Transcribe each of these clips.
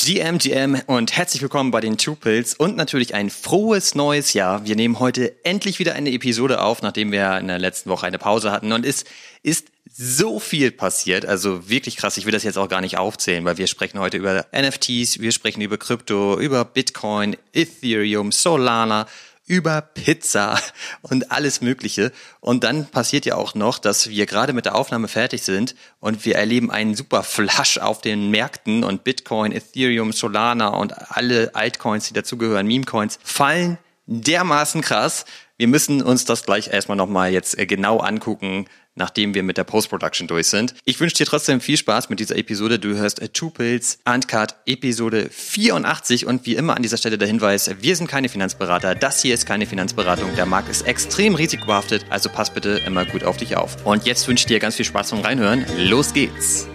GM und herzlich willkommen bei den Tupils und natürlich ein frohes neues Jahr. Wir nehmen heute endlich wieder eine Episode auf, nachdem wir in der letzten Woche eine Pause hatten und es ist so viel passiert, also wirklich krass. Ich will das jetzt auch gar nicht aufzählen, weil wir sprechen heute über NFTs, wir sprechen über Krypto, über Bitcoin, Ethereum, Solana, über Pizza und alles Mögliche. Und dann passiert ja auch noch, dass wir gerade mit der Aufnahme fertig sind und wir erleben einen super Flush auf den Märkten und Bitcoin, Ethereum, Solana und alle Altcoins, die dazugehören, Meme-Coins, fallen dermaßen krass. Wir müssen uns das gleich erstmal nochmal jetzt genau angucken, nachdem wir mit der Post-Production durch sind. Ich wünsche dir trotzdem viel Spaß mit dieser Episode. Du hörst Tupils Uncut Episode 84 und wie immer an dieser Stelle der Hinweis, wir sind keine Finanzberater, das hier ist keine Finanzberatung, der Markt ist extrem risikobehaftet, also pass bitte immer gut auf dich auf. Und jetzt wünsche ich dir ganz viel Spaß zum Reinhören. Los geht's!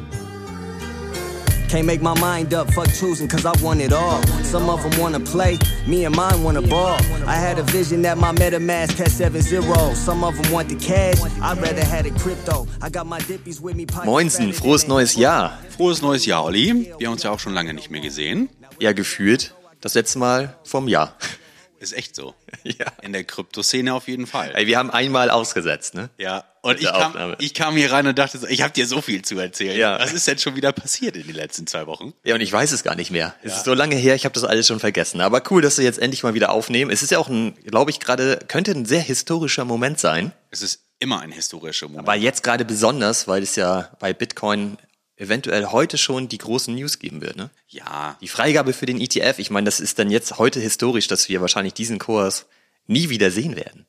Can't make my mind up, fuck choosing, cause I want it all. Some of them wanna play, me and mine wanna ball. I had a vision that my MetaMask had 7 zeros. Some of them want the cash, I'd rather had a crypto. I got my dippies with me. Moinsen, frohes neues Jahr. Frohes neues Jahr, Olli. Wir haben uns ja auch schon lange nicht mehr gesehen. Ja, gefühlt das letzte Mal vom Jahr. Ist echt so. Ja. In der Kryptoszene auf jeden Fall. Ey, wir haben einmal ausgesetzt, ne? Ja, und ich kam hier rein und dachte so, ich habe dir so viel zu erzählen. Ja. Was ist denn schon wieder passiert in den letzten 2 Wochen? Ja, und ich weiß es gar nicht mehr. Es ist so lange her, ich habe das alles schon vergessen. Aber cool, dass wir jetzt endlich mal wieder aufnehmen. Es ist ja auch glaube ich gerade, könnte ein sehr historischer Moment sein. Es ist immer ein historischer Moment. Aber jetzt gerade besonders, weil es ja bei Bitcoin eventuell heute schon die großen News geben wird, ne? Ja. Die Freigabe für den ETF, ich meine, das ist dann jetzt heute historisch, dass wir wahrscheinlich diesen Kurs nie wieder sehen werden.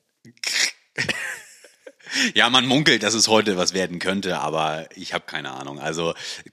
Ja, man munkelt, dass es heute was werden könnte, aber ich habe keine Ahnung. Also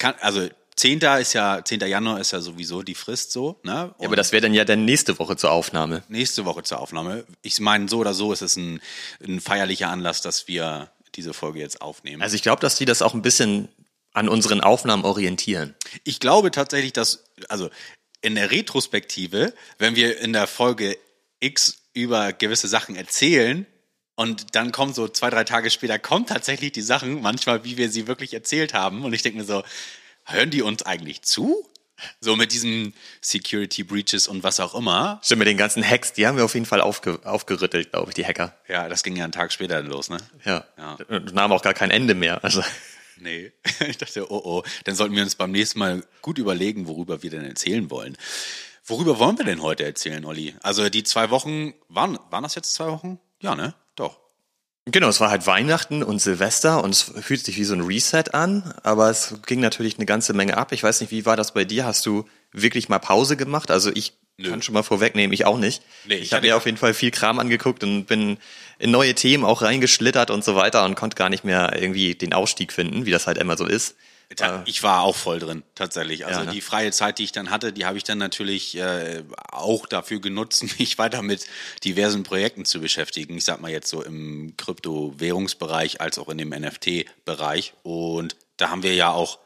10. Januar ist ja sowieso die Frist so, ne? Ja, aber das wäre dann ja dann nächste Woche zur Aufnahme. Nächste Woche zur Aufnahme. Ich meine, so oder so ist es ein feierlicher Anlass, dass wir diese Folge jetzt aufnehmen. Also ich glaube, dass die das auch ein bisschen an unseren Aufnahmen orientieren. Ich glaube tatsächlich, dass, also in der Retrospektive, wenn wir in der Folge X über gewisse Sachen erzählen und dann kommt so 2, 3 Tage später, kommt tatsächlich die Sachen manchmal, wie wir sie wirklich erzählt haben. Und ich denke mir so, hören die uns eigentlich zu? So mit diesen Security Breaches und was auch immer. Stimmt, mit den ganzen Hacks, die haben wir auf jeden Fall aufgerüttelt, glaube ich, die Hacker. Ja, das ging ja einen Tag später dann los, ne? Ja. Und nahm auch gar kein Ende mehr. Also. Nee, ich dachte, dann sollten wir uns beim nächsten Mal gut überlegen, worüber wir denn erzählen wollen. Worüber wollen wir denn heute erzählen, Olli? Also die 2 Wochen, waren das jetzt 2 Wochen? Ja, ne? Doch. Genau, es war halt Weihnachten und Silvester und es fühlt sich wie so ein Reset an, aber es ging natürlich eine ganze Menge ab. Ich weiß nicht, wie war das bei dir? Hast du wirklich mal Pause gemacht? Also ich kann schon mal vorwegnehmen, ich auch nicht. Nee, ich habe mir auf jeden Fall viel Kram angeguckt und bin in neue Themen auch reingeschlittert und so weiter und konnte gar nicht mehr irgendwie den Ausstieg finden, wie das halt immer so ist. Ich war auch voll drin, tatsächlich. Also ja, ne? Die freie Zeit, die ich dann hatte, die habe ich dann natürlich auch dafür genutzt, mich weiter mit diversen Projekten zu beschäftigen. Ich sag mal jetzt so im Kryptowährungsbereich als auch in dem NFT-Bereich. Und da haben wir ja auch,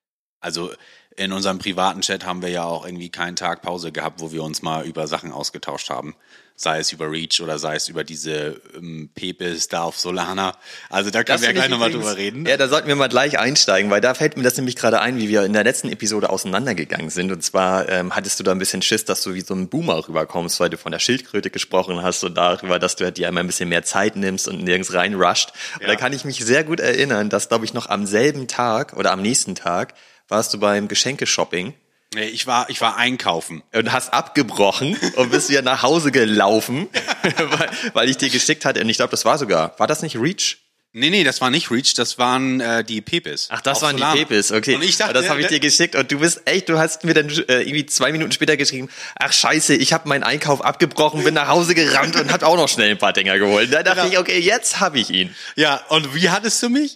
also in unserem privaten Chat haben wir ja auch irgendwie keinen Tag Pause gehabt, wo wir uns mal über Sachen ausgetauscht haben. Sei es über Reach oder sei es über diese Pepis da auf Solana. Also da können wir ja gleich nochmal drüber reden. Ja, da sollten wir mal gleich einsteigen, weil da fällt mir das nämlich gerade ein, wie wir in der letzten Episode auseinandergegangen sind. Und zwar hattest du da ein bisschen Schiss, dass du wie so ein Boomer rüberkommst, weil du von der Schildkröte gesprochen hast und darüber, dass du dir einmal ein bisschen mehr Zeit nimmst und nirgends rein rusht. Und da kann ich mich sehr gut erinnern, dass, glaube ich, noch am selben Tag oder am nächsten Tag warst du beim Geschenkeshopping. Nee, ich war einkaufen. Und hast abgebrochen und bist wieder nach Hause gelaufen, weil ich dir geschickt hatte. Und ich glaube, war das nicht Reach? Nee, das war nicht Reach, das waren die Pepis. Ach, das waren Solana. Die Pepis, okay. Und ich dachte, das habe ich dir geschickt und du hast mir dann irgendwie 2 Minuten später geschrieben, ach scheiße, ich habe meinen Einkauf abgebrochen, bin nach Hause gerannt und hab auch noch schnell ein paar Dinger geholt. Da dachte ich, okay, jetzt habe ich ihn. Ja, und wie hattest du mich?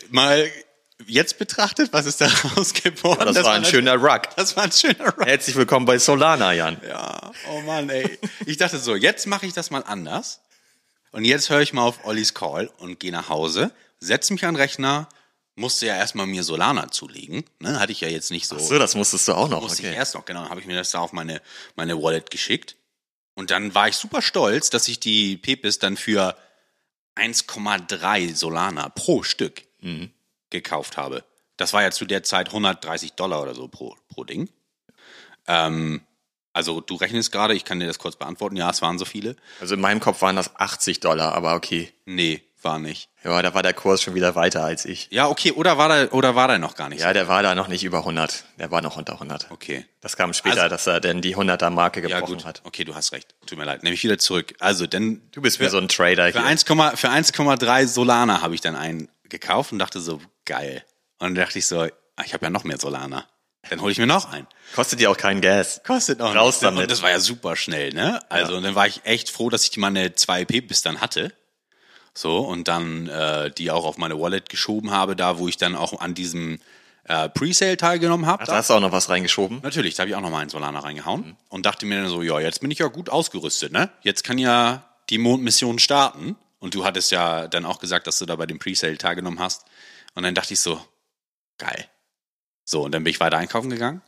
Jetzt betrachtet, was ist da rausgeworden? Ja, das war ein schöner Ruck. Das war ein schöner Ruck. Herzlich willkommen bei Solana, Jan. Ja, oh Mann, ey. Ich dachte so, jetzt mache ich das mal anders. Und jetzt höre ich mal auf Ollis Call und gehe nach Hause, setze mich an den Rechner, musste ja erstmal mir Solana zulegen. Ne? Hatte ich ja jetzt nicht so. Ach so, das musstest du auch noch. Musste ich erst noch, genau. Dann habe ich mir das da auf meine Wallet geschickt. Und dann war ich super stolz, dass ich die Pepis dann für 1,3 Solana pro Stück gekauft habe. Das war ja zu der Zeit $130 oder so pro Ding. Also du rechnest gerade, ich kann dir das kurz beantworten, ja, es waren so viele. Also in meinem Kopf waren das $80, aber okay. Nee, war nicht. Ja, da war der Kurs schon wieder weiter als ich. Ja, okay, oder war der noch gar nicht? Ja, der war da noch nicht über 100. Der war noch unter 100. Okay. Das kam später, dass er denn die 100er-Marke gebrochen hat. Okay, du hast recht. Tut mir leid. Nehme ich wieder zurück. Also, denn Du bist mir so ein Trader für hier. 1,3 Solana habe ich dann einen gekauft und dachte so, geil. Und dann dachte ich so, ich habe ja noch mehr Solana. Dann hole ich mir noch einen. Kostet dir auch kein Gas. Kostet auch Raus nichts. damit. Und das war ja super schnell, ne? Also, und dann war ich echt froh, dass ich meine 2 Pepis dann hatte. So, und dann die auch auf meine Wallet geschoben habe, da wo ich dann auch an diesem Presale teilgenommen habe. Ach, da hast du auch noch was reingeschoben? Natürlich, da habe ich auch noch mal einen Solana reingehauen und dachte mir dann so, ja, jetzt bin ich ja gut ausgerüstet, ne? Jetzt kann ja die Mondmission starten. Und du hattest ja dann auch gesagt, dass du da bei dem Presale teilgenommen hast. Und dann dachte ich so, geil. So, und dann bin ich weiter einkaufen gegangen.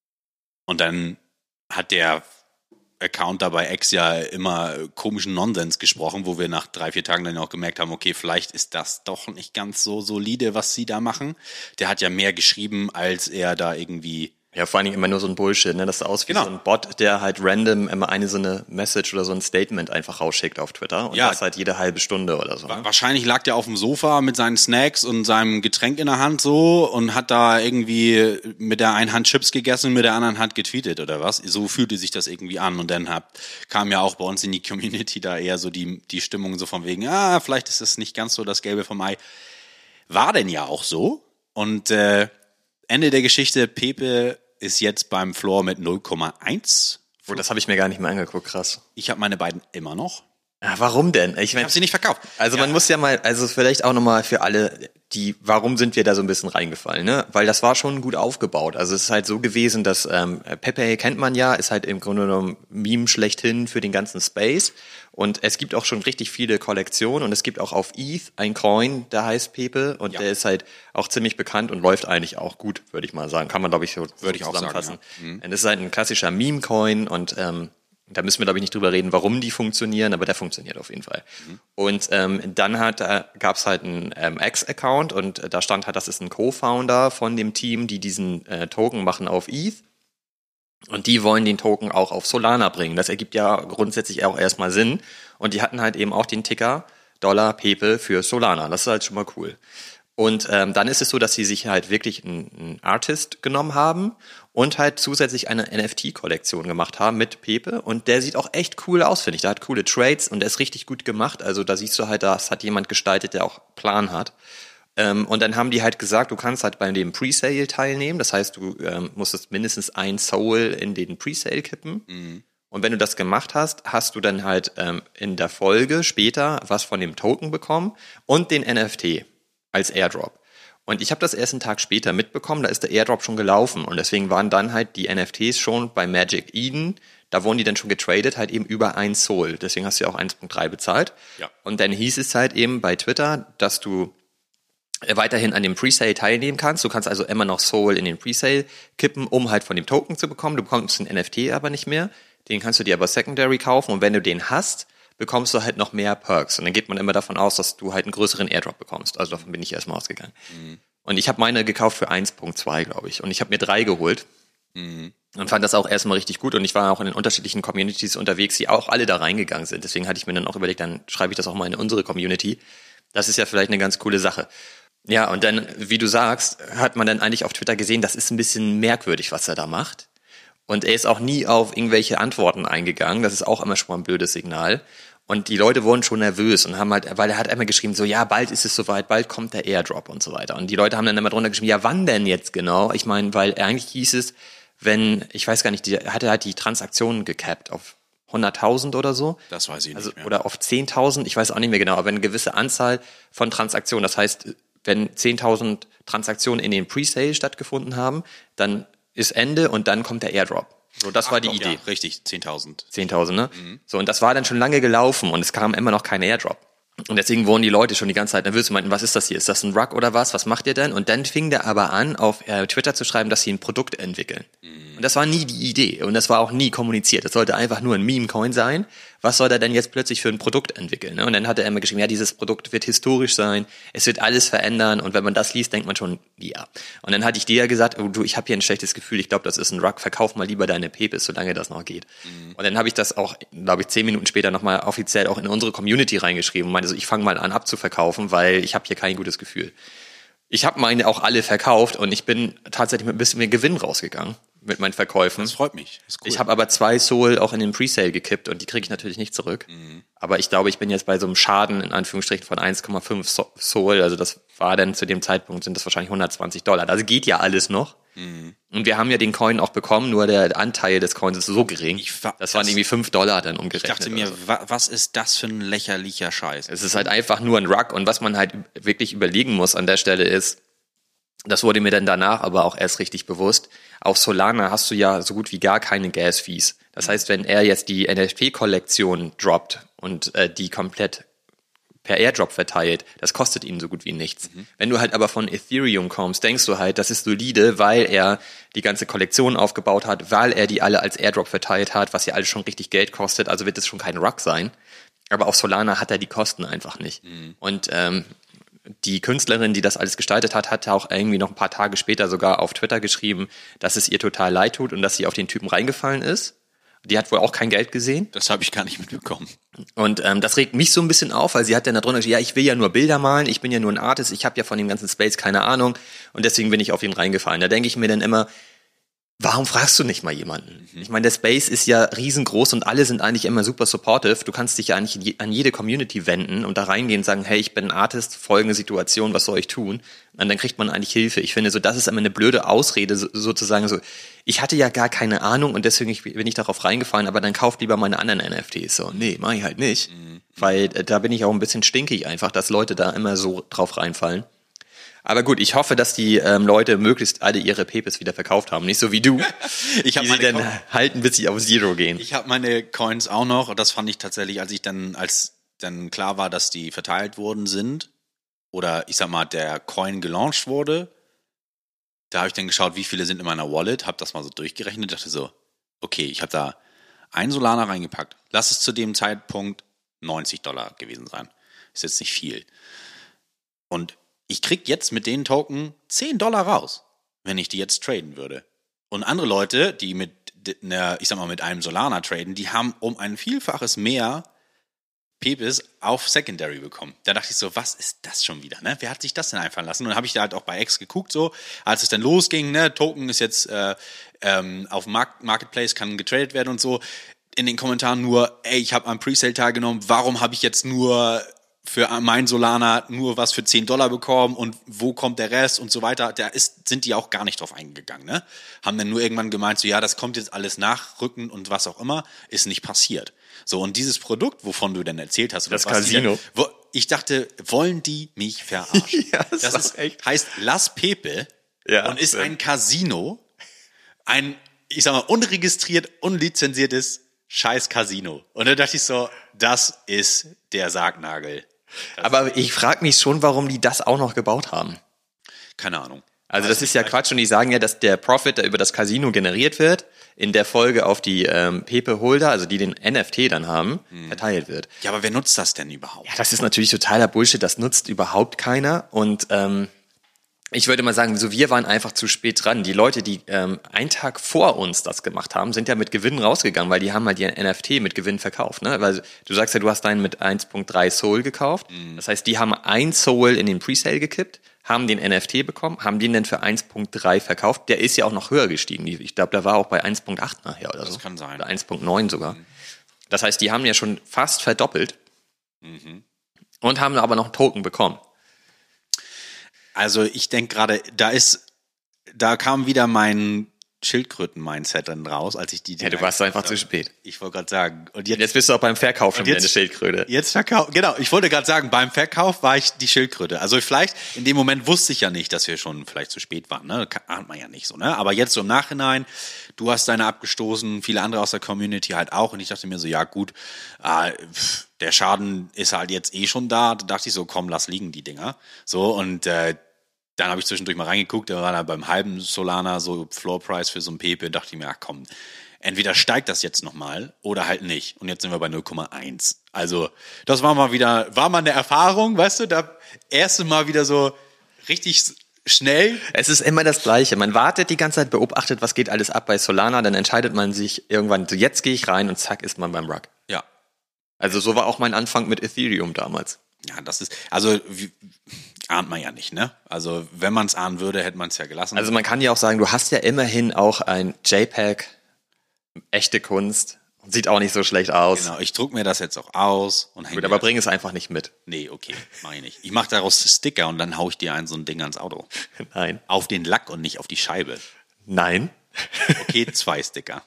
Und dann hat der Account da bei X ja immer komischen Nonsens gesprochen, wo wir nach 3-4 Tagen dann auch gemerkt haben, okay, vielleicht ist das doch nicht ganz so solide, was sie da machen. Der hat ja mehr geschrieben, als er da irgendwie... Ja, vor allen Dingen immer nur so ein Bullshit, ne? Das sah aus wie Genau. so ein Bot, der halt random immer so eine Message oder so ein Statement einfach rausschickt auf Twitter. Und Ja. das halt jede halbe Stunde oder so. Ne? Wahrscheinlich lag der auf dem Sofa mit seinen Snacks und seinem Getränk in der Hand so und hat da irgendwie mit der einen Hand Chips gegessen und mit der anderen Hand getweetet oder was. So fühlte sich das irgendwie an. Und dann kam ja auch bei uns in die Community da eher so die Stimmung so von wegen, vielleicht ist es nicht ganz so das Gelbe vom Ei. War denn ja auch so. Und Ende der Geschichte, Pepe ist jetzt beim Floor mit 0,1. Oh, das habe ich mir gar nicht mehr angeguckt, krass. Ich habe meine beiden immer noch. Ja, warum denn? Ich Ich habe sie nicht verkauft. Also man muss ja mal, also vielleicht auch nochmal für alle, warum sind wir da so ein bisschen reingefallen, ne? Weil das war schon gut aufgebaut. Also es ist halt so gewesen, dass Pepe kennt man ja, ist halt im Grunde genommen Meme schlechthin für den ganzen Space. Und es gibt auch schon richtig viele Kollektionen und es gibt auch auf ETH ein Coin, der heißt Pepe und der ist halt auch ziemlich bekannt und läuft eigentlich auch gut, würde ich mal sagen. Kann man, glaube ich, so Würde ich auch zusammenfassen. sagen, Und es ist halt ein klassischer Meme-Coin und da müssen wir, glaube ich, nicht drüber reden, warum die funktionieren, aber der funktioniert auf jeden Fall. Und dann gab es halt einen X-Account und da stand halt, das ist ein Co-Founder von dem Team, die diesen Token machen auf ETH. Und die wollen den Token auch auf Solana bringen. Das ergibt ja grundsätzlich auch erstmal Sinn. Und die hatten halt eben auch den Ticker Dollar Pepe für Solana. Das ist halt schon mal cool. Und dann ist es so, dass sie sich halt wirklich einen Artist genommen haben und halt zusätzlich eine NFT-Kollektion gemacht haben mit Pepe. Und der sieht auch echt cool aus, finde ich. Der hat coole Trades und der ist richtig gut gemacht. Also da siehst du halt, das hat jemand gestaltet, der auch Plan hat. Und dann haben die halt gesagt, du kannst halt bei dem Presale teilnehmen. Das heißt, du musstest mindestens ein Soul in den Presale kippen. Und wenn du das gemacht hast, hast du dann halt in der Folge später was von dem Token bekommen und den NFT als Airdrop. Und ich habe das erst einen Tag später mitbekommen, da ist der Airdrop schon gelaufen. Und deswegen waren dann halt die NFTs schon bei Magic Eden, da wurden die dann schon getradet, halt eben über 1 Soul. Deswegen hast du ja auch 1,3 bezahlt. Ja. Und dann hieß es halt eben bei Twitter, dass du weiterhin an dem Presale teilnehmen kannst. Du kannst also immer noch Soul in den Presale kippen, um halt von dem Token zu bekommen. Du bekommst den NFT aber nicht mehr. Den kannst du dir aber Secondary kaufen. Und wenn du den hast, bekommst du halt noch mehr Perks. Und dann geht man immer davon aus, dass du halt einen größeren Airdrop bekommst. Also davon bin ich erstmal ausgegangen. Und ich habe meine gekauft für 1,2, glaube ich. Und ich habe mir 3 geholt. Und fand das auch erstmal richtig gut. Und ich war auch in den unterschiedlichen Communities unterwegs, die auch alle da reingegangen sind. Deswegen hatte ich mir dann auch überlegt, dann schreibe ich das auch mal in unsere Community. Das ist ja vielleicht eine ganz coole Sache. Ja, und dann, wie du sagst, hat man dann eigentlich auf Twitter gesehen, das ist ein bisschen merkwürdig, was er da macht. Und er ist auch nie auf irgendwelche Antworten eingegangen. Das ist auch immer schon mal ein blödes Signal. Und die Leute wurden schon nervös und haben halt, weil er hat einmal geschrieben, so, ja, bald ist es soweit, bald kommt der Airdrop und so weiter. Und die Leute haben dann immer drunter geschrieben, ja, wann denn jetzt genau? Ich meine, weil eigentlich hieß es, wenn, ich weiß gar nicht, er hatte halt die Transaktionen gecapped auf 100.000 oder so. Das weiß ich nicht mehr. Oder auf 10.000, ich weiß auch nicht mehr genau, aber eine gewisse Anzahl von Transaktionen. Das heißt, wenn 10.000 Transaktionen in den Presale stattgefunden haben, dann ist Ende und dann kommt der Airdrop. So, das war die Idee. Ja, richtig, 10.000. 10.000, ne? So, und das war dann schon lange gelaufen und es kam immer noch kein Airdrop. Und deswegen wurden die Leute schon die ganze Zeit nervös und meinten, was ist das hier? Ist das ein Rug oder was? Was macht ihr denn? Und dann fing der aber an, auf Twitter zu schreiben, dass sie ein Produkt entwickeln. Und das war nie die Idee und das war auch nie kommuniziert. Das sollte einfach nur ein Meme-Coin sein. Was soll er denn jetzt plötzlich für ein Produkt entwickeln? Ne? Und dann hat er immer geschrieben, ja, dieses Produkt wird historisch sein, es wird alles verändern und wenn man das liest, denkt man schon, ja. Und dann hatte ich dir ja gesagt, oh, du, ich habe hier ein schlechtes Gefühl, ich glaube, das ist ein Rug, verkauf mal lieber deine Pepes, solange das noch geht. Und dann habe ich das auch, glaube ich, 10 Minuten später nochmal offiziell auch in unsere Community reingeschrieben und meinte so, ich fange mal an abzuverkaufen, weil ich habe hier kein gutes Gefühl. Ich habe meine auch alle verkauft und ich bin tatsächlich mit ein bisschen mehr Gewinn rausgegangen mit meinen Verkäufen. Das freut mich. Das ist cool. Ich habe aber 2 Soul auch in den Presale gekippt und die kriege ich natürlich nicht zurück. Aber ich glaube, ich bin jetzt bei so einem Schaden in Anführungsstrichen von 1,5 Soul. Also das war dann zu dem Zeitpunkt, sind das wahrscheinlich $120. Also geht ja alles noch. Und wir haben ja den Coin auch bekommen, nur der Anteil des Coins ist so gering. Das waren irgendwie $5 dann umgerechnet. Ich dachte mir, was ist das für ein lächerlicher Scheiß? Es ist halt einfach nur ein Rug und was man halt wirklich überlegen muss an der Stelle ist, das wurde mir dann danach aber auch erst richtig bewusst, auf Solana hast du ja so gut wie gar keine Gas-Fees. Das heißt, wenn er jetzt die NFT-Kollektion droppt und die komplett per Airdrop verteilt, das kostet ihn so gut wie nichts. Wenn du halt aber von Ethereum kommst, denkst du halt, das ist solide, weil er die ganze Kollektion aufgebaut hat, weil er die alle als Airdrop verteilt hat, was ja alles schon richtig Geld kostet, also wird es schon kein Rug sein. Aber auf Solana hat er die Kosten einfach nicht. Und die Künstlerin, die das alles gestaltet hat, hat auch irgendwie noch ein paar Tage später sogar auf Twitter geschrieben, dass es ihr total leid tut und dass sie auf den Typen reingefallen ist. Die hat wohl auch kein Geld gesehen. Das habe ich gar nicht mitbekommen. Und das regt mich so ein bisschen auf, weil sie hat dann da drunter gesagt, ja, ich will ja nur Bilder malen, ich bin ja nur ein Artist, ich habe ja von dem ganzen Space keine Ahnung und deswegen bin ich auf ihn reingefallen. Da denke ich mir dann immer, warum fragst du nicht mal jemanden? Ich meine, der Space ist ja riesengroß und alle sind eigentlich immer super supportive. Du kannst dich ja eigentlich an jede Community wenden und da reingehen und sagen, hey, ich bin ein Artist, folgende Situation, was soll ich tun? Und dann kriegt man eigentlich Hilfe. Ich finde so, das ist immer eine blöde Ausrede, sozusagen so, ich hatte ja gar keine Ahnung und deswegen bin ich darauf reingefallen, aber dann kauft lieber meine anderen NFTs. So, nee, mach ich halt nicht. Weil da bin ich auch ein bisschen stinkig einfach, dass Leute da immer so drauf reinfallen. Aber gut, ich hoffe, dass die Leute möglichst alle ihre Pepes wieder verkauft haben. Nicht so wie du, die sie dann halten, bis sie auf Zero gehen. Ich habe meine Coins auch noch und das fand ich tatsächlich, als dann klar war, dass die verteilt worden sind oder ich sag mal, der Coin gelauncht wurde, da habe ich dann geschaut, wie viele sind in meiner Wallet, habe das mal so durchgerechnet, dachte so, okay, ich habe da einen Solana reingepackt. Lass es zu dem Zeitpunkt $90 gewesen sein. Ist jetzt nicht viel. Und ich krieg jetzt mit den Token $10 raus, wenn ich die jetzt traden würde. Und andere Leute, die mit einem Solana traden, die haben um ein Vielfaches mehr Pepes auf Secondary bekommen. Da dachte ich so, was ist das schon wieder, ne? Wer hat sich das denn einfallen lassen? Und dann habe ich da halt auch bei X geguckt, so, als es dann losging, ne, Token ist jetzt auf dem Marketplace, kann getradet werden und so. In den Kommentaren nur, ey, ich habe am Presale teilgenommen, warum habe ich jetzt nur für mein Solana nur was für $10 bekommen und wo kommt der Rest und so weiter. Sind die auch gar nicht drauf eingegangen, ne? Haben dann nur irgendwann gemeint, so ja, das kommt jetzt alles nachrücken und was auch immer, ist nicht passiert. So, und dieses Produkt, wovon du denn erzählt hast, das Casino. Ich dachte, wollen die mich verarschen? Ja, das ist echt. Heißt Las Pepe und ist ein Casino, ein, ich sag mal, unregistriert, unlizenziertes scheiß Casino. Und da dachte ich so, das ist der Sargnagel. Aber ich frage mich schon, warum die das auch noch gebaut haben. Keine Ahnung. Also das ist ja Quatsch und die sagen ja, dass der Profit, der über das Casino generiert wird, in der Folge auf die Pepe-Holder, also die den NFT dann haben, verteilt wird. Ja, aber wer nutzt das denn überhaupt? Ja, das ist natürlich totaler Bullshit, das nutzt überhaupt keiner und ich würde mal sagen, so wir waren einfach zu spät dran. Die Leute, die einen Tag vor uns das gemacht haben, sind ja mit Gewinn rausgegangen, weil die haben halt ihr NFT mit Gewinn verkauft. Ne? Weil du sagst ja, du hast deinen mit 1.3 Soul gekauft. Das heißt, die haben 1 Soul in den Presale gekippt, haben den NFT bekommen, haben den dann für 1.3 verkauft. Der ist ja auch noch höher gestiegen. Ich glaube, der war auch bei 1.8 nachher oder so. Das kann sein. Oder 1.9 sogar. Das heißt, die haben ja schon fast verdoppelt und haben aber noch einen Token bekommen. Also ich denke gerade, da kam wieder mein Schildkröten-Mindset dann raus, als ich die... Ja, du warst einfach zu spät. Ich wollte gerade sagen. Und jetzt bist du auch beim Verkauf schon wieder eine Schildkröte. Genau, ich wollte gerade sagen, beim Verkauf war ich die Schildkröte. Also vielleicht, in dem Moment wusste ich ja nicht, dass wir schon vielleicht zu spät waren. Ne? Ahnt man ja nicht so. Ne? Aber jetzt so im Nachhinein, du hast deine abgestoßen, viele andere aus der Community halt auch. Und ich dachte mir so, ja gut, der Schaden ist halt jetzt eh schon da. Da dachte ich so, komm, lass liegen die Dinger. So, und dann habe ich zwischendurch mal reingeguckt, da war da beim halben Solana so Floor Price für so ein Pepe, dachte ich mir, ach komm, entweder steigt das jetzt nochmal oder halt nicht. Und jetzt sind wir bei 0,1. Also, das war mal eine Erfahrung, weißt du, da erste Mal wieder so richtig schnell. Es ist immer das Gleiche. Man wartet die ganze Zeit, beobachtet, was geht alles ab bei Solana, dann entscheidet man sich irgendwann, so jetzt gehe ich rein und zack ist man beim Rug. Ja. Also so war auch mein Anfang mit Ethereum damals. Ja, das ist, also ahnt man ja nicht, ne? Also wenn man es ahnen würde, hätte man es ja gelassen. Also man kann ja auch sagen, du hast ja immerhin auch ein JPEG, echte Kunst, sieht auch nicht so schlecht aus. Genau, ich druck mir das jetzt auch aus und hänge. Gut, aber bring es einfach nicht mit. Nee, okay, mach ich nicht. Ich mache daraus Sticker und dann hau ich dir so ein Ding ans Auto. Nein. Auf den Lack und nicht auf die Scheibe. Nein. Okay, 2 Sticker.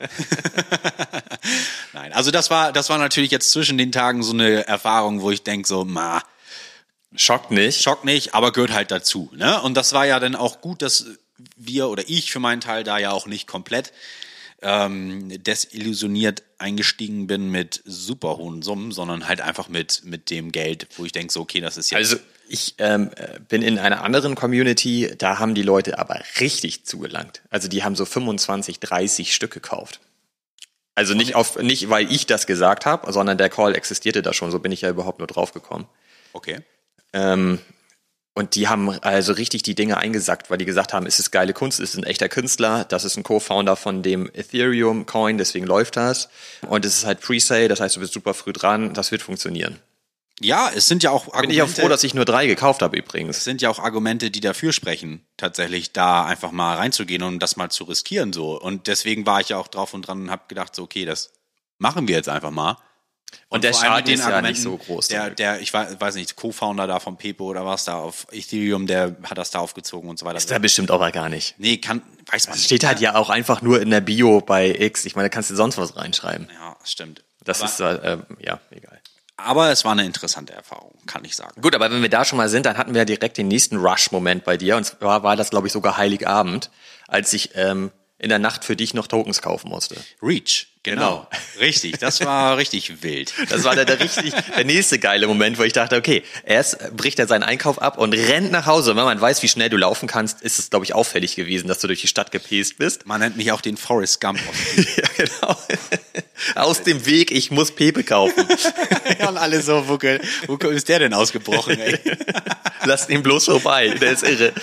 Nein, also das war natürlich jetzt zwischen den Tagen so eine Erfahrung, wo ich denke so, Schockt nicht, aber gehört halt dazu, ne? Und das war ja dann auch gut, dass wir oder ich für meinen Teil da ja auch nicht komplett desillusioniert eingestiegen bin mit super hohen Summen, sondern halt einfach mit dem Geld, wo ich denke so, okay, das ist jetzt... Also ich bin in einer anderen Community, da haben die Leute aber richtig zugelangt. Also die haben so 25, 30 Stück gekauft. Also nicht weil ich das gesagt habe, sondern der Call existierte da schon, so bin ich ja überhaupt nur drauf gekommen. Okay. Und die haben also richtig die Dinge eingesackt, weil die gesagt haben, es ist geile Kunst, es ist ein echter Künstler, das ist ein Co-Founder von dem Ethereum-Coin, deswegen läuft das. Und es ist halt Pre-Sale, das heißt, du bist super früh dran, das wird funktionieren. Ja, es sind ja auch Argumente. Bin ich auch froh, dass ich nur 3 gekauft habe übrigens. Es sind ja auch Argumente, die dafür sprechen, tatsächlich da einfach mal reinzugehen und das mal zu riskieren so. Und deswegen war ich ja auch drauf und dran und habe gedacht, so okay, das machen wir jetzt einfach mal. Und der Schaden ist ja nicht so groß. Der ich weiß nicht, Co-Founder da von Pepe oder was da auf Ethereum, der hat das da aufgezogen und so weiter. Ist da bestimmt auch gar nicht. Nee, weiß man nicht. Steht halt ja auch einfach nur in der Bio bei X. Ich meine, da kannst du sonst was reinschreiben. Ja, stimmt. Das ist, ja, egal. Aber es war eine interessante Erfahrung, kann ich sagen. Gut, aber wenn wir da schon mal sind, dann hatten wir direkt den nächsten Rush-Moment bei dir. Und zwar war das, glaube ich, sogar Heiligabend, als ich in der Nacht für dich noch Tokens kaufen musste. Reach, genau. Richtig, das war richtig wild. Das war der nächste geile Moment, wo ich dachte, okay, erst bricht er seinen Einkauf ab und rennt nach Hause. Und wenn man weiß, wie schnell du laufen kannst, ist es, glaube ich, auffällig gewesen, dass du durch die Stadt gepest bist. Man nennt mich auch den Forrest Gump. Ja, genau. Aus dem Weg, ich muss Pepe kaufen. Ja, und alle so, wo ist der denn ausgebrochen, ey? Lasst ihn bloß vorbei, der ist irre.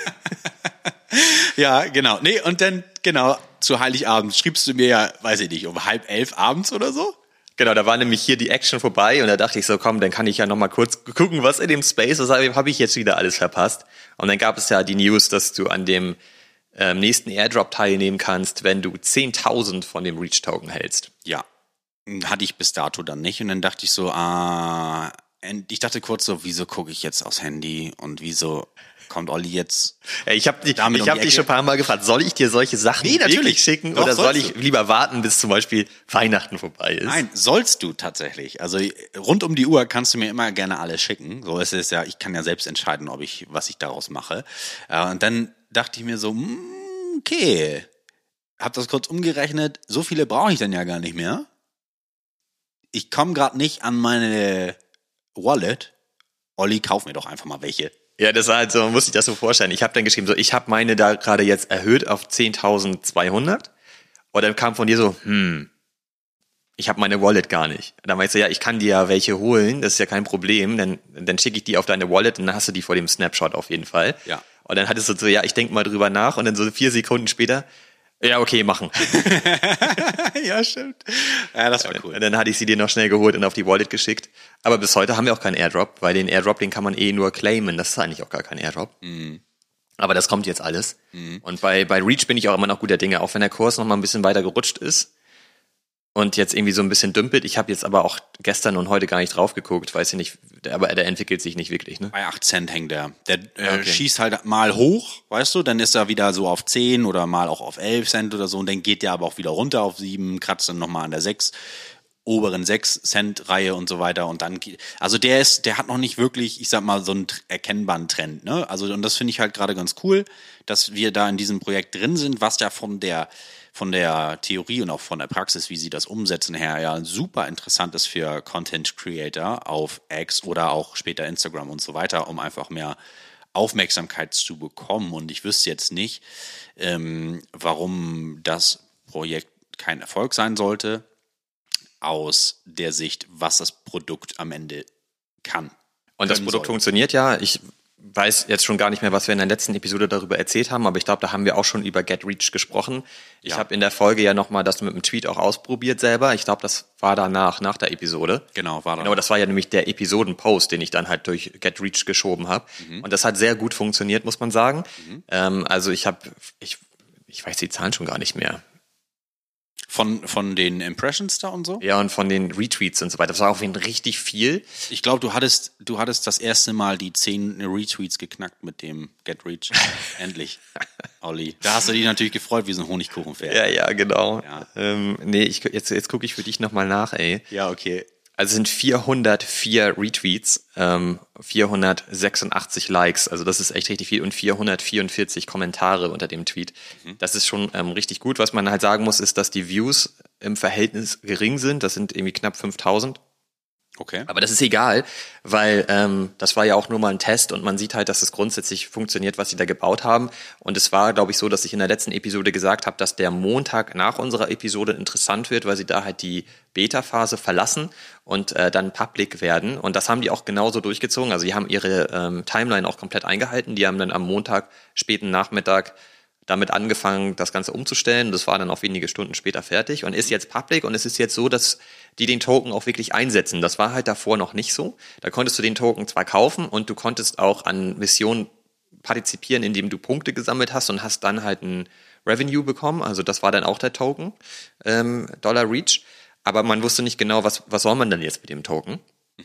Ja, genau. Nee, und dann, genau, zu Heiligabend schriebst du mir ja, weiß ich nicht, um 10:30 abends oder so? Genau, da war nämlich hier die Action vorbei und da dachte ich so, komm, dann kann ich ja noch mal kurz gucken, was in dem Space ist. Habe ich jetzt wieder alles verpasst. Und dann gab es ja die News, dass du an dem nächsten Airdrop teilnehmen kannst, wenn du 10.000 von dem Reach-Token hältst. Ja, hatte ich bis dato dann nicht. Und dann dachte ich so, ich dachte kurz so, wieso gucke ich jetzt aufs Handy und wieso kommt Olli jetzt? Ich habe dich schon ein paar Mal gefragt, soll ich dir solche Sachen wirklich schicken? Doch, oder soll ich lieber warten, bis zum Beispiel Weihnachten vorbei ist? Nein, sollst du tatsächlich. Also rund um die Uhr kannst du mir immer gerne alles schicken. So ist es ja, ich kann ja selbst entscheiden, was ich daraus mache. Und dann dachte ich mir so, okay, hab das kurz umgerechnet, so viele brauche ich dann ja gar nicht mehr. Ich komme gerade nicht an meine Wallet. Olli, kauf mir doch einfach mal welche. Ja, das war halt so, man muss sich das so vorstellen. Ich habe dann geschrieben, so, ich habe meine da gerade jetzt erhöht auf 10.200 und dann kam von dir so, ich habe meine Wallet gar nicht. Und dann meinst du, ja, ich kann dir ja welche holen, das ist ja kein Problem, dann schicke ich die auf deine Wallet und dann hast du die vor dem Snapshot auf jeden Fall. Ja. Und dann hattest du so, ja, ich denke mal drüber nach und dann so 4 Sekunden später, ja, okay, machen. Ja, stimmt. Ja, das war cool. Und dann hatte ich sie dir noch schnell geholt und auf die Wallet geschickt. Aber bis heute haben wir auch keinen Airdrop, weil den Airdrop, den kann man nur claimen. Das ist eigentlich auch gar kein Airdrop. Mhm. Aber das kommt jetzt alles. Mhm. Und bei Reach bin ich auch immer noch guter Dinge, auch wenn der Kurs noch mal ein bisschen weiter gerutscht ist und jetzt irgendwie so ein bisschen dümpelt. Ich habe jetzt aber auch gestern und heute gar nicht drauf geguckt, weiß ich nicht, aber der entwickelt sich nicht wirklich, ne? Bei 8 Cent hängt der. Der schießt halt mal hoch, weißt du, dann ist er wieder so auf 10 oder mal auch auf 11 Cent oder so und dann geht der aber auch wieder runter auf 7, kratzt dann nochmal an der oberen 6 Cent Reihe und so weiter und dann, also der hat noch nicht wirklich, ich sag mal, so einen erkennbaren Trend, ne? Also und das finde ich halt gerade ganz cool, dass wir da in diesem Projekt drin sind, was ja von von der Theorie und auch von der Praxis, wie sie das umsetzen her, ja super interessant ist für Content Creator auf X oder auch später Instagram und so weiter, um einfach mehr Aufmerksamkeit zu bekommen. Und ich wüsste jetzt nicht, warum das Projekt kein Erfolg sein sollte, aus der Sicht, was das Produkt am Ende kann. Und das Produkt funktioniert ja. Ich weiß jetzt schon gar nicht mehr, was wir in der letzten Episode darüber erzählt haben, aber ich glaube, da haben wir auch schon über GetReach gesprochen. Ich habe in der Folge ja nochmal das mit dem Tweet auch ausprobiert selber. Ich glaube, das war danach, nach der Episode. Genau, war Genau, das war ja nämlich der Episodenpost, den ich dann halt durch GetReach geschoben habe. Und das hat sehr gut funktioniert, muss man sagen. Also ich weiß die Zahlen schon gar nicht mehr. Von den Impressions da und so? Ja, und von den Retweets und so weiter. Das war auf jeden Fall richtig viel. Ich glaube, du hattest das erste Mal die 10 Retweets geknackt mit dem GetReach. Endlich, Olli. Da hast du dich natürlich gefreut wie so ein Honigkuchenpferd. Ja, genau. Ja. Jetzt gucke ich für dich nochmal nach, ey. Ja, okay. Also es sind 404 Retweets, 486 Likes, also das ist echt richtig viel und 444 Kommentare unter dem Tweet. Das ist schon richtig gut. Was man halt sagen muss, ist, dass die Views im Verhältnis gering sind. Das sind irgendwie knapp 5000. Okay. Aber das ist egal, weil das war ja auch nur mal ein Test und man sieht halt, dass es grundsätzlich funktioniert, was sie da gebaut haben. Und es war, glaube ich, so, dass ich in der letzten Episode gesagt habe, dass der Montag nach unserer Episode interessant wird, weil sie da halt die Beta-Phase verlassen und dann public werden. Und das haben die auch genauso durchgezogen. Also die haben ihre Timeline auch komplett eingehalten. Die haben dann am Montag, späten Nachmittag, damit angefangen, das Ganze umzustellen. Das war dann auch wenige Stunden später fertig und ist jetzt public. Und es ist jetzt so, dass die den Token auch wirklich einsetzen. Das war halt davor noch nicht so. Da konntest du den Token zwar kaufen und du konntest auch an Missionen partizipieren, indem du Punkte gesammelt hast und hast dann halt ein Revenue bekommen. Also das war dann auch der Token, Dollar Reach. Aber man wusste nicht genau, was soll man denn jetzt mit dem Token?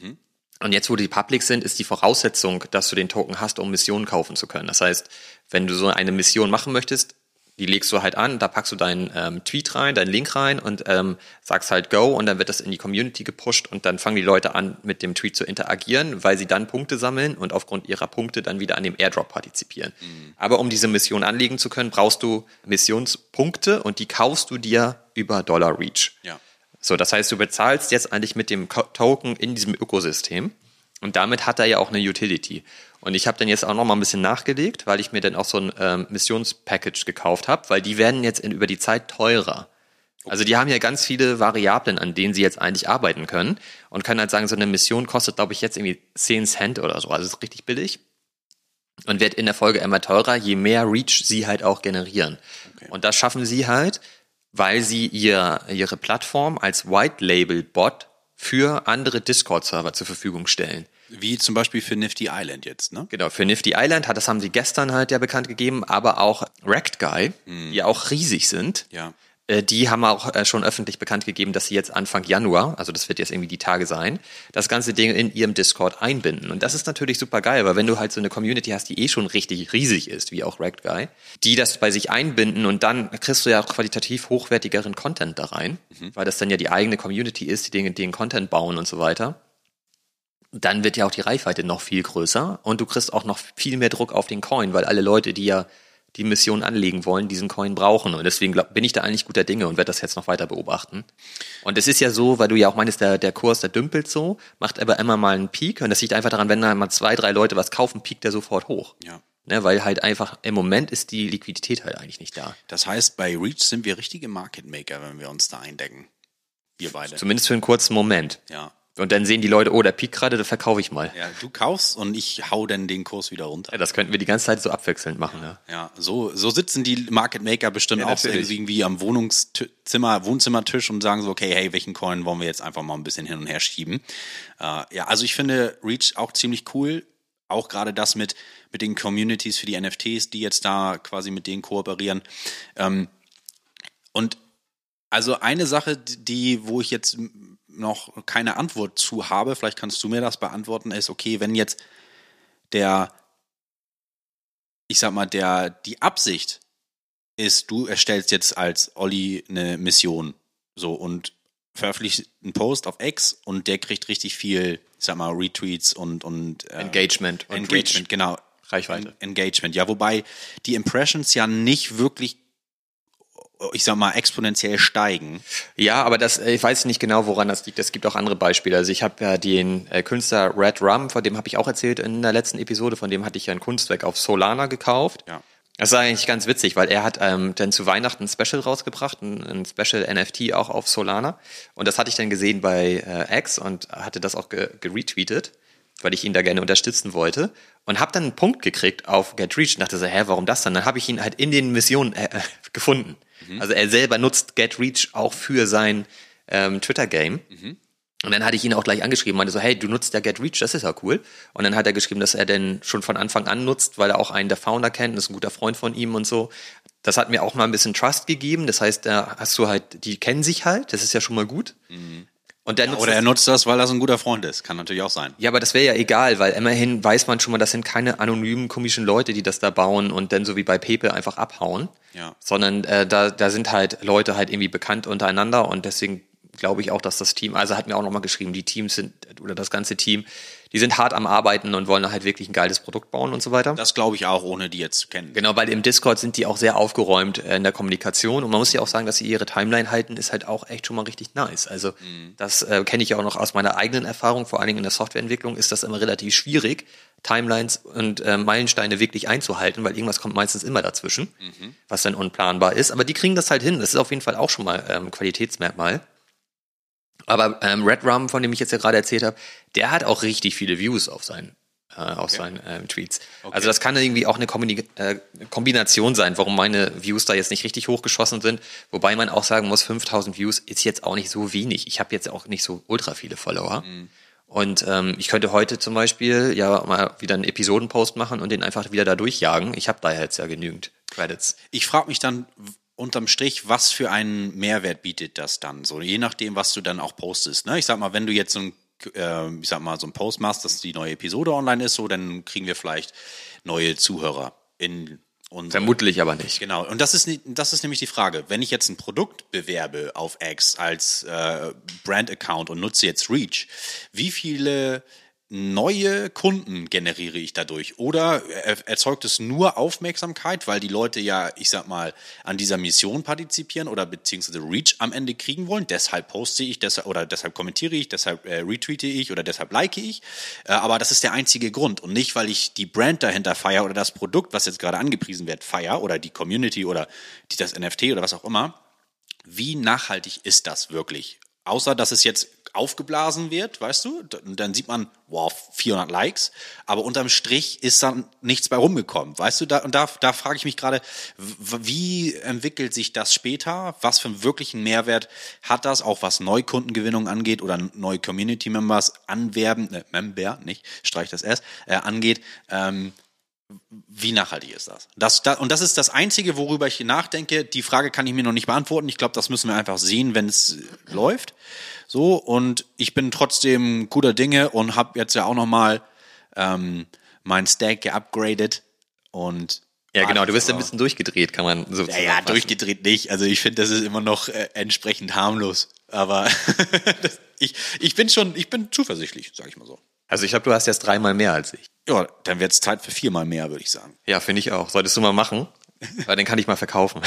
Und jetzt, wo die public sind, ist die Voraussetzung, dass du den Token hast, um Missionen kaufen zu können. Das heißt, wenn du so eine Mission machen möchtest, die legst du halt an, da packst du deinen Tweet rein, deinen Link rein und sagst halt Go und dann wird das in die Community gepusht und dann fangen die Leute an, mit dem Tweet zu interagieren, weil sie dann Punkte sammeln und aufgrund ihrer Punkte dann wieder an dem Airdrop partizipieren. Aber um diese Mission anlegen zu können, brauchst du Missionspunkte und die kaufst du dir über Dollar Reach. Ja. So, das heißt, du bezahlst jetzt eigentlich mit dem Token in diesem Ökosystem und damit hat er ja auch eine Utility. Und ich habe dann jetzt auch noch mal ein bisschen nachgelegt, weil ich mir dann auch so ein Missionspackage gekauft habe, weil die werden jetzt über die Zeit teurer. Also die haben ja ganz viele Variablen, an denen sie jetzt eigentlich arbeiten können und können halt sagen, so eine Mission kostet, glaube ich, jetzt irgendwie 10 Cent oder so, also ist richtig billig und wird in der Folge immer teurer, je mehr Reach sie halt auch generieren. Okay. Und das schaffen sie halt, weil sie ihre Plattform als White-Label-Bot für andere Discord-Server zur Verfügung stellen. Wie zum Beispiel für Nifty Island jetzt, ne? Genau, für Nifty Island das haben sie gestern halt ja bekannt gegeben, aber auch Wrecked Guy, die auch riesig sind. Ja. Die haben auch schon öffentlich bekannt gegeben, dass sie jetzt Anfang Januar, also das wird jetzt irgendwie die Tage sein, das ganze Ding in ihrem Discord einbinden. Und das ist natürlich super geil, weil wenn du halt so eine Community hast, die schon richtig riesig ist, wie auch Wrecked Guy, die das bei sich einbinden und dann kriegst du ja auch qualitativ hochwertigeren Content da rein, weil das dann ja die eigene Community ist, die den Content bauen und so weiter. Dann wird ja auch die Reichweite noch viel größer und du kriegst auch noch viel mehr Druck auf den Coin, weil alle Leute, die ja die Mission anlegen wollen, diesen Coin brauchen. Und deswegen bin ich da eigentlich guter Dinge und werde das jetzt noch weiter beobachten. Und es ist ja so, weil du ja auch meinst, der Kurs, der dümpelt so, macht aber immer mal einen Peak. Und das liegt einfach daran, wenn da mal 2, 3 Leute was kaufen, piekt der sofort hoch. Ja. Ne, weil halt einfach im Moment ist die Liquidität halt eigentlich nicht da. Das heißt, bei Reach sind wir richtige Market Maker, wenn wir uns da eindecken. Wir beide. Zumindest für einen kurzen Moment. Ja. Und dann sehen die Leute, oh, der piekt gerade, das verkaufe ich mal. Ja, du kaufst und ich hau dann den Kurs wieder runter. Ja, das könnten wir die ganze Zeit so abwechselnd machen. Ja, ja so sitzen die Market Maker bestimmt auch irgendwie am Wohnzimmertisch und sagen so, okay, hey, welchen Coin wollen wir jetzt einfach mal ein bisschen hin und her schieben. Ja, also ich finde Reach auch ziemlich cool. Auch gerade das mit den Communities für die NFTs, die jetzt da quasi mit denen kooperieren. Und also eine Sache, wo ich jetzt noch keine Antwort zu habe, vielleicht kannst du mir das beantworten, ist, okay, wenn jetzt die Absicht ist, du erstellst jetzt als Olli eine Mission, so, und veröffentlicht einen Post auf X und der kriegt richtig viel, ich sag mal, Retweets und Engagement, Reach. Genau. Reichweite. Engagement, ja, wobei die Impressions ja nicht wirklich ich sag mal, exponentiell steigen. Ja, aber ich weiß nicht genau, woran das liegt. Es gibt auch andere Beispiele. Also ich habe ja den Künstler Red Rum, von dem habe ich auch erzählt in der letzten Episode, von dem hatte ich ja ein Kunstwerk auf Solana gekauft. Ja. Das war eigentlich ganz witzig, weil er hat dann zu Weihnachten ein Special rausgebracht, ein Special NFT auch auf Solana. Und das hatte ich dann gesehen bei X und hatte das auch geretweetet, weil ich ihn da gerne unterstützen wollte. Und habe dann einen Punkt gekriegt auf GetReach und dachte so, warum das dann? Dann habe ich ihn halt in den Missionen gefunden. Also er selber nutzt GetReach auch für sein Twitter-Game. Und dann hatte ich ihn auch gleich angeschrieben, meinte so, hey, du nutzt ja GetReach, das ist ja cool. Und dann hat er geschrieben, dass er denn schon von Anfang an nutzt, weil er auch einen der Founder kennt, das ist ein guter Freund von ihm und so. Das hat mir auch mal ein bisschen Trust gegeben. Das heißt, da hast du halt, die kennen sich halt, das ist ja schon mal gut. Und der Oder er nutzt das, weil das ein guter Freund ist. Kann natürlich auch sein. Ja, aber das wäre ja egal, weil immerhin weiß man schon mal, das sind keine anonymen, komischen Leute, die das da bauen und dann so wie bei Pepe einfach abhauen. Ja. Sondern da sind halt Leute halt irgendwie bekannt untereinander und deswegen glaube ich auch, dass das Team, also hat mir auch nochmal geschrieben, die Teams sind, oder das ganze Team, die sind hart am Arbeiten und wollen halt wirklich ein geiles Produkt bauen und so weiter. Das glaube ich auch, ohne die jetzt zu kennen. Genau, weil im Discord sind die auch sehr aufgeräumt in der Kommunikation und man muss ja auch sagen, dass sie ihre Timeline halten, ist halt auch echt schon mal richtig nice. Also das kenne ich ja auch noch aus meiner eigenen Erfahrung, vor allen Dingen in der Softwareentwicklung ist das immer relativ schwierig, Timelines und Meilensteine wirklich einzuhalten, weil irgendwas kommt meistens immer dazwischen, was dann unplanbar ist. Aber die kriegen das halt hin, das ist auf jeden Fall auch schon mal ein Qualitätsmerkmal. Aber Red Rum, von dem ich jetzt ja gerade erzählt habe, der hat auch richtig viele Views auf seinen Tweets. Okay. Also das kann irgendwie auch eine Kombination sein, warum meine Views da jetzt nicht richtig hochgeschossen sind. Wobei man auch sagen muss, 5000 Views ist jetzt auch nicht so wenig. Ich habe jetzt auch nicht so ultra viele Follower. Und ich könnte heute zum Beispiel ja mal wieder einen Episodenpost machen und den einfach wieder da durchjagen. Ich habe da jetzt ja genügend Credits. Ich frage mich dann unterm Strich, was für einen Mehrwert bietet das dann? So, je nachdem, was du dann auch postest. Ne? Ich sag mal, wenn du jetzt so ein Post machst, dass die neue Episode online ist, so, dann kriegen wir vielleicht neue Zuhörer in unsere. Vermutlich aber nicht. Genau. Und das ist nämlich die Frage. Wenn ich jetzt ein Produkt bewerbe auf X als Brand-Account und nutze jetzt Reach, wie viele neue Kunden generiere ich dadurch? Oder erzeugt es nur Aufmerksamkeit, weil die Leute ja, ich sag mal, an dieser Mission partizipieren oder beziehungsweise Reach am Ende kriegen wollen? Deshalb poste ich, deshalb kommentiere ich, deshalb retweete ich oder deshalb like ich. Aber das ist der einzige Grund und nicht, weil ich die Brand dahinter feiere oder das Produkt, was jetzt gerade angepriesen wird, feiere oder die Community oder das NFT oder was auch immer. Wie nachhaltig ist das wirklich? Außer, dass es jetzt aufgeblasen wird, weißt du, dann sieht man, wow, 400 Likes, aber unterm Strich ist dann nichts bei rumgekommen, weißt du, da frage ich mich gerade, wie entwickelt sich das später, was für einen wirklichen Mehrwert hat das, auch was Neukundengewinnung angeht oder neue Community-Members anwerben, Member, nicht, streich das S, angeht, wie nachhaltig ist das? Und das ist das Einzige, worüber ich nachdenke. Die Frage kann ich mir noch nicht beantworten. Ich glaube, das müssen wir einfach sehen, wenn es läuft. So, und ich bin trotzdem guter Dinge und habe jetzt ja auch nochmal mein Stack geupgradet. Und ja, genau, du bist ein bisschen durchgedreht, kann man so sagen. Ja, durchgedreht nicht. Also ich finde, das ist immer noch entsprechend harmlos. Aber ich bin zuversichtlich, sag ich mal so. Also ich glaube, du hast jetzt 3-mal mehr als ich. Ja, dann wird es Zeit für 4-mal mehr, würde ich sagen. Ja, finde ich auch. Solltest du mal machen, weil den kann ich mal verkaufen.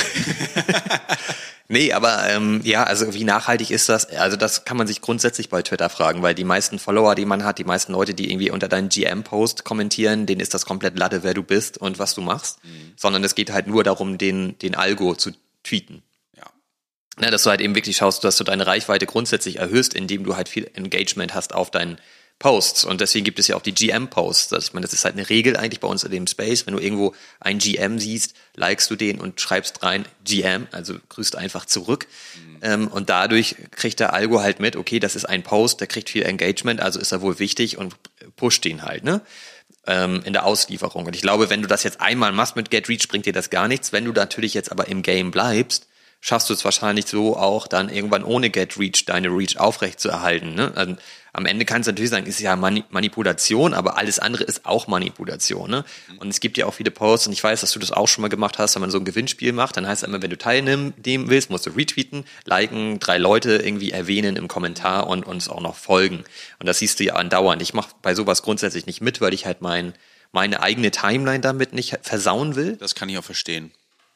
Nee, aber ja, also wie nachhaltig ist das? Also das kann man sich grundsätzlich bei Twitter fragen, weil die meisten Follower, die man hat, die meisten Leute, die irgendwie unter deinen GM-Post kommentieren, denen ist das komplett Latte, wer du bist und was du machst. Sondern es geht halt nur darum, den Algo zu tweeten. Ja, dass du halt eben wirklich schaust, dass du deine Reichweite grundsätzlich erhöhst, indem du halt viel Engagement hast auf deinen Posts. Und deswegen gibt es ja auch die GM-Posts. Also ich meine, das ist halt eine Regel eigentlich bei uns in dem Space. Wenn du irgendwo einen GM siehst, likest du den und schreibst rein GM, also grüßt einfach zurück. Und dadurch kriegt der Algo halt mit, okay, das ist ein Post, der kriegt viel Engagement, also ist er wohl wichtig und pusht den halt, ne? In der Auslieferung. Und ich glaube, wenn du das jetzt einmal machst mit GetReach, bringt dir das gar nichts. Wenn du natürlich jetzt aber im Game bleibst, schaffst du es wahrscheinlich so auch dann irgendwann ohne GetReach deine Reach aufrecht zu erhalten. Ne? Also am Ende kannst du natürlich sagen, ist ja Manipulation, aber alles andere ist auch Manipulation. Ne? Und es gibt ja auch viele Posts, und ich weiß, dass du das auch schon mal gemacht hast, wenn man so ein Gewinnspiel macht, dann heißt es immer, wenn du teilnehmen willst, musst du retweeten, liken, 3 Leute irgendwie erwähnen im Kommentar und uns auch noch folgen. Und das siehst du ja andauernd. Ich mache bei sowas grundsätzlich nicht mit, weil ich halt meine eigene Timeline damit nicht versauen will. Das kann ich auch verstehen.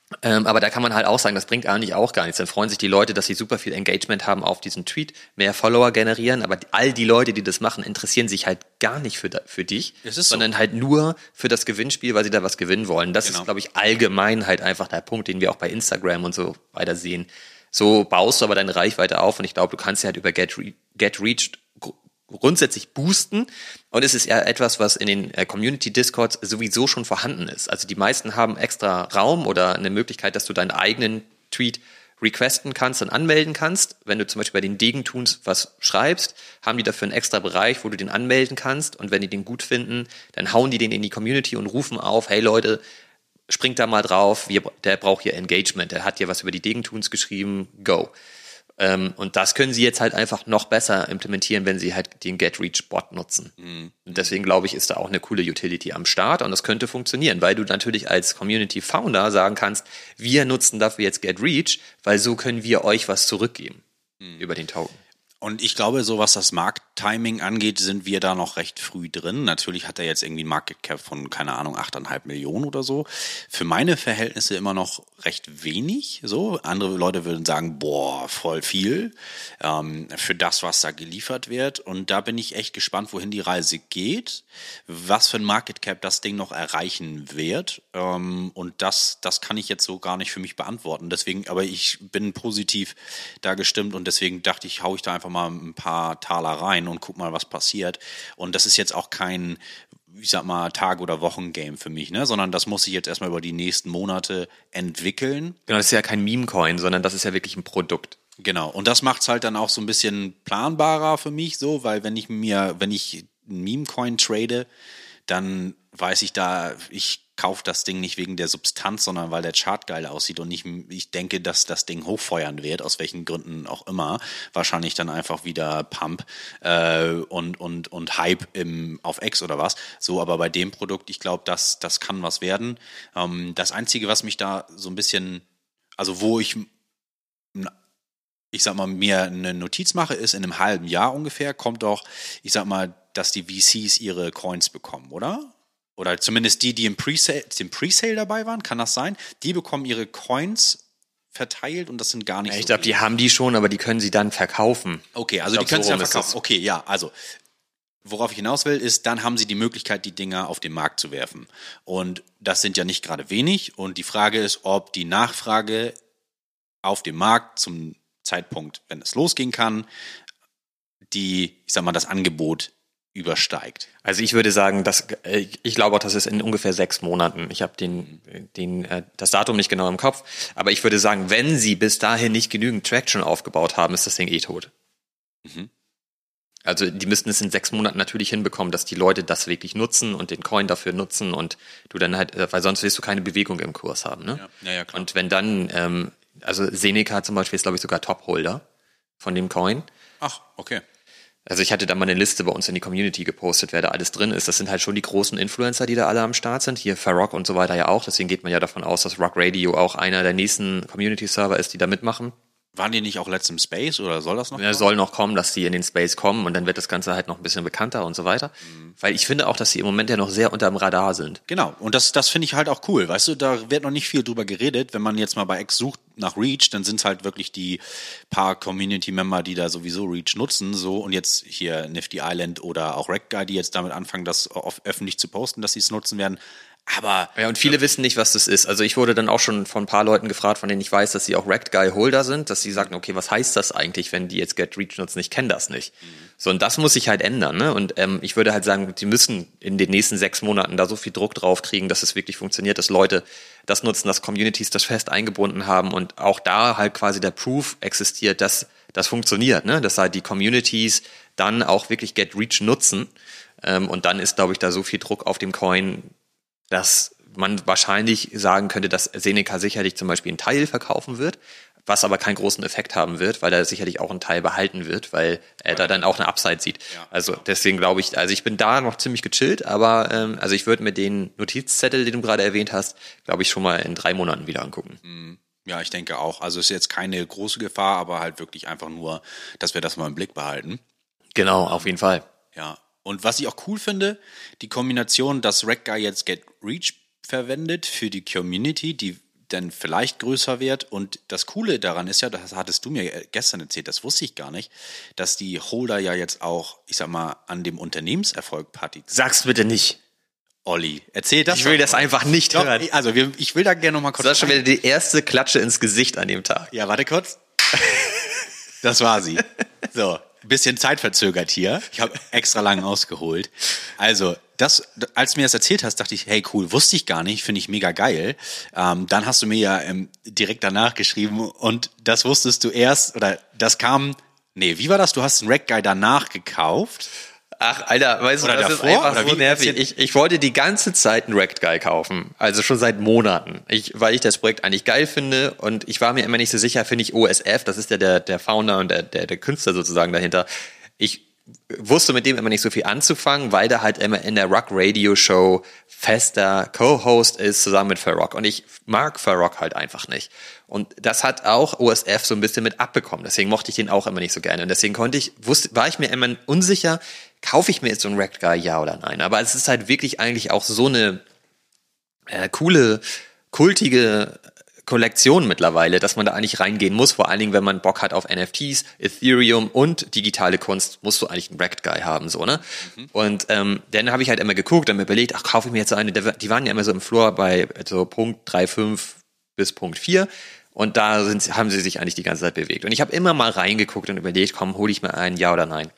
Aber da kann man halt auch sagen, das bringt eigentlich auch gar nichts. Dann freuen sich die Leute, dass sie super viel Engagement haben auf diesen Tweet, mehr Follower generieren, aber all die Leute, die das machen, interessieren sich halt gar nicht für dich, sondern halt nur für das Gewinnspiel, weil sie da was gewinnen wollen. Das ist, glaube ich, allgemein halt einfach der Punkt, den wir auch bei Instagram und so weiter sehen. So baust du aber deine Reichweite auf und ich glaube, du kannst sie halt über Get Reached grundsätzlich boosten und es ist ja etwas, was in den Community-Discords sowieso schon vorhanden ist. Also die meisten haben extra Raum oder eine Möglichkeit, dass du deinen eigenen Tweet requesten kannst und anmelden kannst. Wenn du zum Beispiel bei den Degentoons was schreibst, haben die dafür einen extra Bereich, wo du den anmelden kannst und wenn die den gut finden, dann hauen die den in die Community und rufen auf, hey Leute, springt da mal drauf, der braucht hier Engagement, der hat hier was über die Degentoons geschrieben, go. Und das können sie jetzt halt einfach noch besser implementieren, wenn sie halt den GetReach-Bot nutzen. Und deswegen glaube ich, ist da auch eine coole Utility am Start und das könnte funktionieren, weil du natürlich als Community-Founder sagen kannst, wir nutzen dafür jetzt GetReach, weil so können wir euch was zurückgeben über den Token. Und ich glaube, so was das Markttiming angeht, sind wir da noch recht früh drin. Natürlich hat er jetzt irgendwie ein Market Cap von, keine Ahnung, 8,5 Millionen oder so. Für meine Verhältnisse immer noch recht wenig. So, andere Leute würden sagen, boah, voll viel für das, was da geliefert wird. Und da bin ich echt gespannt, wohin die Reise geht, was für ein Market Cap das Ding noch erreichen wird. Und das kann ich jetzt so gar nicht für mich beantworten. Deswegen, aber ich bin positiv da gestimmt und deswegen dachte ich, hau ich da einfach mal ein paar Taler rein und guck mal, was passiert. Und das ist jetzt auch kein, ich sag mal, Tag- oder Wochen-Game für mich, ne? Sondern das muss sich jetzt erstmal über die nächsten Monate entwickeln. Genau, das ist ja kein Meme-Coin, sondern das ist ja wirklich ein Produkt. Genau, und das macht es halt dann auch so ein bisschen planbarer für mich, so, weil wenn ich einen Meme-Coin trade, dann weiß ich ich kaufe das Ding nicht wegen der Substanz, sondern weil der Chart geil aussieht und ich denke, dass das Ding hochfeuern wird, aus welchen Gründen auch immer. Wahrscheinlich dann einfach wieder Pump und Hype auf X oder was. So, aber bei dem Produkt, ich glaube, das kann was werden. Das Einzige, was mich da so ein bisschen, also wo ich sag mal, mir eine Notiz mache, ist in einem halben Jahr ungefähr, kommt doch, ich sag mal, dass die VCs ihre Coins bekommen, oder? Oder zumindest die im Presale dabei waren, kann das sein? Die bekommen ihre Coins verteilt und das sind gar nicht so. Ich glaube, die haben die schon, aber die können sie dann verkaufen. Okay, also die können sie dann verkaufen. Okay, ja, also worauf ich hinaus will, ist, dann haben sie die Möglichkeit, die Dinger auf den Markt zu werfen. Und das sind ja nicht gerade wenig. Und die Frage ist, ob die Nachfrage auf dem Markt zum Zeitpunkt, wenn es losgehen kann, das Angebot übersteigt. Also ich würde sagen, ich glaube auch, das ist in ungefähr 6 Monaten. Ich habe das Datum nicht genau im Kopf, aber ich würde sagen, wenn sie bis dahin nicht genügend Traction aufgebaut haben, ist das Ding tot. Mhm. Also die müssten es in 6 Monaten natürlich hinbekommen, dass die Leute das wirklich nutzen und den Coin dafür nutzen und du dann halt, weil sonst wirst du keine Bewegung im Kurs haben. Ne? Ja, klar. Und wenn dann, also Seneca zum Beispiel ist, glaube ich, sogar Top-Holder von dem Coin. Ach, okay. Also ich hatte da mal eine Liste bei uns in die Community gepostet, wer da alles drin ist. Das sind halt schon die großen Influencer, die da alle am Start sind. Hier Farrock und so weiter ja auch. Deswegen geht man ja davon aus, dass Rock Radio auch einer der nächsten Community-Server ist, die da mitmachen. Waren die nicht auch letzt im Space oder soll das noch kommen? Soll noch kommen, dass die in den Space kommen und dann wird das Ganze halt noch ein bisschen bekannter und so weiter. Weil ich finde auch, dass sie im Moment ja noch sehr unterm Radar sind. Genau, und das finde ich halt auch cool. Weißt du, da wird noch nicht viel drüber geredet. Wenn man jetzt mal bei X sucht nach Reach, dann sind es halt wirklich die paar Community-Member, die da sowieso Reach nutzen. So, und jetzt hier Nifty Island oder auch RecGuy, die jetzt damit anfangen, das öffentlich zu posten, dass sie es nutzen werden. Aber ja, und viele wissen nicht, was das ist. Also ich wurde dann auch schon von ein paar Leuten gefragt, von denen ich weiß, dass sie auch RecGuy-Holder sind, dass sie sagten, okay, was heißt das eigentlich, wenn die jetzt GetReach nutzen? Ich kenne das nicht. So, und das muss sich halt ändern. Ne? Und ich würde halt sagen, die müssen in den nächsten 6 Monaten da so viel Druck drauf kriegen, dass es wirklich funktioniert, dass Leute das nutzen, dass Communities das fest eingebunden haben und auch da halt quasi der Proof existiert, dass das funktioniert. Ne? Dass halt die Communities dann auch wirklich GetReach nutzen. Und dann ist, glaube ich, da so viel Druck auf dem Coin, dass man wahrscheinlich sagen könnte, dass Seneca sicherlich zum Beispiel einen Teil verkaufen wird, was aber keinen großen Effekt haben wird, weil er sicherlich auch einen Teil behalten wird, weil er da dann auch eine Upside sieht. Ja. Also deswegen glaube ich, also ich bin da noch ziemlich gechillt, aber also ich würde mir den Notizzettel, den du gerade erwähnt hast, glaube ich schon mal in 3 Monaten wieder angucken. Ja, ich denke auch. Also ist jetzt keine große Gefahr, aber halt wirklich einfach nur, dass wir das mal im Blick behalten. Genau, auf jeden Fall. Ja. Und was ich auch cool finde, die Kombination, dass RecGuy jetzt GetReach verwendet für die Community, die dann vielleicht größer wird. Und das Coole daran ist ja, das hattest du mir gestern erzählt, das wusste ich gar nicht, dass die Holder ja jetzt auch, ich sag mal, an dem Unternehmenserfolg partizipieren. Sag's bitte nicht. Olli, erzähl das. Ich will das einfach nicht Doch, hören. also ich will da gerne nochmal kurz. Das war schon wieder die erste Klatsche ins Gesicht an dem Tag. Ja, warte kurz. Das war sie. So, bisschen zeitverzögert hier. Ich habe extra lang ausgeholt. Also, als du mir das erzählt hast, dachte ich, hey cool, wusste ich gar nicht, finde ich mega geil. Dann hast du mir ja direkt danach geschrieben und das wusstest du erst, oder das kam, wie war das? Du hast einen Rack Guy danach gekauft. Ach, Alter, weißt du, Oder das davor, ist einfach oder so wie? nervig. Ich wollte die ganze Zeit einen Wrecked Guy kaufen. Also schon seit Monaten. Weil ich das Projekt eigentlich geil finde und ich war mir immer nicht so sicher, finde ich OSF, das ist ja der Founder und der Künstler sozusagen dahinter. Ich wusste mit dem immer nicht so viel anzufangen, weil der halt immer in der Rock Radio Show fester Co-Host ist, zusammen mit Farrock. Und ich mag Farrock halt einfach nicht. Und das hat auch OSF so ein bisschen mit abbekommen. Deswegen mochte ich den auch immer nicht so gerne. Und deswegen war ich mir immer unsicher, kaufe ich mir jetzt so einen Wrecked Guy, ja oder nein? Aber es ist halt wirklich eigentlich auch so eine coole, kultige Kollektion mittlerweile, dass man da eigentlich reingehen muss. Vor allen Dingen, wenn man Bock hat auf NFTs, Ethereum und digitale Kunst, musst du eigentlich einen Wrecked Guy haben, so, ne? Und dann habe ich halt immer geguckt und mir überlegt, kaufe ich mir jetzt so eine, die waren ja immer so im Floor bei so Punkt 3,5 bis Punkt 4 und da haben sie sich eigentlich die ganze Zeit bewegt. Und ich habe immer mal reingeguckt und überlegt, komm, hole ich mir einen, ja oder nein?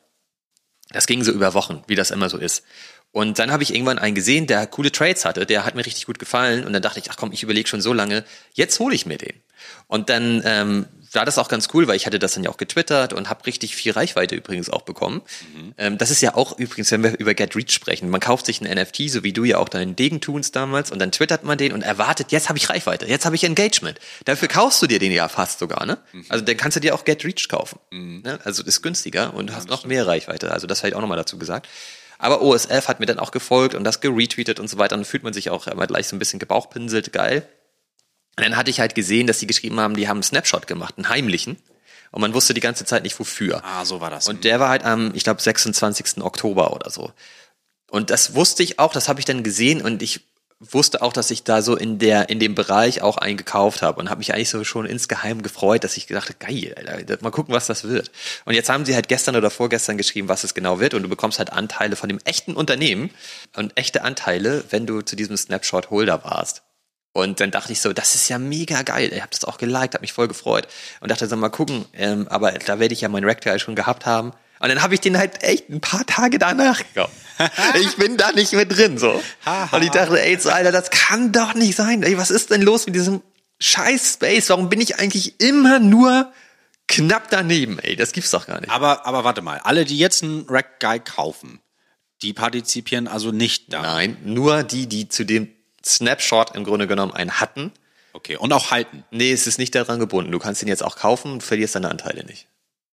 Das ging so über Wochen, wie das immer so ist. Und dann habe ich irgendwann einen gesehen, der coole Trades hatte, der hat mir richtig gut gefallen. Und dann dachte ich, ach komm, ich überlege schon so lange, jetzt hole ich mir den. Und dann war das auch ganz cool, weil ich hatte das dann ja auch getwittert und habe richtig viel Reichweite übrigens auch bekommen. Das ist ja auch übrigens, wenn wir über Get Reach sprechen, man kauft sich einen NFT, so wie du ja auch deinen Degen tunst damals, und dann twittert man den und erwartet, jetzt habe ich Reichweite, jetzt habe ich Engagement. Dafür kaufst du dir den ja fast sogar, ne? Also dann kannst du dir auch Get Reach kaufen. Ne? Also ist günstiger und du hast noch mehr Reichweite. Also das habe ich auch nochmal dazu gesagt. Aber OSF hat mir dann auch gefolgt und das geretweetet und so weiter. Und dann fühlt man sich auch immer gleich so ein bisschen gebauchpinselt, geil. Und dann hatte ich halt gesehen, dass die geschrieben haben, die haben einen Snapshot gemacht, einen heimlichen. Und man wusste die ganze Zeit nicht, wofür. Ah, so war das. Und der war halt am, ich glaube, 26. Oktober oder so. Und das wusste ich auch, das habe ich dann gesehen und ich wusste auch, dass ich da so in dem Bereich auch einen gekauft habe und habe mich eigentlich so schon insgeheim gefreut, dass ich gedacht habe, geil, Alter, mal gucken, was das wird. Und jetzt haben sie halt gestern oder vorgestern geschrieben, was es genau wird und du bekommst halt Anteile von dem echten Unternehmen und echte Anteile, wenn du zu diesem Snapshot-Holder warst. Und dann dachte ich so, das ist ja mega geil. Ich habe das auch geliked, habe mich voll gefreut und dachte so, mal gucken, aber da werde ich ja meinen Rack schon gehabt haben. Und dann habe ich den halt echt ein paar Tage danach gekauft. Ich bin da nicht mehr drin, so. Und ich dachte, ey, so, Alter, das kann doch nicht sein. Ey, was ist denn los mit diesem scheiß Space? Warum bin ich eigentlich immer nur knapp daneben, ey? Das gibt's doch gar nicht. Aber warte mal, alle, die jetzt einen Rack Guy kaufen, die partizipieren also nicht da. Nein, nur die zu dem Snapshot im Grunde genommen einen hatten. Okay, und auch halten. Nee, es ist nicht daran gebunden. Du kannst ihn jetzt auch kaufen und verlierst deine Anteile nicht.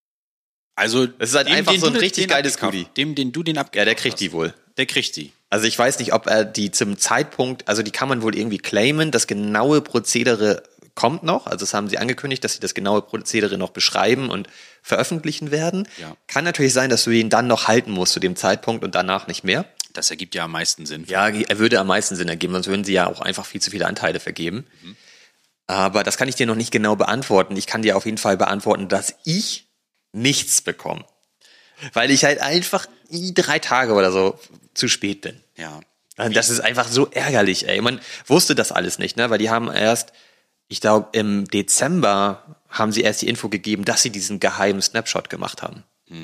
Also, das ist halt einfach so ein richtig geiles Goodie. Den du den abgekauft Ja, der kriegt die wohl. Der kriegt die. Also ich weiß nicht, ob er die zum Zeitpunkt, also die kann man wohl irgendwie claimen, das genaue Prozedere kommt noch, also das haben sie angekündigt, dass sie das genaue Prozedere noch beschreiben und veröffentlichen werden. Ja. Kann natürlich sein, dass du ihn dann noch halten musst zu dem Zeitpunkt und danach nicht mehr. Das ergibt ja am meisten Sinn. Ja, er würde am meisten Sinn ergeben, sonst würden sie ja auch einfach viel zu viele Anteile vergeben. Aber das kann ich dir noch nicht genau beantworten. Ich kann dir auf jeden Fall beantworten, dass ich nichts bekomme. Weil ich halt einfach 3 Tage oder so zu spät bin. Ja. Das ist einfach so ärgerlich, ey. Man wusste das alles nicht, ne? Weil die haben erst, ich glaube, im Dezember haben sie erst die Info gegeben, dass sie diesen geheimen Snapshot gemacht haben.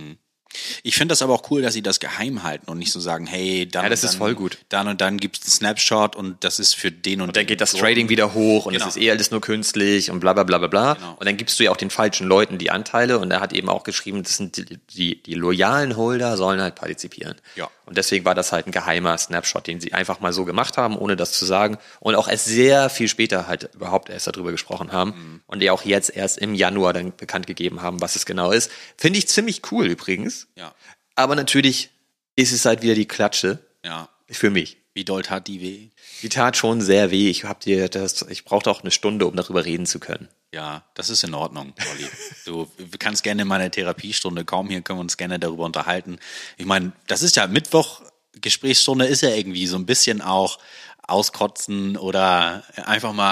Ich finde das aber auch cool, dass sie das geheim halten und nicht so sagen, hey, dann, Ja, das ist voll gut. Dann und dann gibt's einen Snapshot und das ist für den und Dann geht das Trading wieder hoch und Genau. es ist alles nur künstlich und bla bla bla bla bla. Genau. Und dann gibst du ja auch den falschen Leuten die Anteile und er hat eben auch geschrieben, das sind die loyalen Holder sollen halt partizipieren. Ja. Und deswegen war das halt ein geheimer Snapshot, den sie einfach mal so gemacht haben, ohne das zu sagen. Und auch erst sehr viel später halt überhaupt erst darüber gesprochen haben. Und die auch jetzt erst im Januar dann bekannt gegeben haben, was es genau ist. Finde ich ziemlich cool übrigens. Ja. Aber natürlich ist es halt wieder die Klatsche Ja. für mich. Wie doll tat die weh? Die tat schon sehr weh. Ich brauchte auch eine Stunde, um darüber reden zu können. Ja, das ist in Ordnung, Olli. Du kannst gerne in meine Therapiestunde kommen, hier können wir uns gerne darüber unterhalten. Ich meine, das ist ja Mittwoch, Gesprächsstunde ist ja irgendwie so ein bisschen auch auskotzen oder einfach mal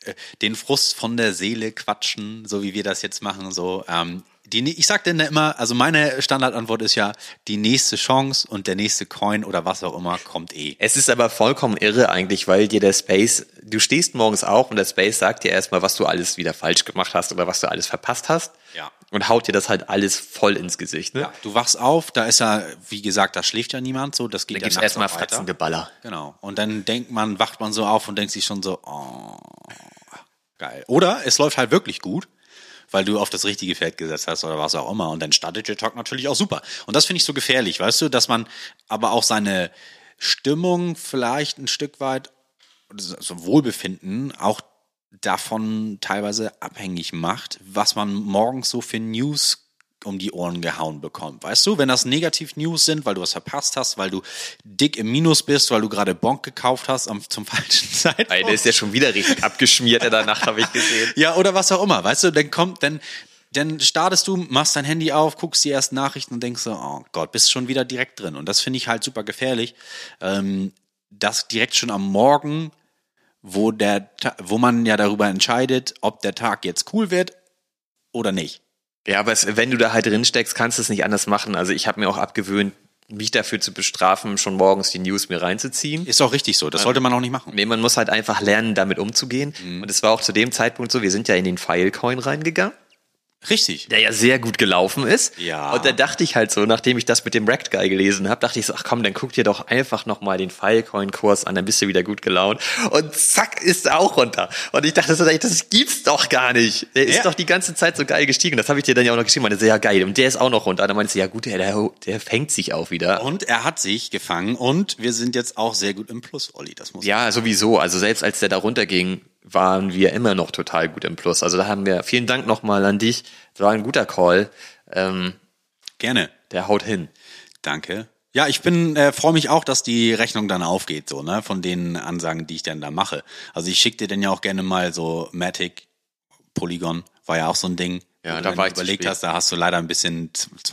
den Frust von der Seele quatschen, so wie wir das jetzt machen, so. Ich sag denn immer, also meine Standardantwort ist ja, die nächste Chance und der nächste Coin oder was auch immer kommt eh. Es ist aber vollkommen irre eigentlich, weil dir der Space, du stehst morgens auf und der Space sagt dir erstmal, was du alles wieder falsch gemacht hast oder was du alles verpasst hast. Ja. Und haut dir das halt alles voll ins Gesicht, ne? Ja, du wachst auf, da ist ja, wie gesagt, da schläft ja niemand so, das geht Da ja gibt's nachts erstmal noch weiter. Fratzengeballer. Genau. Und dann wacht man so auf und denkt sich schon so, oh, geil. Oder es läuft halt wirklich gut, weil du auf das richtige Pferd gesetzt hast oder was auch immer. Und dann startet der Tag natürlich auch super. Und das finde ich so gefährlich, weißt du, dass man aber auch seine Stimmung vielleicht ein Stück weit, so Wohlbefinden, auch davon teilweise abhängig macht, was man morgens so für News um die Ohren gehauen bekommt. Weißt du, wenn das Negativ-News sind, weil du was verpasst hast, weil du dick im Minus bist, weil du gerade Bonk gekauft hast zum falschen Zeitpunkt. Ey, der ist ja schon wieder richtig abgeschmiert in der Nacht, habe ich gesehen. Ja, oder was auch immer, weißt du, dann startest du, machst dein Handy auf, guckst die ersten Nachrichten und denkst so, oh Gott, bist schon wieder direkt drin. Und das finde ich halt super gefährlich, dass direkt schon am Morgen, wo man ja darüber entscheidet, ob der Tag jetzt cool wird oder nicht. Ja, aber wenn du da halt drin steckst, kannst du es nicht anders machen. Also ich habe mir auch abgewöhnt, mich dafür zu bestrafen, schon morgens die News mir reinzuziehen. Ist auch richtig so, das sollte man auch nicht machen. Nee, man muss halt einfach lernen, damit umzugehen. Und es war auch zu dem Zeitpunkt so, wir sind ja in den Filecoin reingegangen, Richtig. der ja sehr gut gelaufen ist. Ja. Und da dachte ich halt so, nachdem ich das mit dem Wrecked Guy gelesen habe, dachte ich so, ach komm, dann guck dir doch einfach nochmal den Filecoin-Kurs an, dann bist du wieder gut gelaunt. Und zack, ist er auch runter. Und ich dachte so, das gibt's doch gar nicht. Der ist doch die ganze Zeit so geil gestiegen. Das habe ich dir dann ja auch noch geschrieben. Ich meinte, ja geil. Und der ist auch noch runter. Und dann meinte ich, ja gut, der fängt sich auch wieder. Und er hat sich gefangen und wir sind jetzt auch sehr gut im Plus, Olli. Das muss Ja, sowieso. Also selbst als der da runterging, waren wir immer noch total gut im Plus. Also da haben wir, vielen Dank nochmal an dich. Das war ein guter Call. Gerne. Der haut hin. Danke. Ja, ich freue mich auch, dass die Rechnung dann aufgeht, so, ne, von den Ansagen, die ich dann da mache. Also ich schicke dir dann ja auch gerne mal so Matic, Polygon, war ja auch so ein Ding. Ja, wo da du war dann ich zu überlegt spät. hast, da hast du leider ein bisschen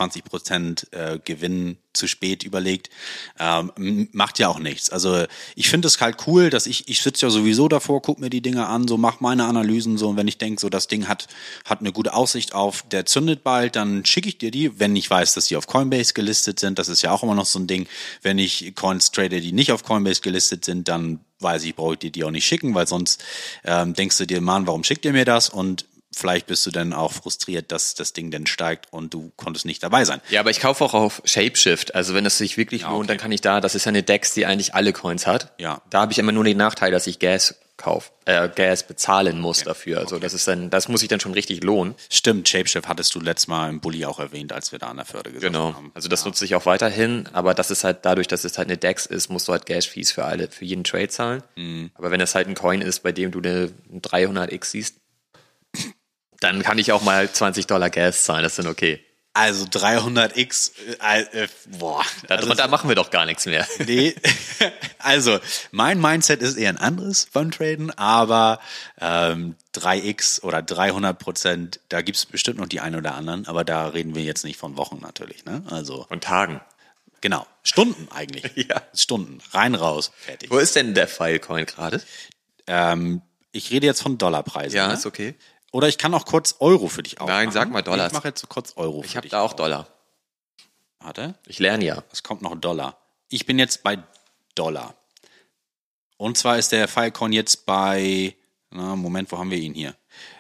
20% Gewinn zu spät überlegt. Macht ja auch nichts. Also ich finde es halt cool, dass ich sitze ja sowieso davor, guck mir die Dinge an, so mach meine Analysen so, und wenn ich denke, so das Ding hat eine gute Aussicht auf, der zündet bald, dann schicke ich dir die, wenn ich weiß, dass die auf Coinbase gelistet sind. Das ist ja auch immer noch so ein Ding. Wenn ich Coins trade, die nicht auf Coinbase gelistet sind, dann weiß ich, brauche ich dir die auch nicht schicken, weil sonst denkst du dir, Mann, warum schickt ihr mir das? Und vielleicht bist du dann auch frustriert, dass das Ding dann steigt und du konntest nicht dabei sein. Ja, aber ich kaufe auch auf Shapeshift. Also wenn es sich wirklich lohnt, okay. dann kann ich das ist ja eine DEX, die eigentlich alle Coins hat. Ja. Da habe ich immer nur den Nachteil, dass ich Gas bezahlen muss dafür. Also das muss ich dann schon richtig lohnen. Stimmt, Shapeshift hattest du letztes Mal im Bulli auch erwähnt, als wir da an der Förde gesessen Genau. haben. Also das nutze ich auch weiterhin, aber das ist halt dadurch, dass es halt eine DEX ist, musst du halt Gas-Fees für jeden Trade zahlen. Aber wenn es halt ein Coin ist, bei dem du eine 300x siehst, dann kann ich auch mal $20 Gas zahlen, das sind okay. Also 300x, boah. Da machen wir doch gar nichts mehr. Nee, also mein Mindset ist eher ein anderes beim Traden, aber 3x oder 300%, da gibt's bestimmt noch die einen oder anderen, aber da reden wir jetzt nicht von Wochen natürlich, ne? Also Und Tagen. genau, Stunden eigentlich. Ja. Stunden, rein, raus, fertig. Wo ist denn der Filecoin gerade? Ich rede jetzt von Dollarpreisen. Ja, ne? ist okay. Oder ich kann auch kurz Euro für dich aufmachen. Nein, sag mal Dollars. Ich mache jetzt so kurz Euro für dich. Ich habe da auch Dollar. Warte, Ich lerne ja. es kommt noch Dollar. Ich bin jetzt bei Dollar. Und zwar ist der Filecoin jetzt bei, Moment, wo haben wir ihn hier?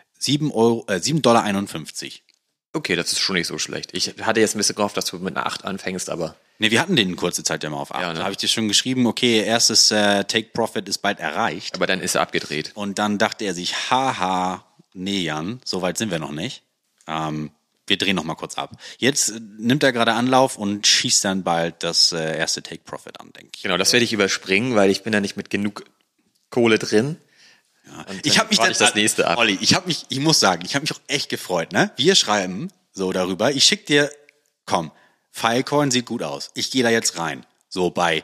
$7,51. Okay, das ist schon nicht so schlecht. Ich hatte jetzt ein bisschen gehofft, dass du mit einer 8 anfängst, aber Ne, wir hatten den kurze Zeit ja mal auf 8. Ja, ne? Da habe ich dir schon geschrieben, okay, erstes Take Profit ist bald erreicht. aber dann ist er abgedreht. Und dann dachte er sich, haha, nee, Jan, so weit sind wir noch nicht. Wir drehen noch mal kurz ab. Jetzt nimmt er gerade Anlauf und schießt dann bald das erste Take Profit an, denke ich. Genau, das werde ich überspringen, weil ich bin da nicht mit genug Kohle drin. Und Ich habe mich warte dann das nächste ab. Olli, ich muss sagen, ich habe mich auch echt gefreut, ne? Wir schreiben so darüber. Ich schick dir, komm, Filecoin sieht gut aus. Ich gehe da jetzt rein. So bei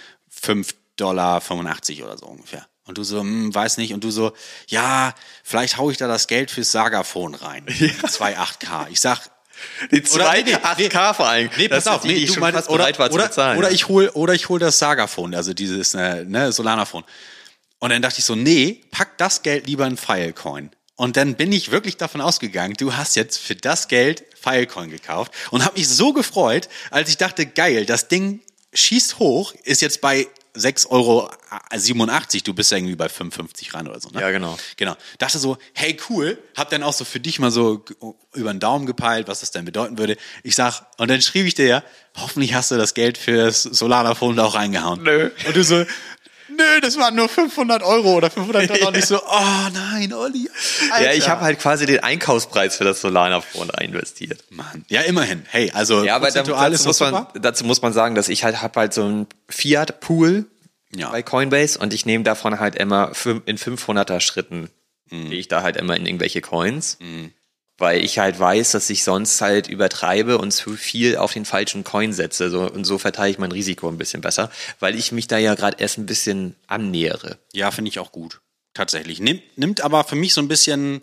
$5,85 oder so ungefähr. Und du so, weiß nicht. Und du so, ja, vielleicht hau ich da das Geld fürs Sagaphone rein. 2,8K. Ich sag, Die 8K vor allem. Nee, pass auf, die ich schon fast bereit war zu bezahlen. Oder ich hol das Sagaphone, also dieses Solana-Phone. Und dann dachte ich so, nee, pack das Geld lieber in Filecoin. Und dann bin ich wirklich davon ausgegangen, du hast jetzt für das Geld Filecoin gekauft und habe mich so gefreut, als ich dachte, geil, das Ding schießt hoch, ist jetzt bei 6,87 Euro, du bist ja irgendwie bei 55 ran oder so, ne? Ja, genau. Genau. Dachte so, hey, cool, hab dann auch so für dich mal so über den Daumen gepeilt, was das denn bedeuten würde. Ich sag, und dann schrieb ich dir ja, hoffentlich hast du das Geld fürs Solana-Phone da auch reingehauen. Nö. Und du so, nö, das waren nur 500 Euro oder 500 Dollar. Und ich so, oh nein, Olli, Alter. Ja, ich habe halt quasi den Einkaufspreis für das Solana-Phone investiert. Mann. Ja, immerhin. Hey, also Ja, aber dazu muss man sagen, dass ich halt habe halt so einen Fiat-Pool bei Coinbase und ich nehme davon halt immer in 500er Schritten gehe ich da halt immer in irgendwelche Coins, weil ich halt weiß, dass ich sonst halt übertreibe und zu viel auf den falschen Coin setze. Und so verteile ich mein Risiko ein bisschen besser, weil ich mich da ja gerade erst ein bisschen annähere. Ja, finde ich auch gut. Tatsächlich. Nimmt aber für mich so ein bisschen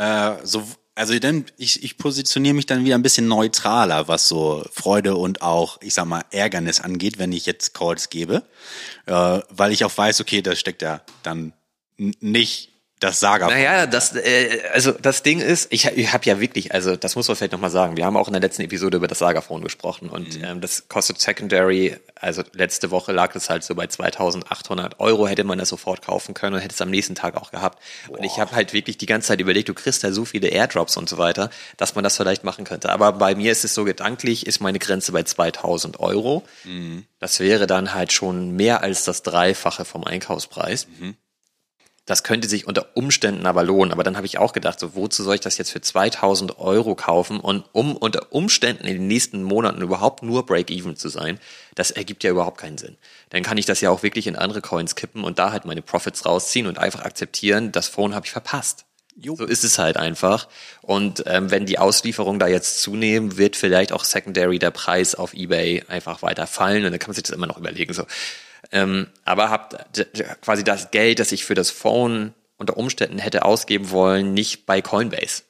ich positioniere mich dann wieder ein bisschen neutraler, was so Freude und auch, ich sag mal, Ärgernis angeht, wenn ich jetzt Calls gebe, weil ich auch weiß, okay, da steckt ja dann nicht das Saga. Naja, das Ding ist, ich hab ja wirklich, also das muss man vielleicht nochmal sagen, wir haben auch in der letzten Episode über das Saga-Phone gesprochen und das kostet Secondary, also letzte Woche lag es halt so bei 2.800 Euro, hätte man das sofort kaufen können und hätte es am nächsten Tag auch gehabt. Und ich habe halt wirklich die ganze Zeit überlegt, du kriegst da so viele Airdrops und so weiter, dass man das vielleicht machen könnte. Aber bei mir ist es so gedanklich, ist meine Grenze bei 2.000 Euro. Das wäre dann halt schon mehr als das Dreifache vom Einkaufspreis. Das könnte sich unter Umständen aber lohnen. Aber dann habe ich auch gedacht, so wozu soll ich das jetzt für 2.000 Euro kaufen? Und um unter Umständen in den nächsten Monaten überhaupt nur Break-Even zu sein, das ergibt ja überhaupt keinen Sinn. Dann kann ich das ja auch wirklich in andere Coins kippen und da halt meine Profits rausziehen und einfach akzeptieren, das Phone habe ich verpasst. So ist es halt einfach. Und wenn die Auslieferungen da jetzt zunehmen, wird vielleicht auch Secondary der Preis auf eBay einfach weiter fallen. Und dann kann man sich das immer noch überlegen, so. Aber habt quasi das Geld, das ich für das Phone unter Umständen hätte ausgeben wollen, nicht bei Coinbase.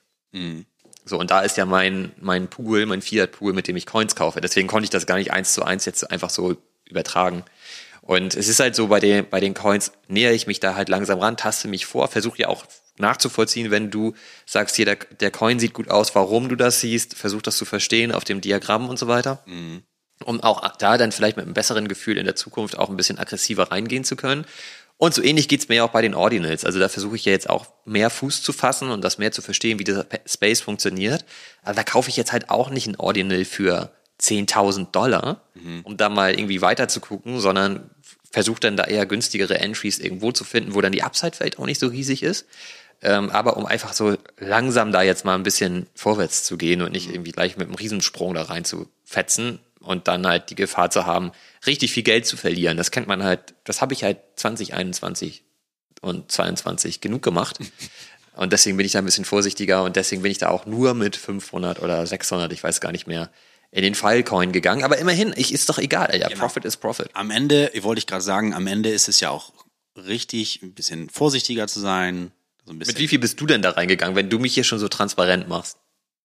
So, und da ist ja mein Pool, mein Fiat-Pool, mit dem ich Coins kaufe. Deswegen konnte ich das gar nicht 1:1 jetzt einfach so übertragen. Und es ist halt so, bei den Coins nähere ich mich da halt langsam ran, taste mich vor, versuche ja auch nachzuvollziehen, wenn du sagst, hier, der Coin sieht gut aus, warum du das siehst, versuch das zu verstehen auf dem Diagramm und so weiter. Um auch da dann vielleicht mit einem besseren Gefühl in der Zukunft auch ein bisschen aggressiver reingehen zu können. Und so ähnlich geht's mir auch bei den Ordinals. Also da versuche ich ja jetzt auch mehr Fuß zu fassen und das mehr zu verstehen, wie dieser Space funktioniert. Aber da kaufe ich jetzt halt auch nicht ein Ordinal für $10.000, um da mal irgendwie weiter zu gucken, sondern versuche dann da eher günstigere Entries irgendwo zu finden, wo dann die Upside vielleicht auch nicht so riesig ist. Aber um einfach so langsam da jetzt mal ein bisschen vorwärts zu gehen und nicht irgendwie gleich mit einem Riesensprung da rein zu fetzen und dann halt die Gefahr zu haben, richtig viel Geld zu verlieren. Das kennt man halt, das habe ich halt 2021 und 22 genug gemacht. Und deswegen bin ich da ein bisschen vorsichtiger und deswegen bin ich da auch nur mit 500 oder 600, ich weiß gar nicht mehr, in den Filecoin gegangen. Aber immerhin, ist doch egal. Ja, genau. Profit is Profit. Am Ende, wollte ich gerade sagen, am Ende ist es ja auch richtig, ein bisschen vorsichtiger zu sein. So ein bisschen. Mit wie viel bist du denn da reingegangen, wenn du mich hier schon so transparent machst?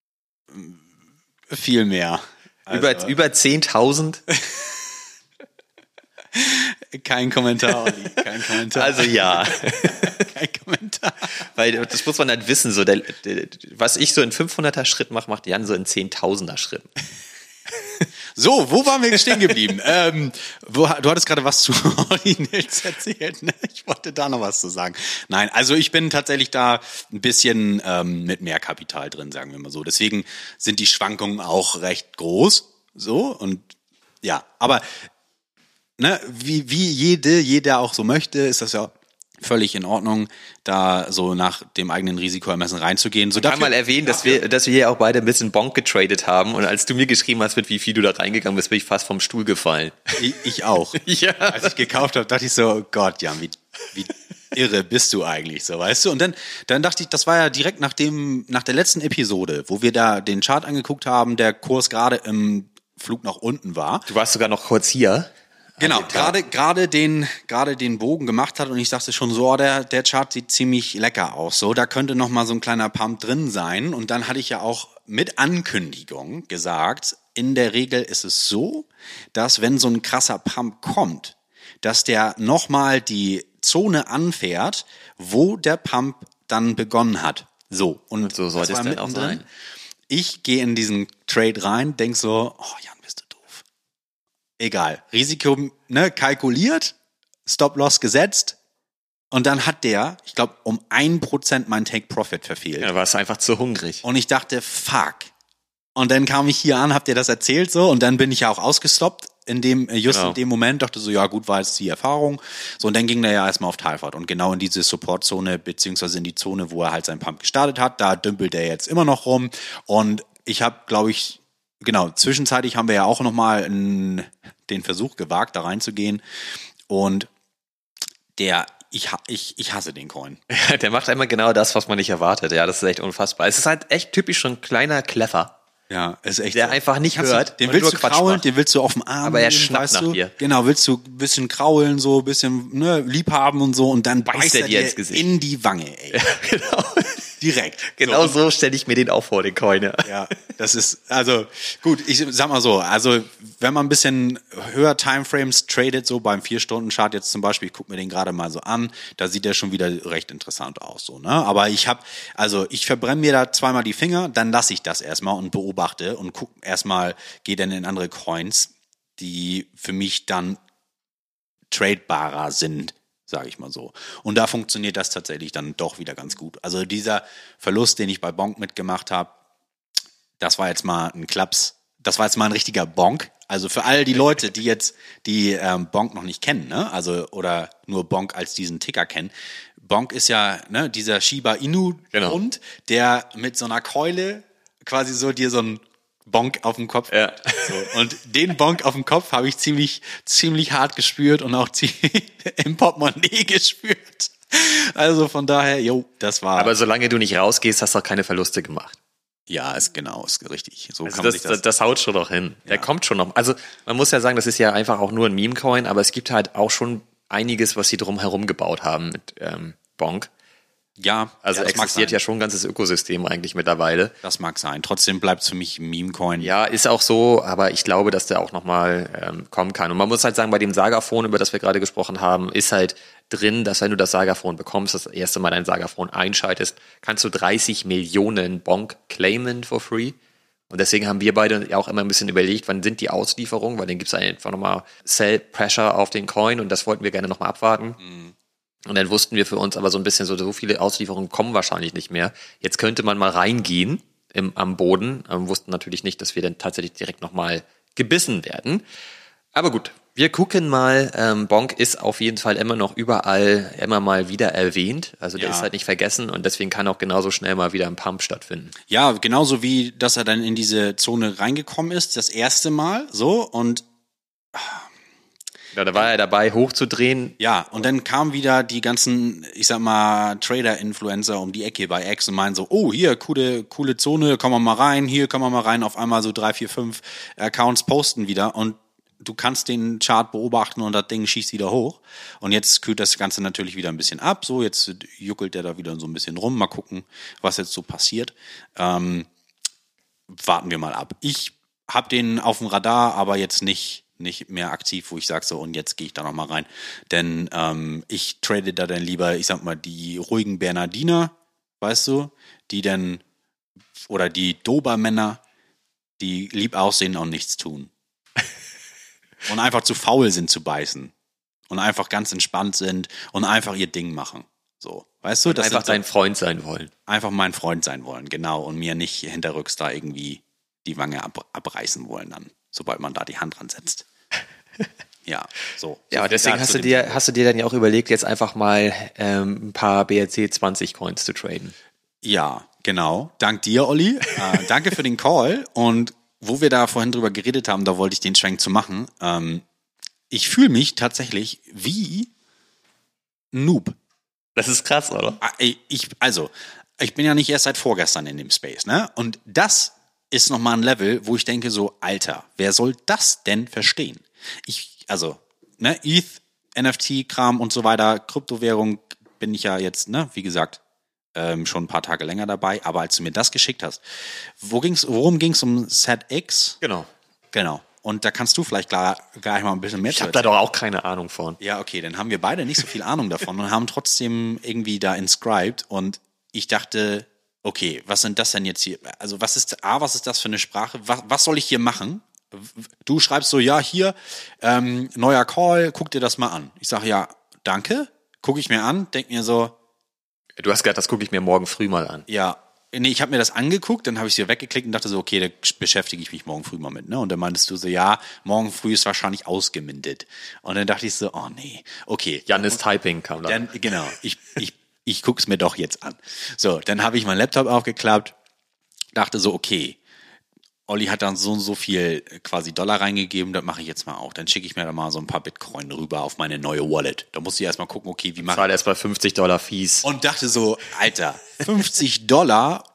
Viel mehr. Also, über 10.000? Kein Kommentar, Olli, kein Kommentar. Also ja. Kein Kommentar. Weil das muss man halt wissen, so was ich so in 500er Schritt mache, macht Jan so in 10.000er Schritten. So, wo waren wir stehen geblieben? Du hattest gerade was zu Ordinals erzählt, ne? Ich wollte da noch was zu sagen. Nein, also ich bin tatsächlich da ein bisschen mit mehr Kapital drin, sagen wir mal so. Deswegen sind die Schwankungen auch recht groß. So, und ja, aber ne, wie jeder auch so möchte, ist das ja völlig in Ordnung, da so nach dem eigenen Risikoermessen reinzugehen. So ich kann mal erwähnen, dass wir hier auch beide ein bisschen Bonk getradet haben und als du mir geschrieben hast, mit wie viel du da reingegangen bist, bin ich fast vom Stuhl gefallen. Ich auch. Ja. Als ich gekauft habe, dachte ich so, oh Gott, Jan, wie irre bist du eigentlich, so, weißt du? Und dann dachte ich, das war ja direkt nach der letzten Episode, wo wir da den Chart angeguckt haben, der Kurs gerade im Flug nach unten war. Du warst sogar noch kurz hier. Genau, gerade den Bogen gemacht hat und ich dachte schon so, der Chart sieht ziemlich lecker aus. So, da könnte noch mal so ein kleiner Pump drin sein. Und dann hatte ich ja auch mit Ankündigung gesagt, in der Regel ist es so, dass wenn so ein krasser Pump kommt, dass der noch mal die Zone anfährt, wo der Pump dann begonnen hat. So, und so sollte es dann auch sein. Ich gehe in diesen Trade rein, denk so, oh Jan, bist du doof. Egal, Risiko kalkuliert, Stop-Loss gesetzt und dann hat der, ich glaube, um 1% mein Take-Profit verfehlt. Ja, da warst du einfach zu hungrig. Und ich dachte, fuck. Und dann kam ich hier an, habt ihr das erzählt so und dann bin ich ja auch ausgestoppt in dem Moment, dachte so, ja gut, war jetzt die Erfahrung. So, und dann ging der ja erstmal auf Talfahrt und genau in diese Support-Zone, beziehungsweise in die Zone, wo er halt seinen Pump gestartet hat, da dümpelt er jetzt immer noch rum und ich habe, glaube ich, zwischenzeitlich haben wir ja auch nochmal den Versuch gewagt, da reinzugehen und ich hasse den Coin. Der macht einmal genau das, was man nicht erwartet. Ja, das ist echt unfassbar. Es ist halt echt typisch so ein kleiner Kleffer. Ja, ist echt. Der einfach nicht hört. Den willst du kraulen, den willst du auf dem Arm. Aber er schnappt nach dir. Genau, willst du ein bisschen kraulen, so ein bisschen lieb haben und so und dann beißt er dir ins Gesicht. In die Wange, ey. Ja, genau. Direkt. Genau so stelle ich mir den auch vor, den Coin. Ja, das ist, also gut, ich sag mal so, also wenn man ein bisschen höher Timeframes tradet, so beim 4-Stunden-Chart jetzt zum Beispiel, ich gucke mir den gerade mal so an, da sieht der schon wieder recht interessant aus, so, ne? Aber ich verbrenne mir da zweimal die Finger, dann lasse ich das erstmal und beobachte und gucke erstmal, gehe dann in andere Coins, die für mich dann tradebarer sind, sage ich mal so. Und da funktioniert das tatsächlich dann doch wieder ganz gut. Also dieser Verlust, den ich bei Bonk mitgemacht habe, das war jetzt mal ein Klaps, das war jetzt mal ein richtiger Bonk. Also für all die Leute, die Bonk noch nicht kennen, ne? Also oder nur Bonk als diesen Ticker kennen. Bonk ist ja dieser Shiba Inu Hund, der mit so einer Keule quasi so dir so ein Bonk auf dem Kopf. Ja. So. Und den Bonk auf dem Kopf habe ich ziemlich hart gespürt und auch im Portemonnaie gespürt. Also von daher, das war. Aber solange du nicht rausgehst, hast du auch keine Verluste gemacht. Ja, ist richtig. So also kann man sich das haut schon noch hin. Ja. Der kommt schon noch. Also man muss ja sagen, das ist ja einfach auch nur ein Meme-Coin, aber es gibt halt auch schon einiges, was sie drumherum gebaut haben mit Bonk. Ja, also existiert ja schon ein ganzes Ökosystem eigentlich mittlerweile. Das mag sein. Trotzdem bleibt es für mich ein Meme-Coin. Ja, ist auch so, aber ich glaube, dass der auch nochmal kommen kann. Und man muss halt sagen, bei dem Sagaphon, über das wir gerade gesprochen haben, ist halt drin, dass wenn du das Sagaphon bekommst, das erste Mal dein Sagaphon einschaltest, kannst du 30 Millionen Bonk claimen for free. Und deswegen haben wir beide auch immer ein bisschen überlegt, wann sind die Auslieferungen, weil dann gibt es einfach nochmal Sell-Pressure auf den Coin und das wollten wir gerne nochmal abwarten. Mhm. Und dann wussten wir für uns aber so ein bisschen so viele Auslieferungen kommen wahrscheinlich nicht mehr. Jetzt könnte man mal reingehen am Boden. Wussten natürlich nicht, dass wir dann tatsächlich direkt nochmal gebissen werden. Aber gut, wir gucken mal. Bonk ist auf jeden Fall immer noch überall immer mal wieder erwähnt. Also der ist halt nicht vergessen und deswegen kann auch genauso schnell mal wieder ein Pump stattfinden. Ja, genauso wie, dass er dann in diese Zone reingekommen ist, das erste Mal so und ja, da war er dabei, hochzudrehen. Ja, und dann kamen wieder die ganzen, ich sag mal, Trader-Influencer um die Ecke bei X und meinen so, oh, hier, coole Zone, kommen wir mal rein, hier kommen wir mal rein, auf einmal so 3, 4, 5 Accounts posten wieder und du kannst den Chart beobachten und das Ding schießt wieder hoch. Und jetzt kühlt das Ganze natürlich wieder ein bisschen ab, so, jetzt juckelt der da wieder so ein bisschen rum, mal gucken, was jetzt so passiert. Warten wir mal ab. Ich hab den auf dem Radar, aber jetzt nicht mehr aktiv, wo ich sage so, und jetzt gehe ich da nochmal rein. Denn ich trade da dann lieber, ich sag mal, die ruhigen Bernardiner, weißt du, die dann, oder die Dobermänner, die lieb aussehen und nichts tun. Und einfach zu faul sind zu beißen. Und einfach ganz entspannt sind und einfach ihr Ding machen. So, weißt du? Und einfach dein Freund sein wollen. Einfach mein Freund sein wollen, genau. Und mir nicht hinterrücks da irgendwie die Wange abreißen wollen dann, sobald man da die Hand dran setzt. Ja, so. Ja, deswegen hast du dir dann ja auch überlegt, jetzt einfach mal ein paar BRC20 Coins zu traden. Ja, genau. Dank dir, Olli. Danke für den Call. Und wo wir da vorhin drüber geredet haben, da wollte ich den Schwenk zu machen. Ich fühle mich tatsächlich wie Noob. Das ist krass, oder? Ich bin ja nicht erst seit vorgestern in dem Space, ne? Und das ist nochmal ein Level, wo ich denke so, Alter, wer soll das denn verstehen? ETH, NFT-Kram und so weiter, Kryptowährung bin ich ja jetzt, wie gesagt, schon ein paar Tage länger dabei, aber als du mir das geschickt hast, worum ging's um ZX? Genau. und da kannst du vielleicht gleich mal ein bisschen mehr Ich habe da doch auch keine Ahnung von. Ja, okay, dann haben wir beide nicht so viel Ahnung davon und haben trotzdem irgendwie da inscribed und ich dachte, okay, was sind das denn jetzt hier? Also was ist das für eine Sprache? Was soll ich hier machen? Du schreibst so, ja, hier, neuer Call, guck dir das mal an. Ich sage, ja, danke, gucke ich mir an, denk mir so. Du hast gesagt, das gucke ich mir morgen früh mal an. Ja, nee, ich habe mir das angeguckt, dann habe ich sie weggeklickt und dachte so, okay, da beschäftige ich mich morgen früh mal mit. Ne? Und dann meintest du so, ja, morgen früh ist wahrscheinlich ausgemintet. Und dann dachte ich so, oh nee, okay. Jannis Typing kam dann. Genau, ich gucke es mir doch jetzt an. So, dann habe ich meinen Laptop aufgeklappt, dachte so, okay, Olli hat dann so und so viel quasi Dollar reingegeben, das mache ich jetzt mal auch. Dann schicke ich mir da mal so ein paar Bitcoin rüber auf meine neue Wallet. Da musste ich erstmal gucken, okay, wie mache ich das? Zahle erst mal $50 Fees. Und dachte so, Alter, $50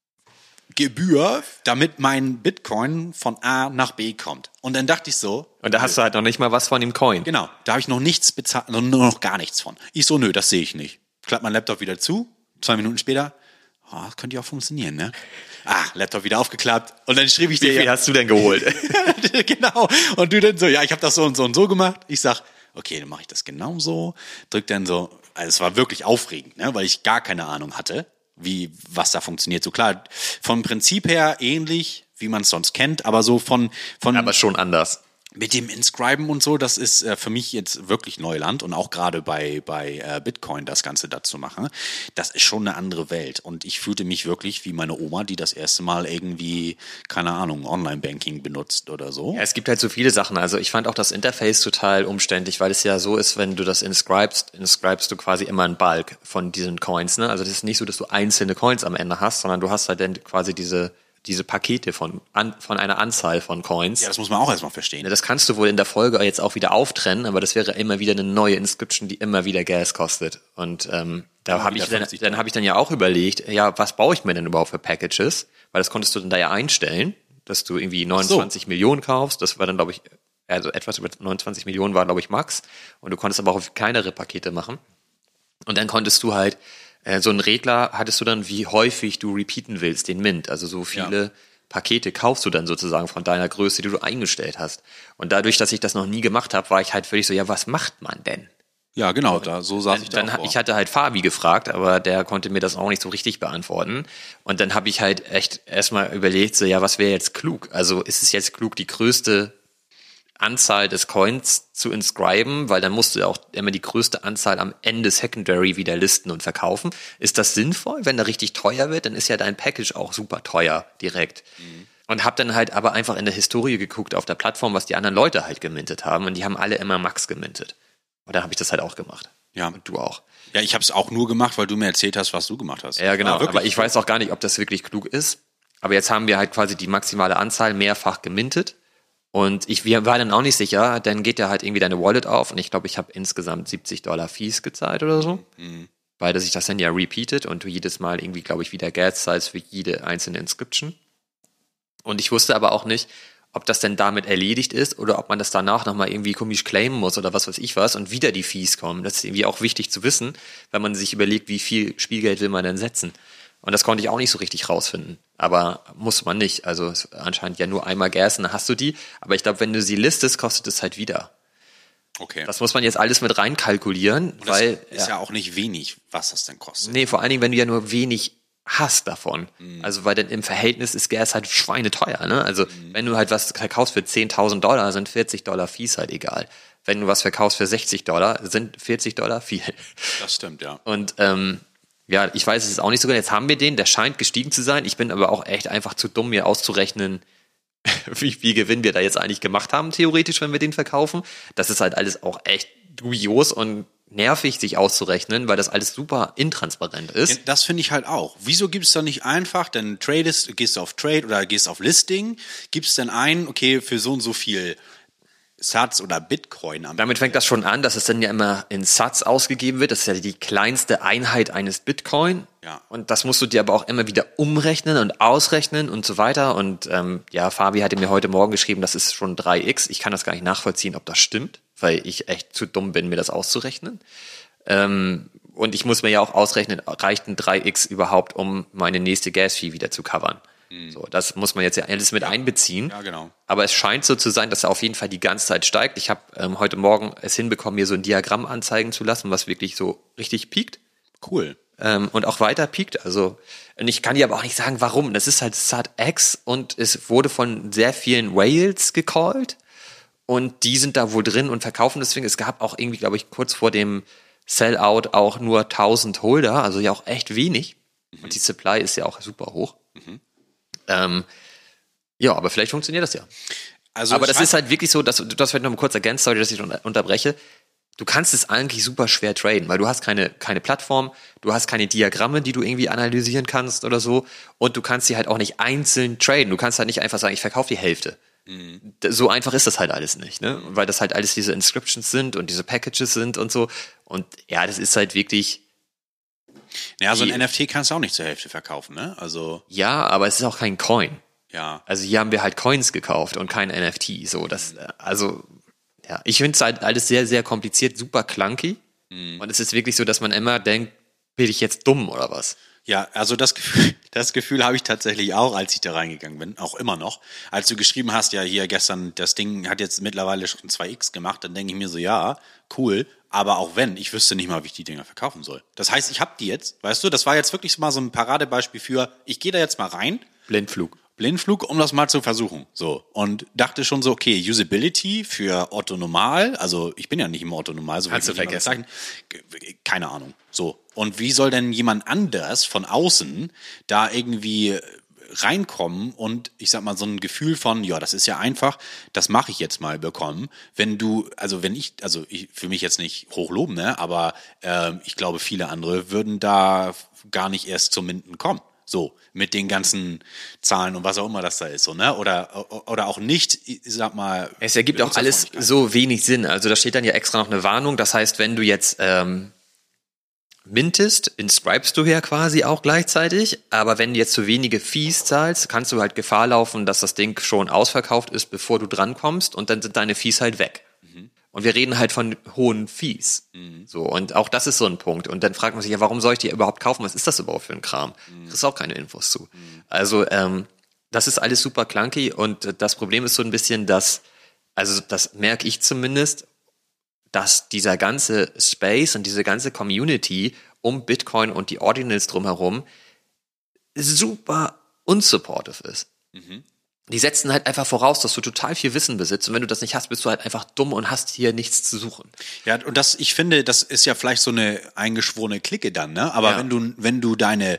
Gebühr, damit mein Bitcoin von A nach B kommt. Und dann dachte ich so. Und da hast du halt noch nicht mal was von dem Coin. Genau, da habe ich noch nichts bezahlt, noch gar nichts von. Ich so, nö, das sehe ich nicht. Klappt mein Laptop wieder zu, 2 Minuten später, das könnte ja auch funktionieren, ne? Laptop wieder aufgeklappt und dann schrieb ich dir. Wie viel hast du denn geholt? Genau. Und du dann so, ja, ich habe das so und so und so gemacht. Ich sag, okay, dann mache ich das genau so. Drück dann so, also es war wirklich aufregend, ne, weil ich gar keine Ahnung hatte, was da funktioniert. So klar, vom Prinzip her ähnlich, wie man es sonst kennt, aber so von aber schon anders. Mit dem Inscriben und so, das ist für mich jetzt wirklich Neuland und auch gerade bei Bitcoin das Ganze dazu machen, das ist schon eine andere Welt und ich fühlte mich wirklich wie meine Oma, die das erste Mal irgendwie, keine Ahnung, Online-Banking benutzt oder so. Ja, es gibt halt so viele Sachen, also ich fand auch das Interface total umständlich, weil es ja so ist, wenn du das inscribest du quasi immer einen Bulk von diesen Coins, ne? Also das ist nicht so, dass du einzelne Coins am Ende hast, sondern du hast halt dann quasi diese Pakete von einer Anzahl von Coins. Ja, das muss man auch erstmal verstehen. Das kannst du wohl in der Folge jetzt auch wieder auftrennen, aber das wäre immer wieder eine neue Inscription, die immer wieder Gas kostet. Und da habe ich dann ja auch überlegt, ja, was baue ich mir denn überhaupt für Packages? Weil das konntest du dann da ja einstellen, dass du irgendwie 29 Millionen kaufst. Das war dann, glaube ich, also etwas über 29 Millionen war, glaube ich, Max. Und du konntest aber auch kleinere Pakete machen. Und dann konntest du halt so einen Regler hattest du dann, wie häufig du repeaten willst, den Mint. Also so viele Pakete kaufst du dann sozusagen von deiner Größe, die du eingestellt hast. Und dadurch, dass ich das noch nie gemacht habe, war ich halt völlig so, ja, was macht man denn? Ja, genau, so saß ich da Ich hatte halt Fabi gefragt, aber der konnte mir das auch nicht so richtig beantworten. Und dann habe ich halt echt erstmal überlegt, so, ja, was wäre jetzt klug? Also ist es jetzt klug, die größte Anzahl des Coins zu inscriben, weil dann musst du ja auch immer die größte Anzahl am Ende Secondary wieder listen und verkaufen. Ist das sinnvoll? Wenn der richtig teuer wird, dann ist ja dein Package auch super teuer direkt. Und hab dann halt aber einfach in der Historie geguckt auf der Plattform, was die anderen Leute halt gemintet haben und die haben alle immer Max gemintet. Und dann habe ich das halt auch gemacht. Ja. Und du auch. Ja, ich habe es auch nur gemacht, weil du mir erzählt hast, was du gemacht hast. Ja, genau. Aber ich weiß auch gar nicht, ob das wirklich klug ist. Aber jetzt haben wir halt quasi die maximale Anzahl mehrfach gemintet. Und wir waren dann auch nicht sicher, dann geht ja halt irgendwie deine Wallet auf und ich glaube, ich habe insgesamt $70 Fees gezahlt oder so, weil sich das dann ja repeatet und du jedes Mal irgendwie, glaube ich, wieder Gas zahlst für jede einzelne Inscription. Und ich wusste aber auch nicht, ob das denn damit erledigt ist oder ob man das danach nochmal irgendwie komisch claimen muss oder was weiß ich was und wieder die Fees kommen. Das ist irgendwie auch wichtig zu wissen, wenn man sich überlegt, wie viel Spielgeld will man denn setzen. Und das konnte ich auch nicht so richtig rausfinden. Aber muss man nicht. Also es anscheinend ja nur einmal Gas und dann hast du die. Aber ich glaube, wenn du sie listest, kostet es halt wieder. Okay. Das muss man jetzt alles mit reinkalkulieren. Und das ist ja auch nicht wenig, was das denn kostet. Nee, vor allen Dingen, wenn du ja nur wenig hast davon. Also weil dann im Verhältnis ist Gas halt schweineteuer. Ne? Also wenn du halt was verkaufst für $10.000, sind $40 Fees halt egal. Wenn du was verkaufst für $60, sind $40 viel. Das stimmt, ja. Und ja, ich weiß es ist auch nicht so genau. Jetzt haben wir den, der scheint gestiegen zu sein. Ich bin aber auch echt einfach zu dumm, mir auszurechnen, wie viel Gewinn wir da jetzt eigentlich gemacht haben, theoretisch, wenn wir den verkaufen. Das ist halt alles auch echt dubios und nervig, sich auszurechnen, weil das alles super intransparent ist. Das finde ich halt auch. Wieso gibt es da nicht einfach, dann gehst du auf Trade oder gehst auf Listing, gibst dann ein, okay, für so und so viel Satz oder Bitcoin. Damit fängt das schon an, dass es dann ja immer in Satz ausgegeben wird. Das ist ja die kleinste Einheit eines Bitcoin. Ja. Und das musst du dir aber auch immer wieder umrechnen und ausrechnen und so weiter. Und Fabi hatte mir heute Morgen geschrieben, das ist schon 3x. Ich kann das gar nicht nachvollziehen, ob das stimmt, weil ich echt zu dumm bin, mir das auszurechnen. Und ich muss mir ja auch ausrechnen, reicht ein 3x überhaupt, um meine nächste Gas-Fee wieder zu covern? So, das muss man jetzt ja alles mit einbeziehen. Ja, genau. Aber es scheint so zu sein, dass er auf jeden Fall die ganze Zeit steigt. Ich habe heute Morgen es hinbekommen, mir so ein Diagramm anzeigen zu lassen, was wirklich so richtig piekt. Cool. Und auch weiter piekt. Also, und ich kann dir aber auch nicht sagen, warum. Das ist halt SAT-X und es wurde von sehr vielen Whales gecallt und die sind da wohl drin und verkaufen deswegen. Es gab auch irgendwie, glaube ich, kurz vor dem Sellout auch nur 1000 Holder, also ja auch echt wenig. Und die Supply ist ja auch super hoch. Ja, aber vielleicht funktioniert das ja. Also aber das ist halt wirklich so, dass du das vielleicht noch mal kurz ergänzt, sorry, dass ich unterbreche. Du kannst es eigentlich super schwer traden, weil du hast keine Plattform, du hast keine Diagramme, die du irgendwie analysieren kannst oder so und du kannst sie halt auch nicht einzeln traden. Du kannst halt nicht einfach sagen, ich verkaufe die Hälfte. So einfach ist das halt alles nicht, ne? Weil das halt alles diese Inscriptions sind und diese Packages sind und so. Und ja, das ist halt wirklich... Ja, so ein NFT kannst du auch nicht zur Hälfte verkaufen, ne? Also... Ja, aber es ist auch kein Coin. Ja. Also hier haben wir halt Coins gekauft und kein NFT. So, das, also... Ja, ich finde es halt alles sehr, sehr kompliziert, super clunky. Und es ist wirklich so, dass man immer denkt, bin ich jetzt dumm oder was? Ja, also das Gefühl habe ich tatsächlich auch, als ich da reingegangen bin, auch immer noch. Als du geschrieben hast, ja hier gestern, das Ding hat jetzt mittlerweile schon 2x gemacht, dann denke ich mir so, ja, cool, aber auch wenn, ich wüsste nicht mal, wie ich die Dinger verkaufen soll. Das heißt, ich habe die jetzt, weißt du, das war jetzt wirklich mal so ein Paradebeispiel für, ich gehe da jetzt mal rein. Blindflug, um das mal zu versuchen. So. Und dachte schon so, okay, Usability für Otto Normal, also ich bin ja nicht im Otto Normal, so kannst du vergessen. Keine Ahnung. So. Und wie soll denn jemand anders von außen da irgendwie reinkommen und ich sag mal so ein Gefühl von, ja, das ist ja einfach, das mache ich jetzt mal bekommen, wenn ich für mich jetzt nicht hochloben, ne, aber ich glaube, viele andere würden da gar nicht erst zum Minden kommen. So, mit den ganzen Zahlen und was auch immer das da ist, so, ne? Oder auch nicht, ich sag mal. Es ergibt auch alles so wenig Sinn. Also da steht dann ja extra noch eine Warnung. Das heißt, wenn du jetzt mintest, inscribest du ja quasi auch gleichzeitig. Aber wenn du jetzt zu wenige Fees zahlst, kannst du halt Gefahr laufen, dass das Ding schon ausverkauft ist, bevor du drankommst und dann sind deine Fees halt weg. Und wir reden halt von hohen Fees. So, und auch das ist so ein Punkt. Und dann fragt man sich ja, warum soll ich die überhaupt kaufen? Was ist das überhaupt für ein Kram? Kriegst auch keine Infos zu. Also, das ist alles super clunky und das Problem ist so ein bisschen, dass, also das merke ich zumindest, dass dieser ganze Space und diese ganze Community um Bitcoin und die Ordinals drumherum super unsupportive ist. Die setzen halt einfach voraus, dass du total viel Wissen besitzt und wenn du das nicht hast, bist du halt einfach dumm und hast hier nichts zu suchen. Ja, und ich finde, das ist ja vielleicht so eine eingeschworene Clique dann, ne? Aber ja. wenn du deine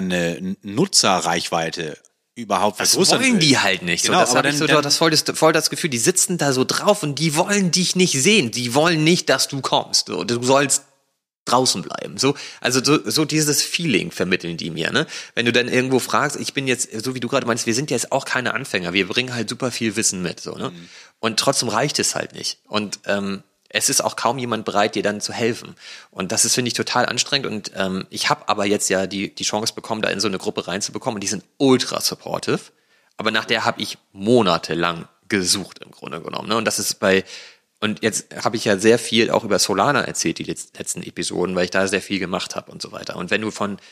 Nutzerreichweite überhaupt vergrößern wollen die halt nicht. Genau, so, das habe ich voll das Gefühl, die sitzen da so drauf und die wollen dich nicht sehen. Die wollen nicht, dass du kommst. So, du sollst draußen bleiben. So dieses Feeling vermitteln die mir, ne? Wenn du dann irgendwo fragst, ich bin jetzt, so wie du gerade meinst, wir sind jetzt auch keine Anfänger, wir bringen halt super viel Wissen mit, so, ne? Und trotzdem reicht es halt nicht. Und es ist auch kaum jemand bereit, dir dann zu helfen. Und das ist, finde ich, total anstrengend. Und ich habe aber jetzt ja die Chance bekommen, da in so eine Gruppe reinzubekommen. Und die sind ultra supportive. Aber nach der habe ich monatelang gesucht, im Grunde genommen. Ne? Und das ist und jetzt habe ich ja sehr viel auch über Solana erzählt, die letzten Episoden, weil ich da sehr viel gemacht habe und so weiter. Und wenn du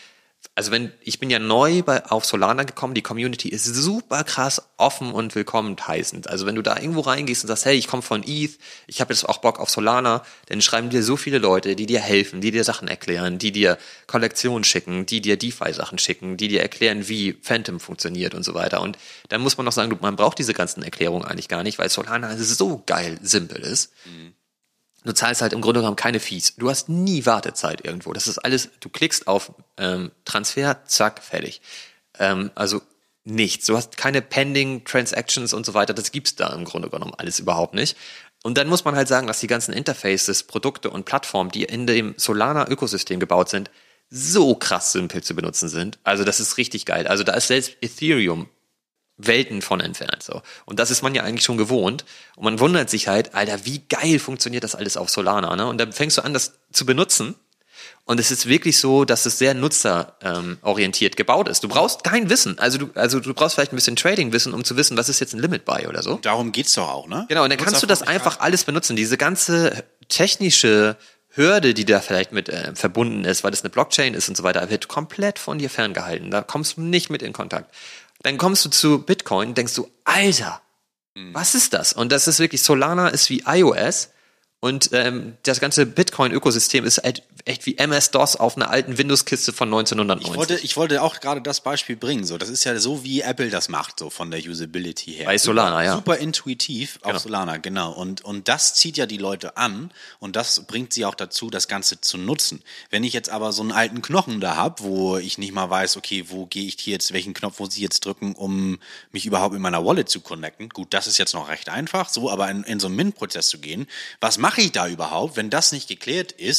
ich bin ja neu auf Solana gekommen, die Community ist super krass offen und willkommen heißend. Also wenn du da irgendwo reingehst und sagst, hey, ich komme von ETH, ich habe jetzt auch Bock auf Solana, dann schreiben dir so viele Leute, die dir helfen, die dir Sachen erklären, die dir Kollektionen schicken, die dir DeFi-Sachen schicken, die dir erklären, wie Phantom funktioniert und so weiter. Und dann muss man noch sagen, man braucht diese ganzen Erklärungen eigentlich gar nicht, weil Solana so geil simpel ist. Du zahlst halt im Grunde genommen keine Fees. Du hast nie Wartezeit irgendwo. Das ist alles, du klickst auf Transfer, zack, fertig. Also nichts. Du hast keine Pending Transactions und so weiter. Das gibt's da im Grunde genommen alles überhaupt nicht. Und dann muss man halt sagen, dass die ganzen Interfaces, Produkte und Plattformen, die in dem Solana-Ökosystem gebaut sind, so krass simpel zu benutzen sind. Also das ist richtig geil. Also da ist selbst Ethereum Welten von entfernt, so. Und das ist man ja eigentlich schon gewohnt. Und man wundert sich halt, Alter, wie geil funktioniert das alles auf Solana, ne? Und dann fängst du an, das zu benutzen. Und es ist wirklich so, dass es sehr nutzerorientiert gebaut ist. Du brauchst kein Wissen. Also du brauchst vielleicht ein bisschen Trading-Wissen, um zu wissen, was ist jetzt ein Limit Buy oder so. Darum geht's doch auch, ne? Genau, und dann kannst du das einfach alles benutzen. Diese ganze technische Hürde, die da vielleicht mit verbunden ist, weil es eine Blockchain ist und so weiter, wird komplett von dir ferngehalten. Da kommst du nicht mit in Kontakt. Dann kommst du zu Bitcoin und denkst du, Alter, was ist das? Und das ist wirklich, Solana ist wie iOS und das ganze Bitcoin-Ökosystem ist echt wie MS-DOS auf einer alten Windows-Kiste von 1990. Ich wollte auch gerade das Beispiel bringen. So, das ist ja so, wie Apple das macht, so von der Usability her. Bei Solana, ja. Super intuitiv auf Solana, genau. Und das zieht ja die Leute an und das bringt sie auch dazu, das Ganze zu nutzen. Wenn ich jetzt aber so einen alten Knochen da habe, wo ich nicht mal weiß, okay, wo gehe ich hier jetzt, welchen Knopf muss ich jetzt drücken, um mich überhaupt in meiner Wallet zu connecten? Gut, das ist jetzt noch recht einfach, so, aber in so einen Mint-Prozess zu gehen, was mache ich da überhaupt, wenn das nicht geklärt ist?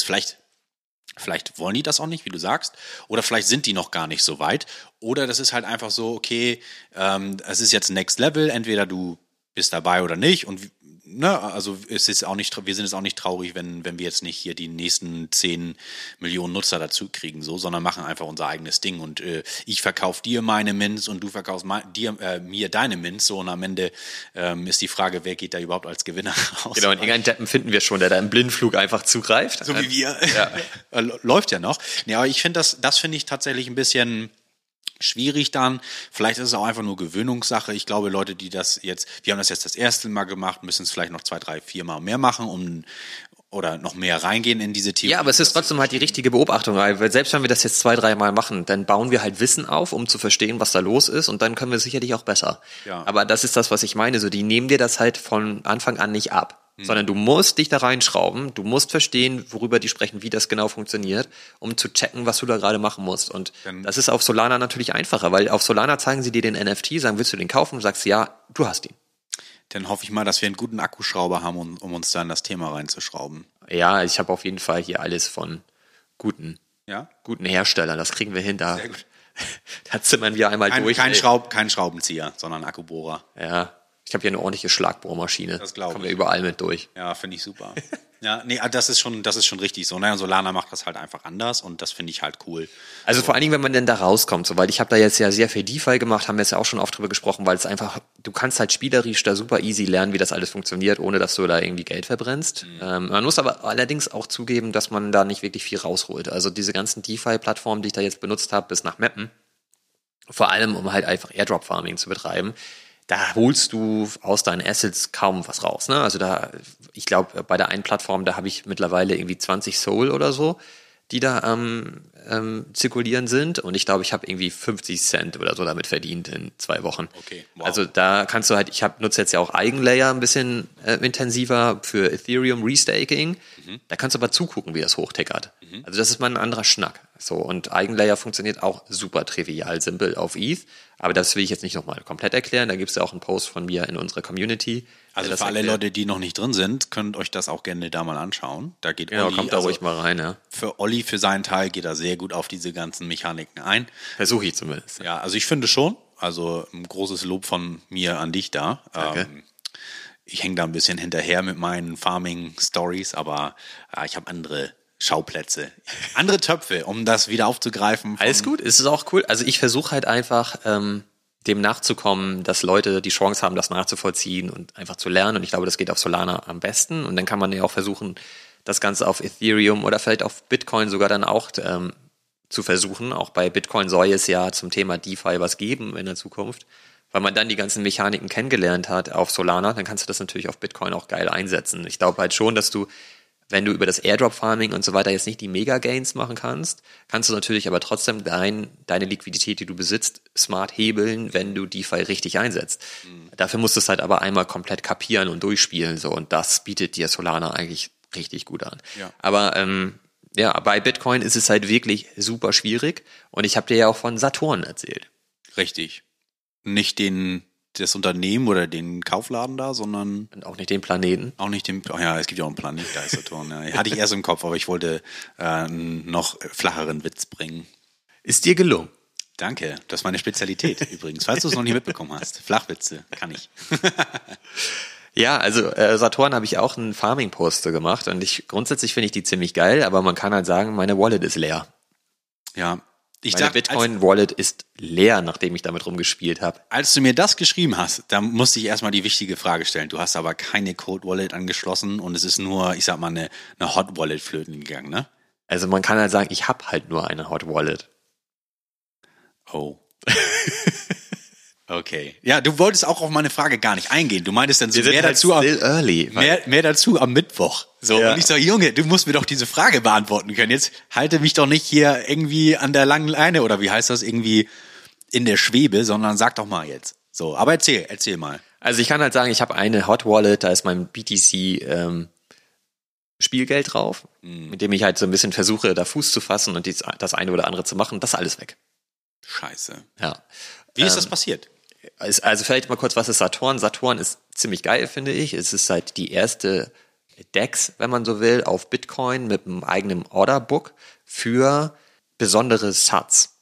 Vielleicht wollen die das auch nicht, wie du sagst, oder vielleicht sind die noch gar nicht so weit, oder das ist halt einfach so, okay, es ist jetzt Next Level, entweder du bist dabei oder nicht und also es ist auch nicht, wir sind jetzt auch nicht traurig, wenn wir jetzt nicht hier die nächsten 10 Millionen Nutzer dazu kriegen, so, sondern machen einfach unser eigenes Ding und ich verkaufe dir meine Mints und du verkaufst mir deine Mints, so, und am Ende ist die Frage, wer geht da überhaupt als Gewinner raus? Genau, und irgendeinen Deppen finden wir schon, der da im Blindflug einfach zugreift. So wie wir. Ja. Läuft ja noch. Ja, aber ich finde das finde ich tatsächlich ein bisschen schwierig dann. Vielleicht ist es auch einfach nur Gewöhnungssache. Ich glaube, Leute, wir haben das jetzt das erste Mal gemacht, müssen es vielleicht noch 2, 3, 4 Mal mehr machen, oder noch mehr reingehen in diese Theorie. Ja, aber es ist trotzdem halt die richtige Beobachtung, weil selbst wenn wir das jetzt 2, 3 Mal machen, dann bauen wir halt Wissen auf, um zu verstehen, was da los ist, und dann können wir sicherlich auch besser. Ja. Aber das ist das, was ich meine, so, die nehmen dir das halt von Anfang an nicht ab. Sondern du musst dich da reinschrauben, du musst verstehen, worüber die sprechen, wie das genau funktioniert, um zu checken, was du da gerade machen musst. Und das ist auf Solana natürlich einfacher, weil auf Solana zeigen sie dir den NFT, sagen, willst du den kaufen? Und sagst ja, du hast ihn. Dann hoffe ich mal, dass wir einen guten Akkuschrauber haben, um uns da in das Thema reinzuschrauben. Ja, ich habe auf jeden Fall hier alles von guten Herstellern. Das kriegen wir hin. Da zimmern wir einmal durch. Kein Schraubenzieher, sondern Akkubohrer. Ja. Ich habe hier eine ordentliche Schlagbohrmaschine. Das glaube ich. Kommen wir überall mit durch. Ja, finde ich super. Ja, nee, das ist schon richtig so. Naja, Solana macht das halt einfach anders und das finde ich halt cool. Also vor allen Dingen, wenn man denn da rauskommt, so, weil ich habe da jetzt ja sehr viel DeFi gemacht, haben wir jetzt ja auch schon oft drüber gesprochen, weil es einfach, du kannst halt spielerisch da super easy lernen, wie das alles funktioniert, ohne dass du da irgendwie Geld verbrennst. Man muss aber allerdings auch zugeben, dass man da nicht wirklich viel rausholt. Also diese ganzen DeFi-Plattformen, die ich da jetzt benutzt habe, bis nach Mappen, vor allem um halt einfach Airdrop-Farming zu betreiben, da holst du aus deinen Assets kaum was raus, ne? Also ich glaube, bei der einen Plattform, da habe ich mittlerweile irgendwie 20 Soul oder so, die da zirkulieren sind, und ich glaube, ich habe irgendwie 50 Cent oder so damit verdient in 2 Wochen. Okay, wow. Also da kannst du halt, nutze jetzt ja auch Eigenlayer ein bisschen intensiver für Ethereum Restaking. Da kannst du aber zugucken, wie das hochtickert. Also das ist mal ein anderer Schnack. So, und Eigenlayer funktioniert auch super trivial simpel auf ETH, aber das will ich jetzt nicht nochmal komplett erklären. Da gibt es ja auch einen Post von mir in unserer Community. Also für alle Leute, die noch nicht drin sind, könnt euch das auch gerne da mal anschauen. Da geht Olli, kommt da ruhig mal rein, ja. Für Olli, für seinen Teil, geht er sehr gut auf diese ganzen Mechaniken ein. Versuche ich zumindest. Ja, also ich finde schon. Also ein großes Lob von mir an dich da. Danke. Ich hänge da ein bisschen hinterher mit meinen Farming-Stories, aber ich habe andere Schauplätze, andere Töpfe, um das wieder aufzugreifen. Alles gut, es ist auch cool. Also ich versuche halt einfach dem nachzukommen, dass Leute die Chance haben, das nachzuvollziehen und einfach zu lernen. Und ich glaube, das geht auf Solana am besten. Und dann kann man ja auch versuchen, das Ganze auf Ethereum oder vielleicht auf Bitcoin sogar dann auch zu versuchen. Auch bei Bitcoin soll es ja zum Thema DeFi was geben in der Zukunft. Weil man dann die ganzen Mechaniken kennengelernt hat auf Solana, dann kannst du das natürlich auf Bitcoin auch geil einsetzen. Ich glaube halt schon, dass du, wenn du über das Airdrop-Farming und so weiter jetzt nicht die Mega-Gains machen kannst, kannst du natürlich aber trotzdem deine Liquidität, die du besitzt, smart hebeln, wenn du DeFi richtig einsetzt. Dafür musst du es halt aber einmal komplett kapieren und durchspielen, so, und das bietet dir Solana eigentlich richtig gut an. Ja. Aber bei Bitcoin ist es halt wirklich super schwierig, und ich habe dir ja auch von Saturn erzählt. Richtig. Nicht das Unternehmen oder den Kaufladen da, sondern... Und auch nicht den Planeten. Auch nicht den... Oh ja, es gibt ja auch einen Planet, da ist Saturn. Ja. Hatte ich erst im Kopf, aber ich wollte einen noch flacheren Witz bringen. Ist dir gelungen? Danke, das ist meine Spezialität übrigens, falls du es noch nicht mitbekommen hast. Flachwitze, kann ich. Ja, also Saturn habe ich auch einen Farming-Poster gemacht, und grundsätzlich finde ich die ziemlich geil, aber man kann halt sagen, meine Wallet ist leer. Ja. Meine Bitcoin-Wallet ist leer, nachdem ich damit rumgespielt habe. Als du mir das geschrieben hast, da musste ich erstmal die wichtige Frage stellen. Du hast aber keine Cold-Wallet angeschlossen und es ist nur, ich sag mal, eine Hot-Wallet flöten gegangen, ne? Also man kann halt sagen, ich habe halt nur eine Hot-Wallet. Oh. Okay. Ja, du wolltest auch auf meine Frage gar nicht eingehen. Du meintest dann so mehr dazu mehr dazu am Mittwoch. So, ja. Und ich sage, Junge, du musst mir doch diese Frage beantworten können. Jetzt halte mich doch nicht hier irgendwie an der langen Leine oder wie heißt das, irgendwie in der Schwebe, sondern sag doch mal jetzt. So, aber erzähl mal. Also ich kann halt sagen, ich habe eine Hot Wallet, da ist mein BTC Spielgeld drauf, mit dem ich halt so ein bisschen versuche, da Fuß zu fassen und das eine oder andere zu machen. Das ist alles weg. Scheiße. Ja. Wie ist das passiert? Also vielleicht mal kurz, was ist Saturn? Saturn ist ziemlich geil, finde ich. Es ist halt die erste DEX, wenn man so will, auf Bitcoin mit einem eigenen Orderbook für besondere Sats.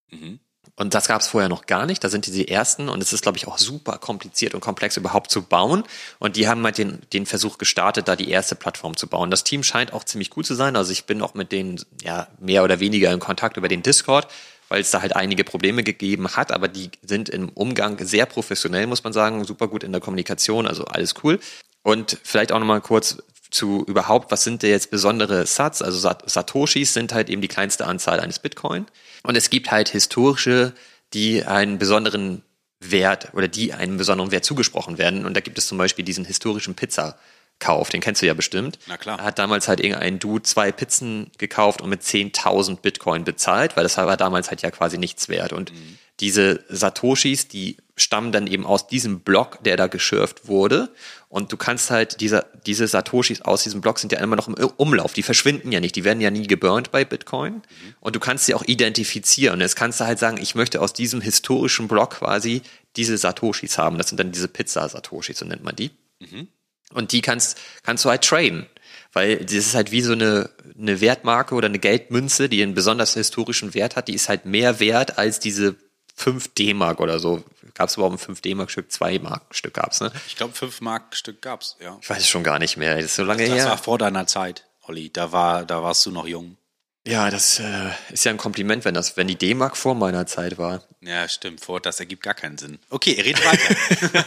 Und das gab es vorher noch gar nicht. Da sind die ersten und es ist, glaube ich, auch super kompliziert und komplex überhaupt zu bauen. Und die haben halt den Versuch gestartet, da die erste Plattform zu bauen. Das Team scheint auch ziemlich cool zu sein. Also ich bin auch mit denen ja mehr oder weniger in Kontakt über den Discord, weil es da halt einige Probleme gegeben hat, aber die sind im Umgang sehr professionell, muss man sagen, super gut in der Kommunikation, also alles cool. Und vielleicht auch nochmal kurz zu überhaupt, was sind denn jetzt besondere Sats? Also Satoshis sind halt eben die kleinste Anzahl eines Bitcoin. Und es gibt halt historische, die einen besonderen Wert oder die einem besonderen Wert zugesprochen werden. Und da gibt es zum Beispiel diesen historischen Pizzakauf, den kennst du ja bestimmt. Na klar. Da hat damals halt irgendein Dude 2 Pizzen gekauft und mit 10.000 Bitcoin bezahlt, weil das war damals halt ja quasi nichts wert. Und diese Satoshis, die stammen dann eben aus diesem Block, der da geschürft wurde. Und du kannst halt, diese Satoshis aus diesem Block sind ja immer noch im Umlauf. Die verschwinden ja nicht, die werden ja nie geburnt bei Bitcoin. Und du kannst sie auch identifizieren. Jetzt kannst du halt sagen, ich möchte aus diesem historischen Block quasi diese Satoshis haben. Das sind dann diese Pizza-Satoshis, so nennt man die. Und die kannst du halt traden. Weil das ist halt wie so eine Wertmarke oder eine Geldmünze, die einen besonders historischen Wert hat. Die ist halt mehr wert als diese 5 D-Mark oder so. Gab es überhaupt ein 5 D-Mark-Stück? 2 Mark-Stück gab's, ne? Ich glaube, 5 Mark-Stück gab's, ja. Ich weiß es schon gar nicht mehr. Das ist so lange her. Das war vor deiner Zeit, Olli. Da warst du noch jung. Ja, das ist ja ein Kompliment, wenn die D-Mark vor meiner Zeit war. Ja, stimmt. Das ergibt gar keinen Sinn. Okay, red weiter.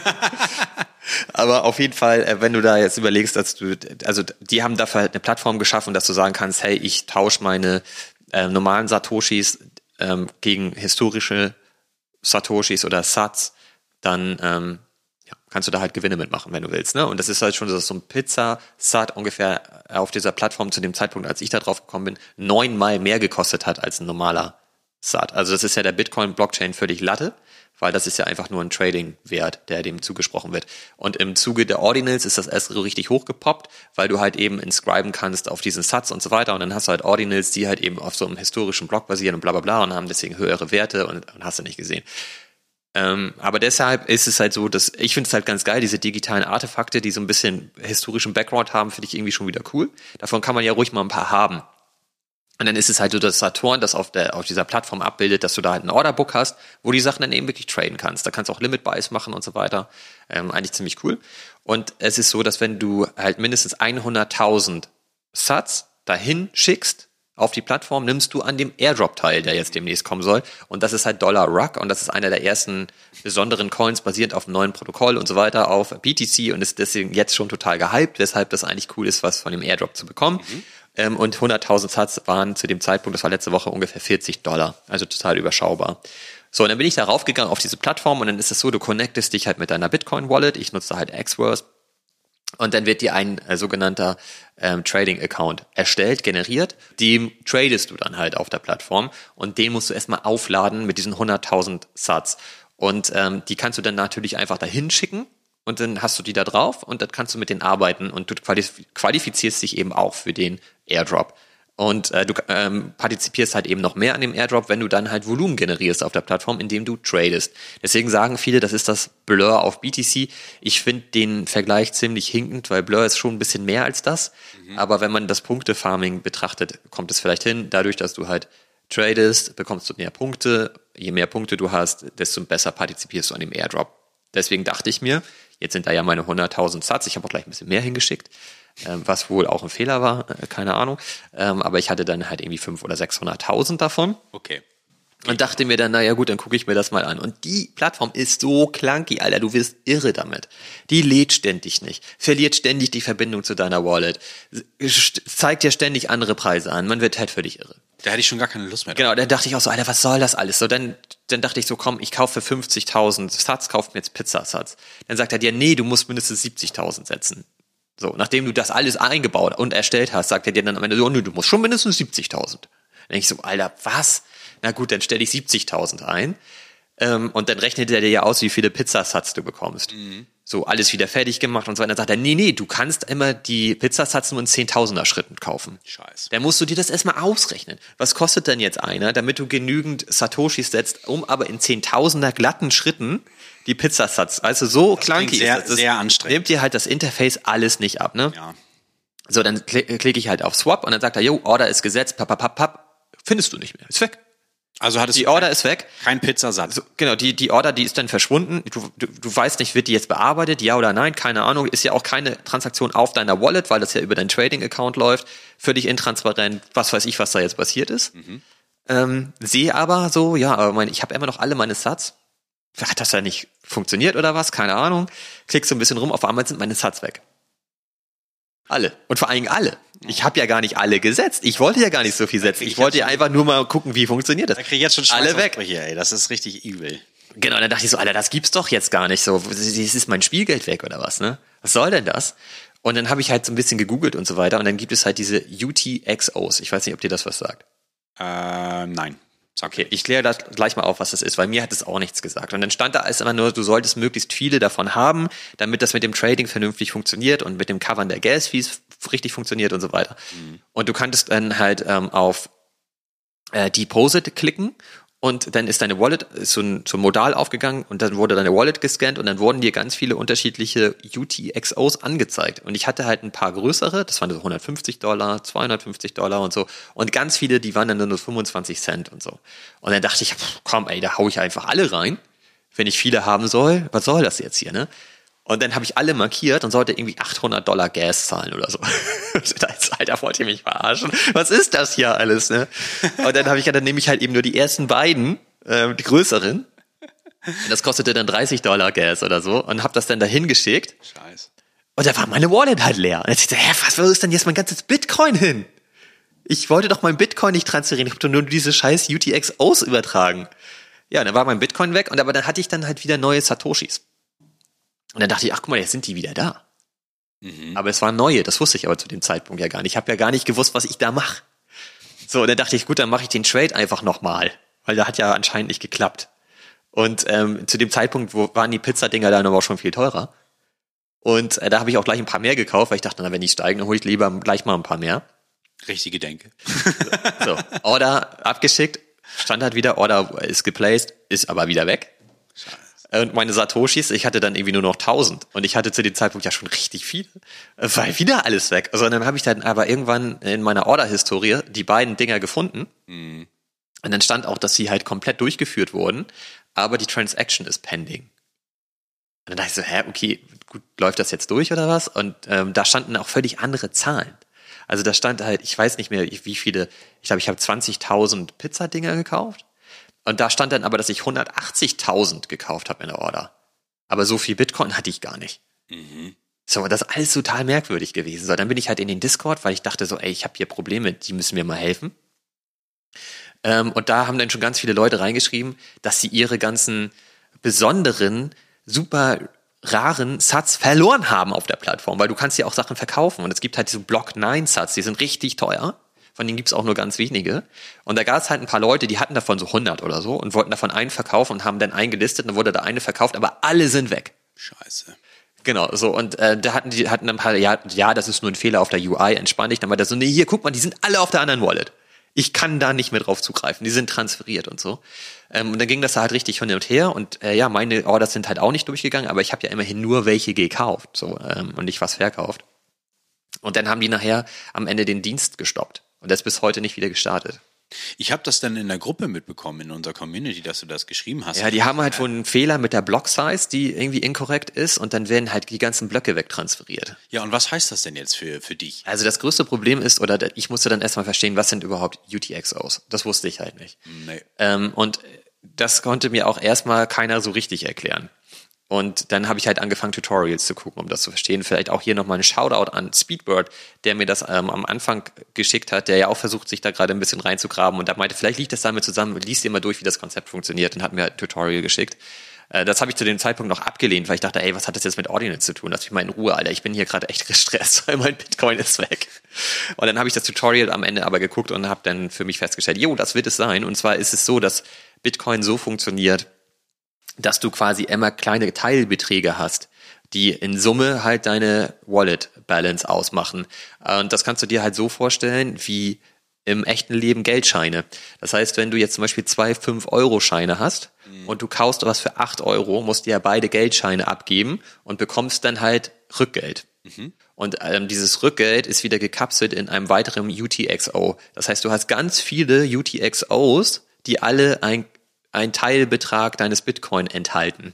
Aber auf jeden Fall, wenn du da jetzt überlegst, die haben dafür halt eine Plattform geschaffen, dass du sagen kannst, hey, ich tausche meine normalen Satoshis gegen historische Satoshis oder Sats, dann kannst du da halt Gewinne mitmachen, wenn du willst. Ne? Und das ist halt schon so ein Pizza-Sat ungefähr auf dieser Plattform zu dem Zeitpunkt, als ich da drauf gekommen bin, 9-mal mehr gekostet hat als ein normaler Sat. Also das ist ja der Bitcoin-Blockchain völlig Latte, weil das ist ja einfach nur ein Trading-Wert, der dem zugesprochen wird. Und im Zuge der Ordinals ist das erst so richtig hochgepoppt, weil du halt eben inscriben kannst auf diesen Sats und so weiter. Und dann hast du halt Ordinals, die halt eben auf so einem historischen Block basieren und bla bla bla und haben deswegen höhere Werte und hast du nicht gesehen. Aber deshalb ist es halt so, dass ich finde es halt ganz geil, diese digitalen Artefakte, die so ein bisschen historischen Background haben, finde ich irgendwie schon wieder cool. Davon kann man ja ruhig mal ein paar haben. Und dann ist es halt so, dass Saturn das auf dieser Plattform abbildet, dass du da halt ein Orderbook hast, wo die Sachen dann eben wirklich traden kannst. Da kannst du auch Limit Buys machen und so weiter. Eigentlich ziemlich cool. Und es ist so, dass wenn du halt mindestens 100.000 Sats dahin schickst auf die Plattform, nimmst du an dem Airdrop teil, der jetzt demnächst kommen soll. Und das ist halt $Ruck und das ist einer der ersten besonderen Coins basierend auf einem neuen Protokoll und so weiter auf BTC und ist deswegen jetzt schon total gehypt, weshalb das eigentlich cool ist, was von dem Airdrop zu bekommen. Und 100.000 Sats waren zu dem Zeitpunkt, das war letzte Woche, ungefähr $40. Also total überschaubar. So, und dann bin ich da raufgegangen auf diese Plattform und dann ist es so, du connectest dich halt mit deiner Bitcoin-Wallet. Ich nutze da halt Xworth. Und dann wird dir ein sogenannter Trading-Account erstellt, generiert. Dem tradest du dann halt auf der Plattform und den musst du erstmal aufladen mit diesen 100.000 Sats. Und die kannst du dann natürlich einfach dahin schicken und dann hast du die da drauf und dann kannst du mit denen arbeiten und du qualifizierst dich eben auch für den Airdrop. Und du partizipierst halt eben noch mehr an dem Airdrop, wenn du dann halt Volumen generierst auf der Plattform, indem du tradest. Deswegen sagen viele, das ist das Blur auf BTC. Ich finde den Vergleich ziemlich hinkend, weil Blur ist schon ein bisschen mehr als das. Aber wenn man das Punkte-Farming betrachtet, kommt es vielleicht hin. Dadurch, dass du halt tradest, bekommst du mehr Punkte. Je mehr Punkte du hast, desto besser partizipierst du an dem Airdrop. Deswegen dachte ich mir, jetzt sind da ja meine 100.000 Sats. Ich habe auch gleich ein bisschen mehr hingeschickt. Was wohl auch ein Fehler war, keine Ahnung. Aber ich hatte dann halt irgendwie 500.000 oder 600.000 davon. Okay. Und dachte mir dann, naja gut, dann gucke ich mir das mal an. Und die Plattform ist so clunky, Alter, du wirst irre damit. Die lädt ständig nicht, verliert ständig die Verbindung zu deiner Wallet, zeigt dir ständig andere Preise an, man wird halt völlig irre. Da hätte ich schon gar keine Lust mehr. Genau, dann dachte ich auch so, Alter, was soll das alles? So, dann dachte ich so, komm, ich kaufe für 50.000 Satz, kauft mir jetzt Pizzasatz. Dann sagt er dir, nee, du musst mindestens 70.000 setzen. So, nachdem du das alles eingebaut und erstellt hast, sagt er dir dann am Ende so, nö, du musst schon mindestens 70.000. Dann denke ich so, Alter, was? Na gut, dann stelle ich 70.000 ein. Und dann rechnet er dir ja aus, wie viele Pizzasatz du bekommst. So, alles wieder fertig gemacht und so weiter. Dann sagt er, nee, du kannst immer die Pizzasatz nur in 10.000er Schritten kaufen. Scheiße. Dann musst du dir das erstmal ausrechnen. Was kostet denn jetzt einer, damit du genügend Satoshis setzt, um aber in 10.000er glatten Schritten die Pizzasatz, also so clunky sehr, ist das. sehr anstrengend. Nimmt dir halt das Interface alles nicht ab, ne? Ja. So, dann klicke ich halt auf Swap und dann sagt er, jo, Order ist gesetzt, findest du nicht mehr, ist weg. Also hattest Die du Order ist weg. kein Pizzasatz. So, genau, die Order, die ist dann verschwunden. Du weißt nicht, wird die jetzt bearbeitet, ja oder nein, keine Ahnung. Ist ja auch keine Transaktion auf deiner Wallet, weil das ja über deinen Trading-Account läuft. Völlig intransparent, was weiß ich, was da jetzt passiert ist. Sehe aber so, ja, aber ich habe immer noch alle meine Sats. Hat das ja nicht funktioniert oder was? Keine Ahnung. Klick so ein bisschen rum, auf einmal sind meine Sats weg. Alle. Und vor allem alle. Ich habe ja gar nicht alle gesetzt. Ich wollte ja gar nicht so viel setzen. Ich wollte ja einfach nur mal gucken, wie funktioniert das. Da krieg ich jetzt schon alle weg. Ey, das ist richtig übel. Genau, dann dachte ich so, Alter, das gibt's doch jetzt gar nicht so. Das ist mein Spielgeld weg oder was, ne? Was soll denn das? Und dann habe ich halt so ein bisschen gegoogelt und so weiter und dann gibt es halt diese UTXOs. Ich weiß nicht, ob dir das was sagt. Nein. Okay, ich kläre das gleich mal auf, was das ist, weil mir hat es auch nichts gesagt. Und dann stand da alles immer nur, du solltest möglichst viele davon haben, damit das mit dem Trading vernünftig funktioniert und mit dem Covern der Gas-Fees richtig funktioniert und so weiter. Und du kanntest dann halt auf Deposit klicken und dann ist deine Wallet zum Modal aufgegangen und dann wurde deine Wallet gescannt und dann wurden dir ganz viele unterschiedliche UTXOs angezeigt. Und ich hatte halt ein paar größere, das waren so $150, $250 und so. Und ganz viele, die waren dann nur 25 Cent und so. Und dann dachte ich, komm ey, da hau ich einfach alle rein. Wenn ich viele haben soll, was soll das jetzt hier, ne? Und dann habe ich alle markiert und sollte irgendwie $800 Gas zahlen oder so. Alter, wollt ihr mich verarschen? Was ist das hier alles, ne? Und dann nehme ich halt eben nur die ersten beiden, die größeren. Und das kostete dann $30 Gas oder so und habe das dann dahin geschickt. Scheiße. Und da war meine Wallet halt leer. Und jetzt dachte ich, wo ist denn jetzt mein ganzes Bitcoin hin? Ich wollte doch mein Bitcoin nicht transferieren. Ich habe doch nur diese scheiß UTXOs übertragen. Ja, dann war mein Bitcoin weg aber dann hatte ich dann halt wieder neue Satoshis. Und dann dachte ich, ach guck mal, jetzt sind die wieder da. Aber es waren neue, das wusste ich aber zu dem Zeitpunkt ja gar nicht. Ich habe ja gar nicht gewusst, was ich da mache. So, und dann dachte ich, gut, dann mache ich den Trade einfach nochmal. Weil der hat ja anscheinend nicht geklappt. Und zu dem Zeitpunkt waren die Pizzadinger dann aber auch schon viel teurer. Und da habe ich auch gleich ein paar mehr gekauft, weil ich dachte, na, wenn die steigen, dann hole ich lieber gleich mal ein paar mehr. Richtige Denke. So, Order abgeschickt, stand halt wieder, Order ist geplaced, ist aber wieder weg. Und meine Satoshis, ich hatte dann irgendwie nur noch 1000 und ich hatte zu dem Zeitpunkt ja schon richtig viele, war wieder alles weg. Also dann habe ich dann aber irgendwann in meiner Order-Historie die beiden Dinger gefunden und dann stand auch, dass sie halt komplett durchgeführt wurden, aber die Transaction ist pending. Und dann dachte ich so, okay, gut, läuft das jetzt durch oder was? Und da standen auch völlig andere Zahlen. Also da stand halt, ich weiß nicht mehr wie viele, ich glaube, ich habe 20.000 Pizzadinger gekauft. Und da stand dann aber, dass ich 180.000 gekauft habe in der Order. Aber so viel Bitcoin hatte ich gar nicht. So, das ist alles total merkwürdig gewesen. So, dann bin ich halt in den Discord, weil ich dachte so, ey, ich habe hier Probleme, die müssen mir mal helfen. Und da haben dann schon ganz viele Leute reingeschrieben, dass sie ihre ganzen besonderen, super raren Sats verloren haben auf der Plattform, weil du kannst ja auch Sachen verkaufen. Und es gibt halt diese Block 9 Sats, die sind richtig teuer. Von denen gibt's auch nur ganz wenige. Und da gab es halt ein paar Leute, die hatten davon so 100 oder so und wollten davon einen verkaufen und haben dann einen gelistet und dann wurde da eine verkauft, aber alle sind weg. Scheiße. Genau, so, und da hatten ein paar, ja, das ist nur ein Fehler auf der UI, entspann dich. Dann war das so, nee, hier, guck mal, die sind alle auf der anderen Wallet. Ich kann da nicht mehr drauf zugreifen, die sind transferiert und so. Und dann ging das halt richtig hin und her und meine Orders sind halt auch nicht durchgegangen, aber ich habe ja immerhin nur welche gekauft so und nicht was verkauft. Und dann haben die nachher am Ende den Dienst gestoppt. Und der ist bis heute nicht wieder gestartet. Ich habe das dann in der Gruppe mitbekommen, in unserer Community, dass du das geschrieben hast. Ja, die haben halt wohl einen Fehler mit der Block-Size, die irgendwie inkorrekt ist und dann werden halt die ganzen Blöcke wegtransferiert. Ja, und was heißt das denn jetzt für dich? Also das größte Problem ist, oder ich musste dann erstmal verstehen, was sind überhaupt UTXOs? Das wusste ich halt nicht. Nee. Und das konnte mir auch erstmal keiner so richtig erklären. Und dann habe ich halt angefangen, Tutorials zu gucken, um das zu verstehen. Vielleicht auch hier nochmal ein Shoutout an Speedbird, der mir das am Anfang geschickt hat, der ja auch versucht, sich da gerade ein bisschen reinzugraben und da meinte, vielleicht liegt das damit zusammen, liest dir mal durch, wie das Konzept funktioniert und hat mir halt ein Tutorial geschickt. Das habe ich zu dem Zeitpunkt noch abgelehnt, weil ich dachte, ey, was hat das jetzt mit Ordinals zu tun? Lass mich mal in Ruhe, Alter. Ich bin hier gerade echt gestresst, weil mein Bitcoin ist weg. Und dann habe ich das Tutorial am Ende aber geguckt und habe dann für mich festgestellt, jo, das wird es sein. Und zwar ist es so, dass Bitcoin so funktioniert, dass du quasi immer kleine Teilbeträge hast, die in Summe halt deine Wallet-Balance ausmachen. Und das kannst du dir halt so vorstellen, wie im echten Leben Geldscheine. Das heißt, wenn du jetzt zum Beispiel 2 5-Euro-Scheine hast und du kaufst was für 8 Euro, musst du ja beide Geldscheine abgeben und bekommst dann halt Rückgeld. Und dieses Rückgeld ist wieder gekapselt in einem weiteren UTXO. Das heißt, du hast ganz viele UTXOs, die alle ein Teilbetrag deines Bitcoin enthalten.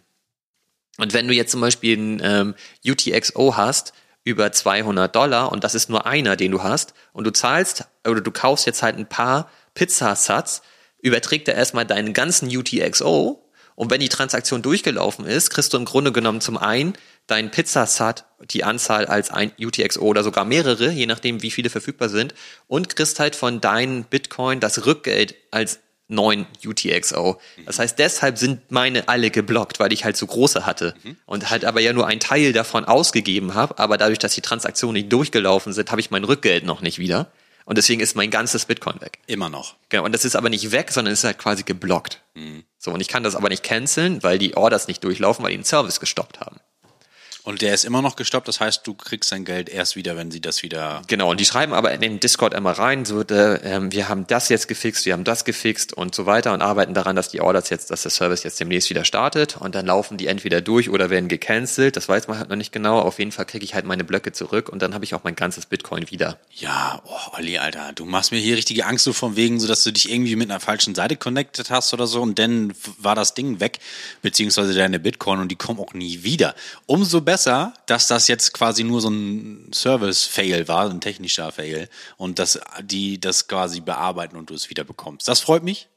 Und wenn du jetzt zum Beispiel ein UTXO hast, über $200 und das ist nur einer, den du hast und du zahlst oder du kaufst jetzt halt ein paar Pizzasatz, überträgt er erstmal deinen ganzen UTXO und wenn die Transaktion durchgelaufen ist, kriegst du im Grunde genommen zum einen deinen Pizzasatz, die Anzahl als ein UTXO oder sogar mehrere, je nachdem wie viele verfügbar sind und kriegst halt von deinen Bitcoin das Rückgeld als 9 UTXO. Das heißt, deshalb sind meine alle geblockt, weil ich halt so große hatte und halt aber ja nur einen Teil davon ausgegeben habe, aber dadurch, dass die Transaktionen nicht durchgelaufen sind, habe ich mein Rückgeld noch nicht wieder und deswegen ist mein ganzes Bitcoin weg. Immer noch. Genau, und das ist aber nicht weg, sondern es ist halt quasi geblockt. So, und ich kann das aber nicht canceln, weil die Orders nicht durchlaufen, weil die den Service gestoppt haben. Und der ist immer noch gestoppt, das heißt, du kriegst dein Geld erst wieder, wenn sie das wieder... Genau, und die schreiben aber in den Discord immer rein, so, wir haben das jetzt gefixt, wir haben das gefixt und so weiter und arbeiten daran, dass die Orders jetzt, dass der Service jetzt demnächst wieder startet und dann laufen die entweder durch oder werden gecancelt, das weiß man halt noch nicht genau, auf jeden Fall kriege ich halt meine Blöcke zurück und dann habe ich auch mein ganzes Bitcoin wieder. Ja, Olli, Alter, du machst mir hier richtige Angst so von wegen, so dass du dich irgendwie mit einer falschen Seite connected hast oder so und dann war das Ding weg, beziehungsweise deine Bitcoin und die kommen auch nie wieder. Umso besser, dass das jetzt quasi nur so ein Service-Fail war, ein technischer Fail und dass die das quasi bearbeiten und du es wieder bekommst. Das freut mich.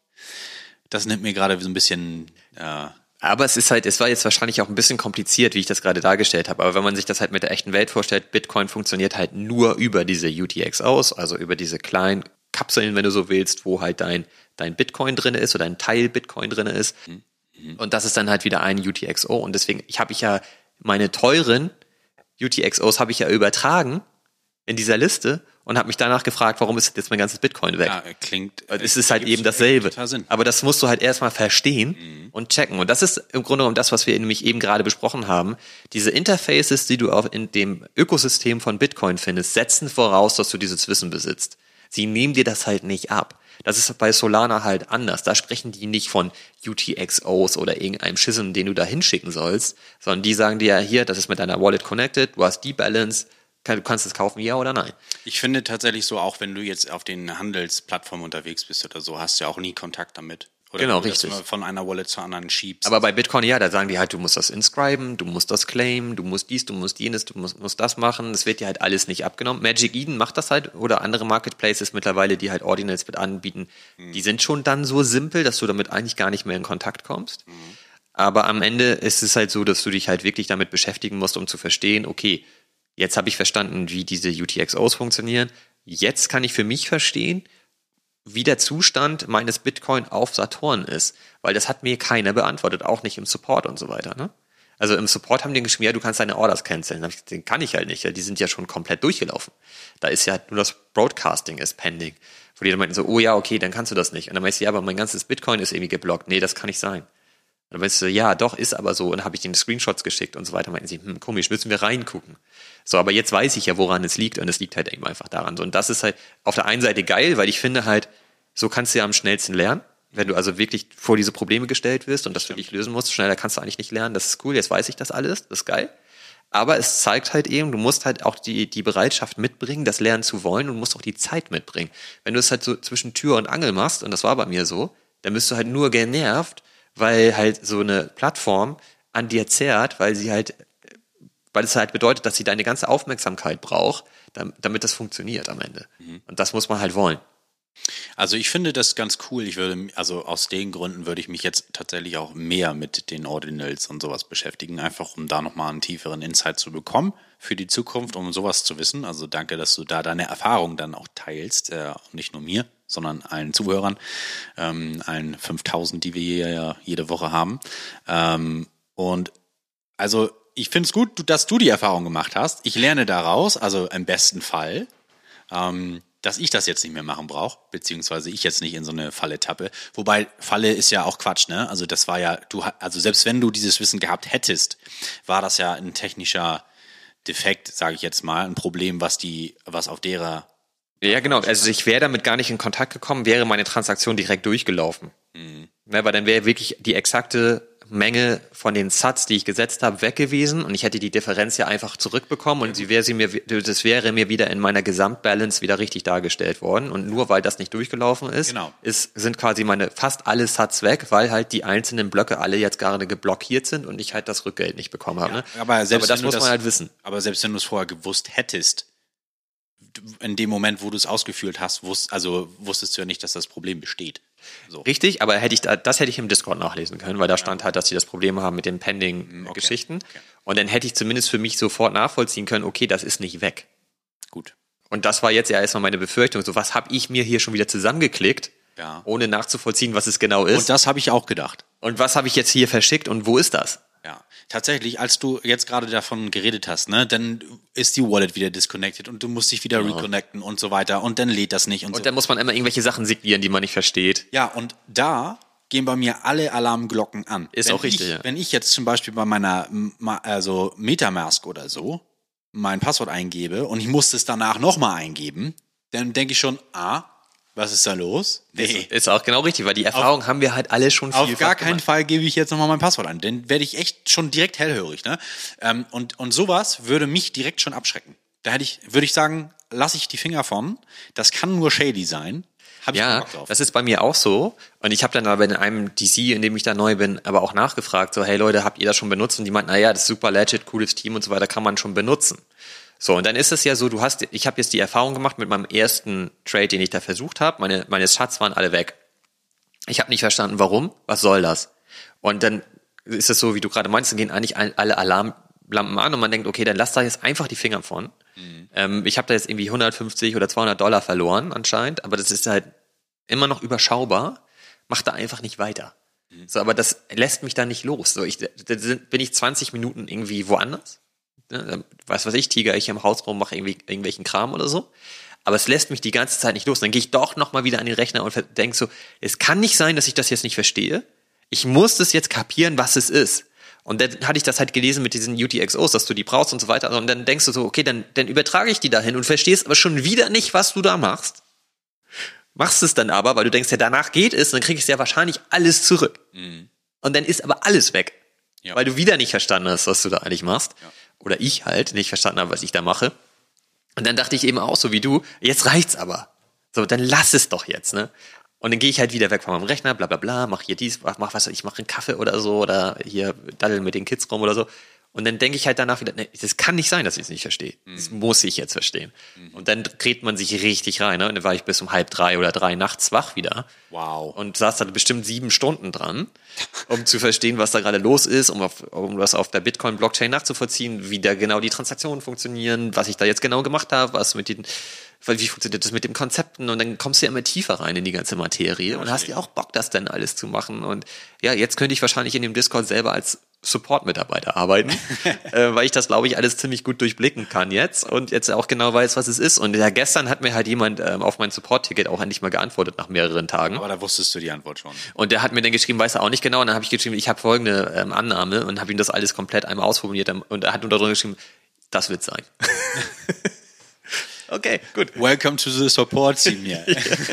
Das nimmt mir gerade so ein bisschen... Aber es war jetzt wahrscheinlich auch ein bisschen kompliziert, wie ich das gerade dargestellt habe. Aber wenn man sich das halt mit der echten Welt vorstellt, Bitcoin funktioniert halt nur über diese UTXOs, also über diese kleinen Kapseln, wenn du so willst, wo halt dein Bitcoin drin ist oder ein Teil Bitcoin drin ist. Und das ist dann halt wieder ein UTXO. Und deswegen habe ich ja meine teuren UTXOs habe ich ja übertragen in dieser Liste und habe mich danach gefragt, warum ist jetzt mein ganzes Bitcoin weg? Ja, klingt... Es ist halt eben dasselbe. Aber das musst du halt erstmal verstehen und checken. Und das ist im Grunde genommen das, was wir nämlich eben gerade besprochen haben. Diese Interfaces, die du auch in dem Ökosystem von Bitcoin findest, setzen voraus, dass du dieses Wissen besitzt. Sie nehmen dir das halt nicht ab. Das ist bei Solana halt anders. Da sprechen die nicht von UTXOs oder irgendeinem Schism, den du da hinschicken sollst, sondern die sagen dir ja hier, das ist mit deiner Wallet connected, du hast die Balance, du kannst es kaufen, ja oder nein. Ich finde tatsächlich so, auch wenn du jetzt auf den Handelsplattformen unterwegs bist oder so, hast du ja auch nie Kontakt damit. Oder genau, wenn du richtig. Das von einer Wallet zur anderen schiebst. Aber bei Bitcoin, ja, da sagen die halt, du musst das inscriben, du musst das claimen, du musst dies, du musst jenes, du musst das machen. Das wird dir halt alles nicht abgenommen. Magic Eden macht das halt oder andere Marketplaces mittlerweile, die halt Ordinals mit anbieten. Die sind schon dann so simpel, dass du damit eigentlich gar nicht mehr in Kontakt kommst. Aber am Ende ist es halt so, dass du dich halt wirklich damit beschäftigen musst, um zu verstehen, okay, jetzt habe ich verstanden, wie diese UTXOs funktionieren. Jetzt kann ich für mich verstehen, wie der Zustand meines Bitcoin auf Saturn ist. Weil das hat mir keiner beantwortet, auch nicht im Support und so weiter. Ne? Also im Support haben die geschrieben, ja, du kannst deine Orders canceln. Den kann ich halt nicht, die sind ja schon komplett durchgelaufen. Da ist ja halt nur das Broadcasting ist pending. Wo die dann meinten so, oh ja, okay, dann kannst du das nicht. Und dann meinst du, ja, aber mein ganzes Bitcoin ist irgendwie geblockt. Nee, das kann nicht sein. Und dann meinst du, ja, doch, ist aber so. Und dann habe ich denen Screenshots geschickt und so weiter. Meinten sie, komisch, müssen wir reingucken. So, aber jetzt weiß ich ja, woran es liegt. Und es liegt halt eben einfach daran. So, und das ist halt auf der einen Seite geil, weil ich finde halt, so kannst du ja am schnellsten lernen. Wenn du also wirklich vor diese Probleme gestellt wirst und das wirklich lösen musst, schneller kannst du eigentlich nicht lernen. Das ist cool, jetzt weiß ich das alles, das ist geil. Aber es zeigt halt eben, du musst halt auch die Bereitschaft mitbringen, das lernen zu wollen und musst auch die Zeit mitbringen. Wenn du es halt so zwischen Tür und Angel machst, und das war bei mir so, dann bist du halt nur genervt, weil halt so eine Plattform an dir zerrt, weil es halt bedeutet, dass sie deine ganze Aufmerksamkeit braucht, damit das funktioniert am Ende. Und das muss man halt wollen. Also ich finde das ganz cool. Also aus den Gründen würde ich mich jetzt tatsächlich auch mehr mit den Ordinals und sowas beschäftigen, einfach um da nochmal einen tieferen Insight zu bekommen für die Zukunft, um sowas zu wissen. Also danke, dass du da deine Erfahrung dann auch teilst, nicht nur mir, sondern allen Zuhörern, allen 5000, die wir hier jede Woche haben. Und also ich finde es gut, dass du die Erfahrung gemacht hast. Ich lerne daraus, also im besten Fall, dass ich das jetzt nicht mehr machen brauche, beziehungsweise ich jetzt nicht in so eine Falle tappe. Wobei, Falle ist ja auch Quatsch, ne? Also das war ja, also selbst wenn du dieses Wissen gehabt hättest, war das ja ein technischer Defekt, sage ich jetzt mal, ein Problem, was auf derer... Ja, genau. Also ich wäre damit gar nicht in Kontakt gekommen, wäre meine Transaktion direkt durchgelaufen. Ne, weil dann wäre wirklich die exakte Menge von den Sats, die ich gesetzt habe, weg gewesen und ich hätte die Differenz ja einfach zurückbekommen und das wäre mir wieder in meiner Gesamtbalance wieder richtig dargestellt worden und nur weil das nicht durchgelaufen ist, Genau. sind quasi meine fast alle Sats weg, weil halt die einzelnen Blöcke alle jetzt gerade geblockiert sind und ich halt das Rückgeld nicht bekommen habe. Ne? Aber das muss man halt wissen. Aber selbst wenn du es vorher gewusst hättest, in dem Moment, wo du es ausgeführt hast, wusstest du ja nicht, dass das Problem besteht. So. Richtig, aber das hätte ich im Discord nachlesen können, weil da stand halt, dass sie das Problem haben mit den Pending-Geschichten. Okay. Und dann hätte ich zumindest für mich sofort nachvollziehen können, okay, das ist nicht weg. Gut. Und das war jetzt ja erstmal meine Befürchtung. So, was habe ich mir hier schon wieder zusammengeklickt, ohne nachzuvollziehen, was es genau ist? Und das habe ich auch gedacht. Und was habe ich jetzt hier verschickt und wo ist das? Ja, tatsächlich, als du jetzt gerade davon geredet hast, ne, dann ist die Wallet wieder disconnected und du musst dich wieder reconnecten und so weiter und dann lädt das nicht und so. Und dann muss man immer irgendwelche Sachen signieren, die man nicht versteht. Ja, und da gehen bei mir alle Alarmglocken an. Ist auch richtig, ja. Wenn ich jetzt zum Beispiel bei meiner Metamask oder so mein Passwort eingebe und ich muss es danach nochmal eingeben, dann denke ich schon, was ist da los? Nee. Ist auch genau richtig, weil die Erfahrung haben wir halt alle schon viel. Auf gar keinen Fall gebe ich jetzt nochmal mein Passwort ein. Dann werde ich echt schon direkt hellhörig. Ne? Und sowas würde mich direkt schon abschrecken. Da würde ich sagen, lasse ich die Finger von. Das kann nur shady sein. Hab ich keinen Bock drauf. Das ist bei mir auch so. Und ich habe dann aber in einem DC, in dem ich da neu bin, aber auch nachgefragt, so, hey Leute, habt ihr das schon benutzt? Und die meinten, naja, das ist super legit, cooles Team und so weiter, kann man schon benutzen. So, und dann ist es ja so, ich habe jetzt die Erfahrung gemacht mit meinem ersten Trade, den ich da versucht habe. Meine Schatz waren alle weg. Ich habe nicht verstanden, warum. Was soll das? Und dann ist es so, wie du gerade meinst, dann gehen eigentlich alle Alarmlampen an und man denkt, okay, dann lass da jetzt einfach die Finger von. Ich habe da jetzt irgendwie 150 oder $200 verloren anscheinend, aber das ist halt immer noch überschaubar. Mach da einfach nicht weiter. So, aber das lässt mich da nicht los. So, bin ich 20 Minuten irgendwie woanders. Was weiß ich, tiger ich im Haus rum, mache irgendwelchen Kram oder so. Aber es lässt mich die ganze Zeit nicht los. Dann gehe ich doch nochmal wieder an den Rechner und denke so, es kann nicht sein, dass ich das jetzt nicht verstehe. Ich muss das jetzt kapieren, was es ist. Und dann hatte ich das halt gelesen mit diesen UTXOs, dass du die brauchst und so weiter. Und dann denkst du so, okay, dann übertrage ich die dahin und verstehst aber schon wieder nicht, was du da machst. Machst es dann aber, weil du denkst, ja, danach geht es, dann krieg ich ja wahrscheinlich alles zurück. Und dann ist aber alles weg. Ja. Weil du wieder nicht verstanden hast, was du da eigentlich machst. Ja. Oder ich halt nicht verstanden habe, was ich da mache. Und dann dachte ich eben auch so wie du, jetzt reicht's aber. So, dann lass es doch jetzt, ne? Und dann gehe ich halt wieder weg von meinem Rechner, bla bla bla, mach hier dies, mach was, ich mache einen Kaffee oder so oder hier daddeln mit den Kids rum oder so. Und dann denke ich halt danach wieder, nee, das kann nicht sein, dass ich es nicht verstehe. Das muss ich jetzt verstehen. Und dann dreht man sich richtig rein. Ne? Und dann war ich bis um 2:30 oder 3 nachts wach wieder. Wow. Und saß da bestimmt 7 Stunden dran, um zu verstehen, was da gerade los ist, um das auf der Bitcoin-Blockchain nachzuvollziehen, wie da genau die Transaktionen funktionieren, was ich da jetzt genau gemacht habe, wie funktioniert das mit den Konzepten, und dann kommst du ja immer tiefer rein in die ganze Materie und hast ja auch Bock, das dann alles zu machen. Und ja, jetzt könnte ich wahrscheinlich in dem Discord selber als Support-Mitarbeiter arbeiten, weil ich das, glaube ich, alles ziemlich gut durchblicken kann jetzt und jetzt auch genau weiß, was es ist. Und ja, gestern hat mir halt jemand auf mein Support-Ticket auch endlich mal geantwortet nach mehreren Tagen. Aber da wusstest du die Antwort schon. Und der hat mir dann geschrieben, weiß er auch nicht genau. Und dann habe ich geschrieben, ich habe folgende Annahme und habe ihm das alles komplett einmal ausformuliert. Und er hat unter drunter geschrieben, das wird sein. Okay, gut. Welcome to the support team hier.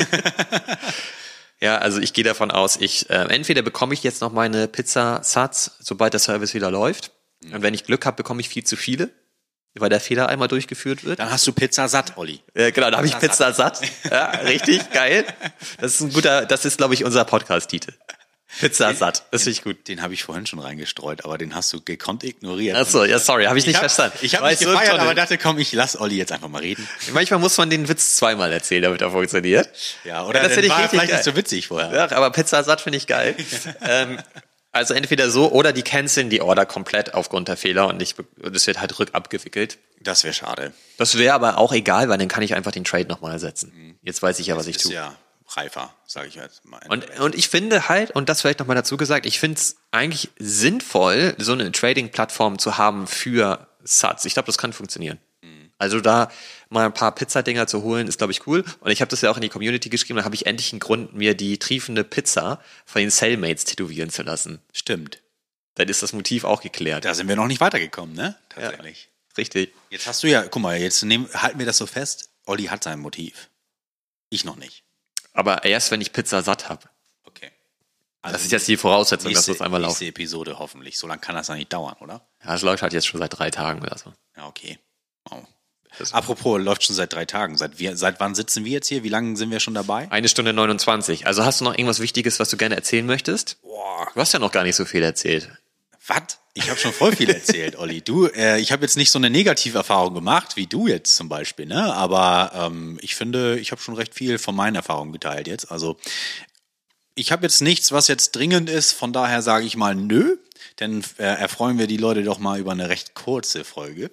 Ja, also ich gehe davon aus, entweder bekomme ich jetzt noch meine Pizza-Sats, sobald der Service wieder läuft. Und wenn ich Glück habe, bekomme ich viel zu viele, weil der Fehler einmal durchgeführt wird. Dann hast du Pizza satt, Olli. Genau, da habe ich Pizza satt. Ja, richtig, geil. Das ist glaube ich, unser Podcast-Titel. Pizza satt, das finde ich gut. Den habe ich vorhin schon reingestreut, aber den hast du gekonnt ignoriert. Achso, ja, sorry, habe ich nicht verstanden. Ich habe mich gefeiert, aber dachte, komm, ich lass Olli jetzt einfach mal reden. Manchmal muss man den Witz zweimal erzählen, damit er funktioniert. Ja, oder das finde ich richtig vielleicht geil. nicht so witzig vorher. Ja, aber Pizza satt finde ich geil. Also entweder so oder die canceln die Order komplett aufgrund der Fehler und es wird halt rückabgewickelt. Das wäre schade. Das wäre aber auch egal, weil dann kann ich einfach den Trade nochmal ersetzen. Jetzt weiß ich ja, was ich tue. Ist ja reifer, sage ich jetzt mal. Und ich finde halt, und das vielleicht nochmal dazu gesagt, ich finde es eigentlich sinnvoll, so eine Trading-Plattform zu haben für Sats. Ich glaube, das kann funktionieren. Also da mal ein paar Pizzadinger zu holen, ist, glaube ich, cool. Und ich habe das ja auch in die Community geschrieben, da habe ich endlich einen Grund, mir die triefende Pizza von den Cellmates tätowieren zu lassen. Stimmt. Dann ist das Motiv auch geklärt. Da sind wir noch nicht weitergekommen, ne? Tatsächlich. Ja, richtig. Jetzt hast du ja, guck mal, halten wir das so fest, Olli hat sein Motiv. Ich noch nicht. Aber erst, wenn ich Pizza satt habe. Okay. Das ist jetzt die Voraussetzung, dass das einmal läuft. Nächste Episode hoffentlich. So lange kann das ja nicht dauern, oder? Ja, es läuft halt jetzt schon seit 3 Tagen oder so. Ja, okay. Wow. Apropos, läuft schon seit 3 Tagen. Seit wann sitzen wir jetzt hier? Wie lange sind wir schon dabei? 1 Stunde 29. Also hast du noch irgendwas Wichtiges, was du gerne erzählen möchtest? Boah. Du hast ja noch gar nicht so viel erzählt. Was? Ich habe schon voll viel erzählt, Olli. Ich habe jetzt nicht so eine Negativerfahrung gemacht, wie du jetzt zum Beispiel, ne? Aber ich finde, ich habe schon recht viel von meinen Erfahrungen geteilt jetzt. Also ich habe jetzt nichts, was jetzt dringend ist. Von daher sage ich mal nö. Dann erfreuen wir die Leute doch mal über eine recht kurze Folge.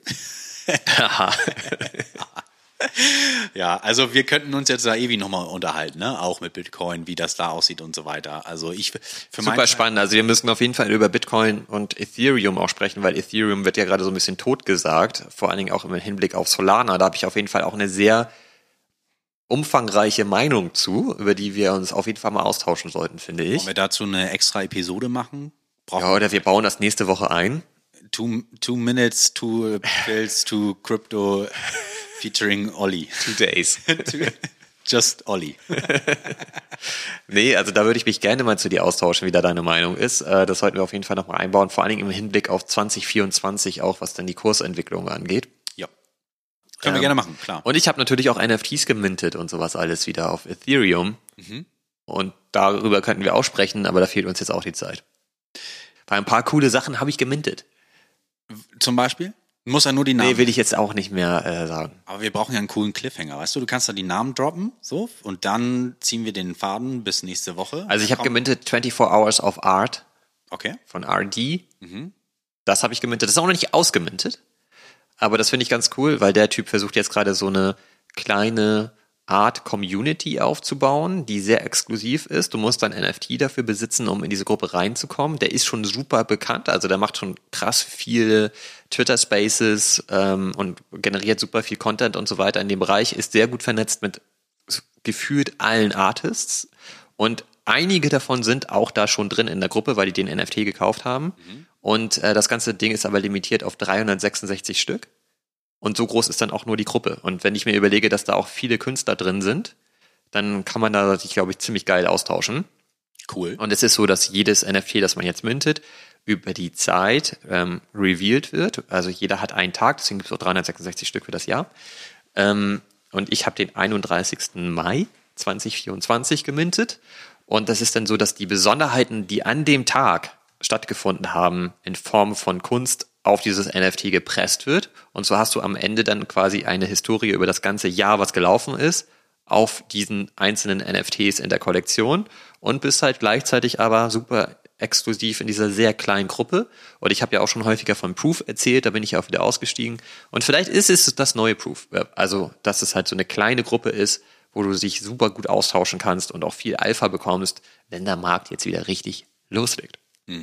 Ja, also wir könnten uns jetzt da ewig nochmal unterhalten, ne? Auch mit Bitcoin, wie das da aussieht und so weiter. Also super spannend. Also wir müssen auf jeden Fall über Bitcoin und Ethereum auch sprechen, weil Ethereum wird ja gerade so ein bisschen totgesagt, vor allen Dingen auch im Hinblick auf Solana. Da habe ich auf jeden Fall auch eine sehr umfangreiche Meinung zu, über die wir uns auf jeden Fall mal austauschen sollten, finde ich. Wollen wir dazu eine extra Episode machen? Ja, oder wir bauen das nächste Woche ein. 2 minutes, 2 pills, 2 crypto featuring Olli. 2 days. Just Olli. Nee, also da würde ich mich gerne mal zu dir austauschen, wie da deine Meinung ist. Das sollten wir auf jeden Fall nochmal einbauen, vor allen Dingen im Hinblick auf 2024 auch, was dann die Kursentwicklung angeht. Ja. Können wir gerne machen, klar. Und ich habe natürlich auch NFTs gemintet und sowas alles wieder auf Ethereum. Und darüber könnten wir auch sprechen, aber da fehlt uns jetzt auch die Zeit. Weil ein paar coole Sachen habe ich gemintet. Zum Beispiel? Muss ja nur die Namen. Nee, will ich jetzt auch nicht mehr sagen. Aber wir brauchen ja einen coolen Cliffhanger, weißt du? Du kannst da die Namen droppen, so, und dann ziehen wir den Faden bis nächste Woche. Also ich habe gemintet 24 Hours of Art. Okay. Von RD. Das habe ich gemintet. Das ist auch noch nicht ausgemintet. Aber das finde ich ganz cool, weil der Typ versucht jetzt gerade so eine kleine Art-Community aufzubauen, die sehr exklusiv ist. Du musst dann NFT dafür besitzen, um in diese Gruppe reinzukommen. Der ist schon super bekannt, also der macht schon krass viele Twitter-Spaces und generiert super viel Content und so weiter in dem Bereich, ist sehr gut vernetzt mit gefühlt allen Artists und einige davon sind auch da schon drin in der Gruppe, weil die den NFT gekauft haben. Und das ganze Ding ist aber limitiert auf 366 Stück. Und so groß ist dann auch nur die Gruppe. Und wenn ich mir überlege, dass da auch viele Künstler drin sind, dann kann man da sich, glaube ich, ziemlich geil austauschen. Cool. Und es ist so, dass jedes NFT, das man jetzt mintet, über die Zeit revealed wird. Also jeder hat einen Tag, deswegen gibt es auch 366 Stück für das Jahr. Und ich habe den 31. Mai 2024 gemintet. Und das ist dann so, dass die Besonderheiten, die an dem Tag stattgefunden haben, in Form von Kunst auf dieses NFT gepresst wird. Und so hast du am Ende dann quasi eine Historie über das ganze Jahr, was gelaufen ist, auf diesen einzelnen NFTs in der Kollektion und bist halt gleichzeitig aber super exklusiv in dieser sehr kleinen Gruppe. Und ich habe ja auch schon häufiger von Proof erzählt, da bin ich ja auch wieder ausgestiegen. Und vielleicht ist es das neue Proof. Also, dass es halt so eine kleine Gruppe ist, wo du dich super gut austauschen kannst und auch viel Alpha bekommst, wenn der Markt jetzt wieder richtig loslegt.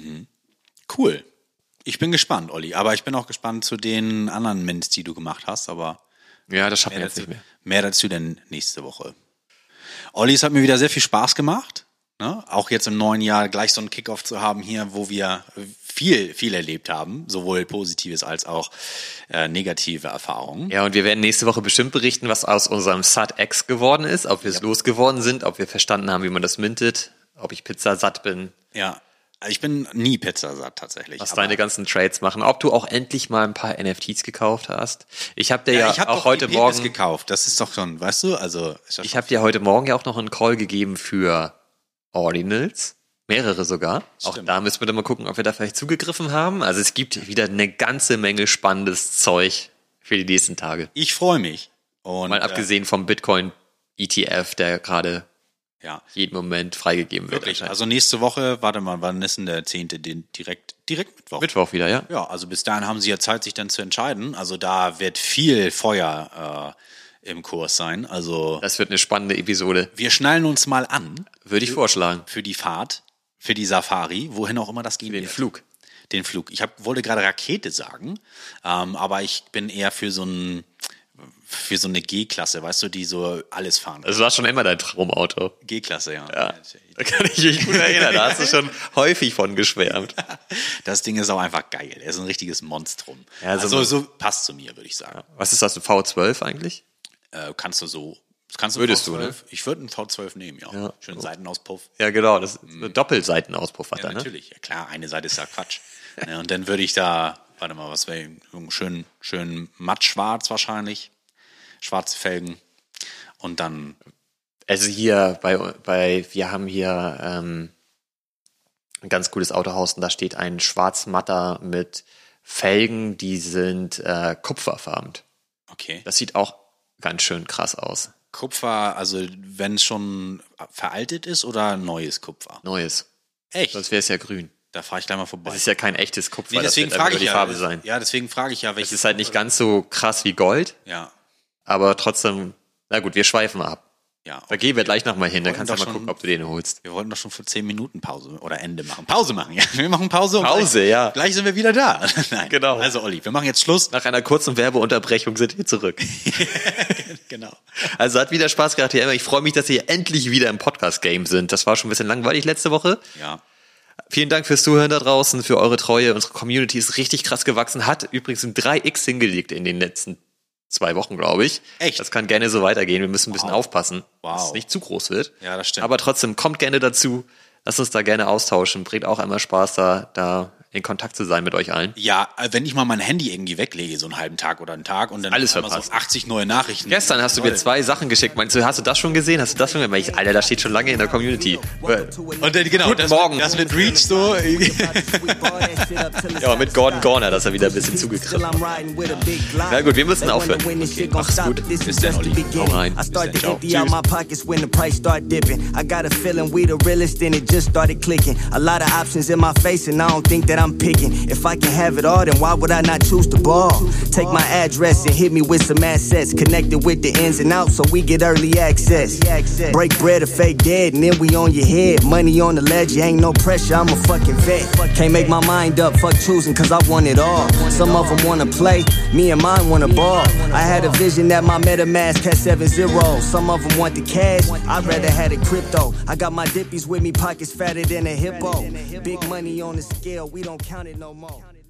Cool. Ich bin gespannt, Olli. Aber ich bin auch gespannt zu den anderen Mints, die du gemacht hast. Aber ja, das schaffen wir jetzt nicht mehr. Mehr dazu denn nächste Woche. Olli, es hat mir wieder sehr viel Spaß gemacht. Ne? Auch jetzt im neuen Jahr gleich so einen Kickoff zu haben hier, wo wir viel erlebt haben. Sowohl Positives als auch negative Erfahrungen. Ja, und wir werden nächste Woche bestimmt berichten, was aus unserem SAT-X geworden ist. Ob wir es losgeworden sind, ob wir verstanden haben, wie man das mintet, ob ich Pizza satt bin. Ja. Ich bin nie pizzasatt tatsächlich. Was deine ganzen Trades machen. Ob du auch endlich mal ein paar NFTs gekauft hast. Ich habe dir ja ich hab auch doch heute die Morgen Penis gekauft. Das ist doch schon, weißt du, also ich habe dir heute Morgen ja auch noch einen Call gegeben für Ordinals Mehrere sogar. Auch Stimmt. da müssen wir dann mal gucken, ob wir da vielleicht zugegriffen haben. Also es gibt wieder eine ganze Menge spannendes Zeug für die nächsten Tage. Ich freue mich. Und, Mal abgesehen vom Bitcoin-ETF, der gerade ja, jeden Moment freigegeben wird. wirklich. Also nächste Woche, warte mal, wann ist denn der 10.? Direkt Mittwoch. Mittwoch wieder, ja. Ja, also bis dahin haben sie ja Zeit, sich dann zu entscheiden. Also da wird viel Feuer im Kurs sein. Also Das wird eine spannende Episode. wir schnallen uns mal an Würde ich vorschlagen. für die Fahrt, für die Safari, wohin auch immer das gehen Den wird. Flug. Den Flug. Ich wollte gerade Rakete sagen, aber ich bin eher für so eine G-Klasse, weißt du, die so alles fahren. Das war schon immer dein Traumauto. G-Klasse, ja. Ja. Da kann ich mich gut erinnern. Da hast du schon häufig von geschwärmt. Das Ding ist auch einfach geil. Er ist ein richtiges Monstrum. Ja, also so passt zu mir, würde ich sagen. Was ist das, ein V12 eigentlich? Kannst du Würdest einen V12? du, ne? Ich würde einen V12 nehmen, ja. Ja. Schön Seitenauspuff. Ja, genau. Das ist ein Doppelseitenauspuff hat Ja, er, ne? natürlich. Ja, klar, eine Seite ist ja Quatsch. Ja, und dann würde ich da, warte mal, was wäre schön mattschwarz wahrscheinlich. Schwarze Felgen. Und dann, Also hier wir haben hier ein ganz cooles Autohaus und da steht ein Schwarzmatter mit Felgen, die sind kupferfarben. okay. Das sieht auch ganz schön krass aus. Kupfer, also wenn es schon veraltet ist oder neues Kupfer? Neues. Echt? Sonst wäre es ja grün. Da fahre ich gleich mal vorbei. Das ist ja kein echtes Kupfer, Nee, deswegen das wird frage einfach ich nur die ja. Farbe sein. Ja, deswegen frage ich ja, Es welches. ist halt nicht ganz so krass wie Gold, Ja, aber trotzdem, na gut, wir schweifen ab. ja. Da gehen wir gleich nochmal hin, da wollten kannst du doch mal gucken, schon- ob du den holst. Wir wollten doch schon vor 10 Minuten Pause oder Ende machen. Pause machen, ja. Wir machen Pause. Und Pause, gleich, ja. Gleich sind wir wieder da. Nein. Genau. Also Olli, wir machen jetzt Schluss. Nach einer kurzen Werbeunterbrechung sind wir zurück. Genau. Also hat wieder Spaß gemacht hier. Ich freue mich, dass ihr endlich wieder im Podcast-Game sind. Das war schon ein bisschen langweilig letzte Woche. Ja. Vielen Dank fürs Zuhören da draußen, für eure Treue. Unsere Community ist richtig krass gewachsen, hat übrigens ein 3x hingelegt in den letzten 2 Wochen, glaube ich. Echt? Das kann gerne so weitergehen. Wir müssen ein bisschen aufpassen, Wow. dass es nicht zu groß wird. Ja, das stimmt. Aber trotzdem, kommt gerne dazu. Lasst uns da gerne austauschen. Bringt auch immer Spaß, da in Kontakt zu sein mit euch allen. Ja, wenn ich mal mein Handy irgendwie weglege, so einen halben Tag oder einen Tag und dann Alles einmal verpasst. so 80 neue Nachrichten. Gestern hast du mir 2 Sachen geschickt. Meinst du, hast du das schon gesehen? Hast du das schon gesehen? Alter, das steht schon lange in der Community. Und dann, genau, Guten Morgen. Das mit Reach so. Ja, mit Gordon Gorner, dass er wieder ein bisschen zugegriffen hat. Na gut, wir müssen aufhören. Okay, mach's gut. Bis dann, Olli. Hau rein. I start Bis to dann. empty Ciao. out my pockets when the price start dipping. I got a feeling we the realest and it just started clicking. A lot of options in my face and I don't think that I'm picking. If I can have it all, then why would I not choose the ball? Take my address and hit me with some assets. Connected with the ins and outs so we get early access. Break bread or fake dead and then we on your head. Money on the ledge, ain't no pressure, I'm a fucking vet. Can't make my mind up, fuck choosing cause I want it all. Some of them wanna play, me and mine wanna ball. I had a vision that my MetaMask had 7 zeros. Some of them want the cash, I'd rather had it crypto. I got my dippies with me, pockets fatter than a hippo. Big money on the scale, we don't count it no more.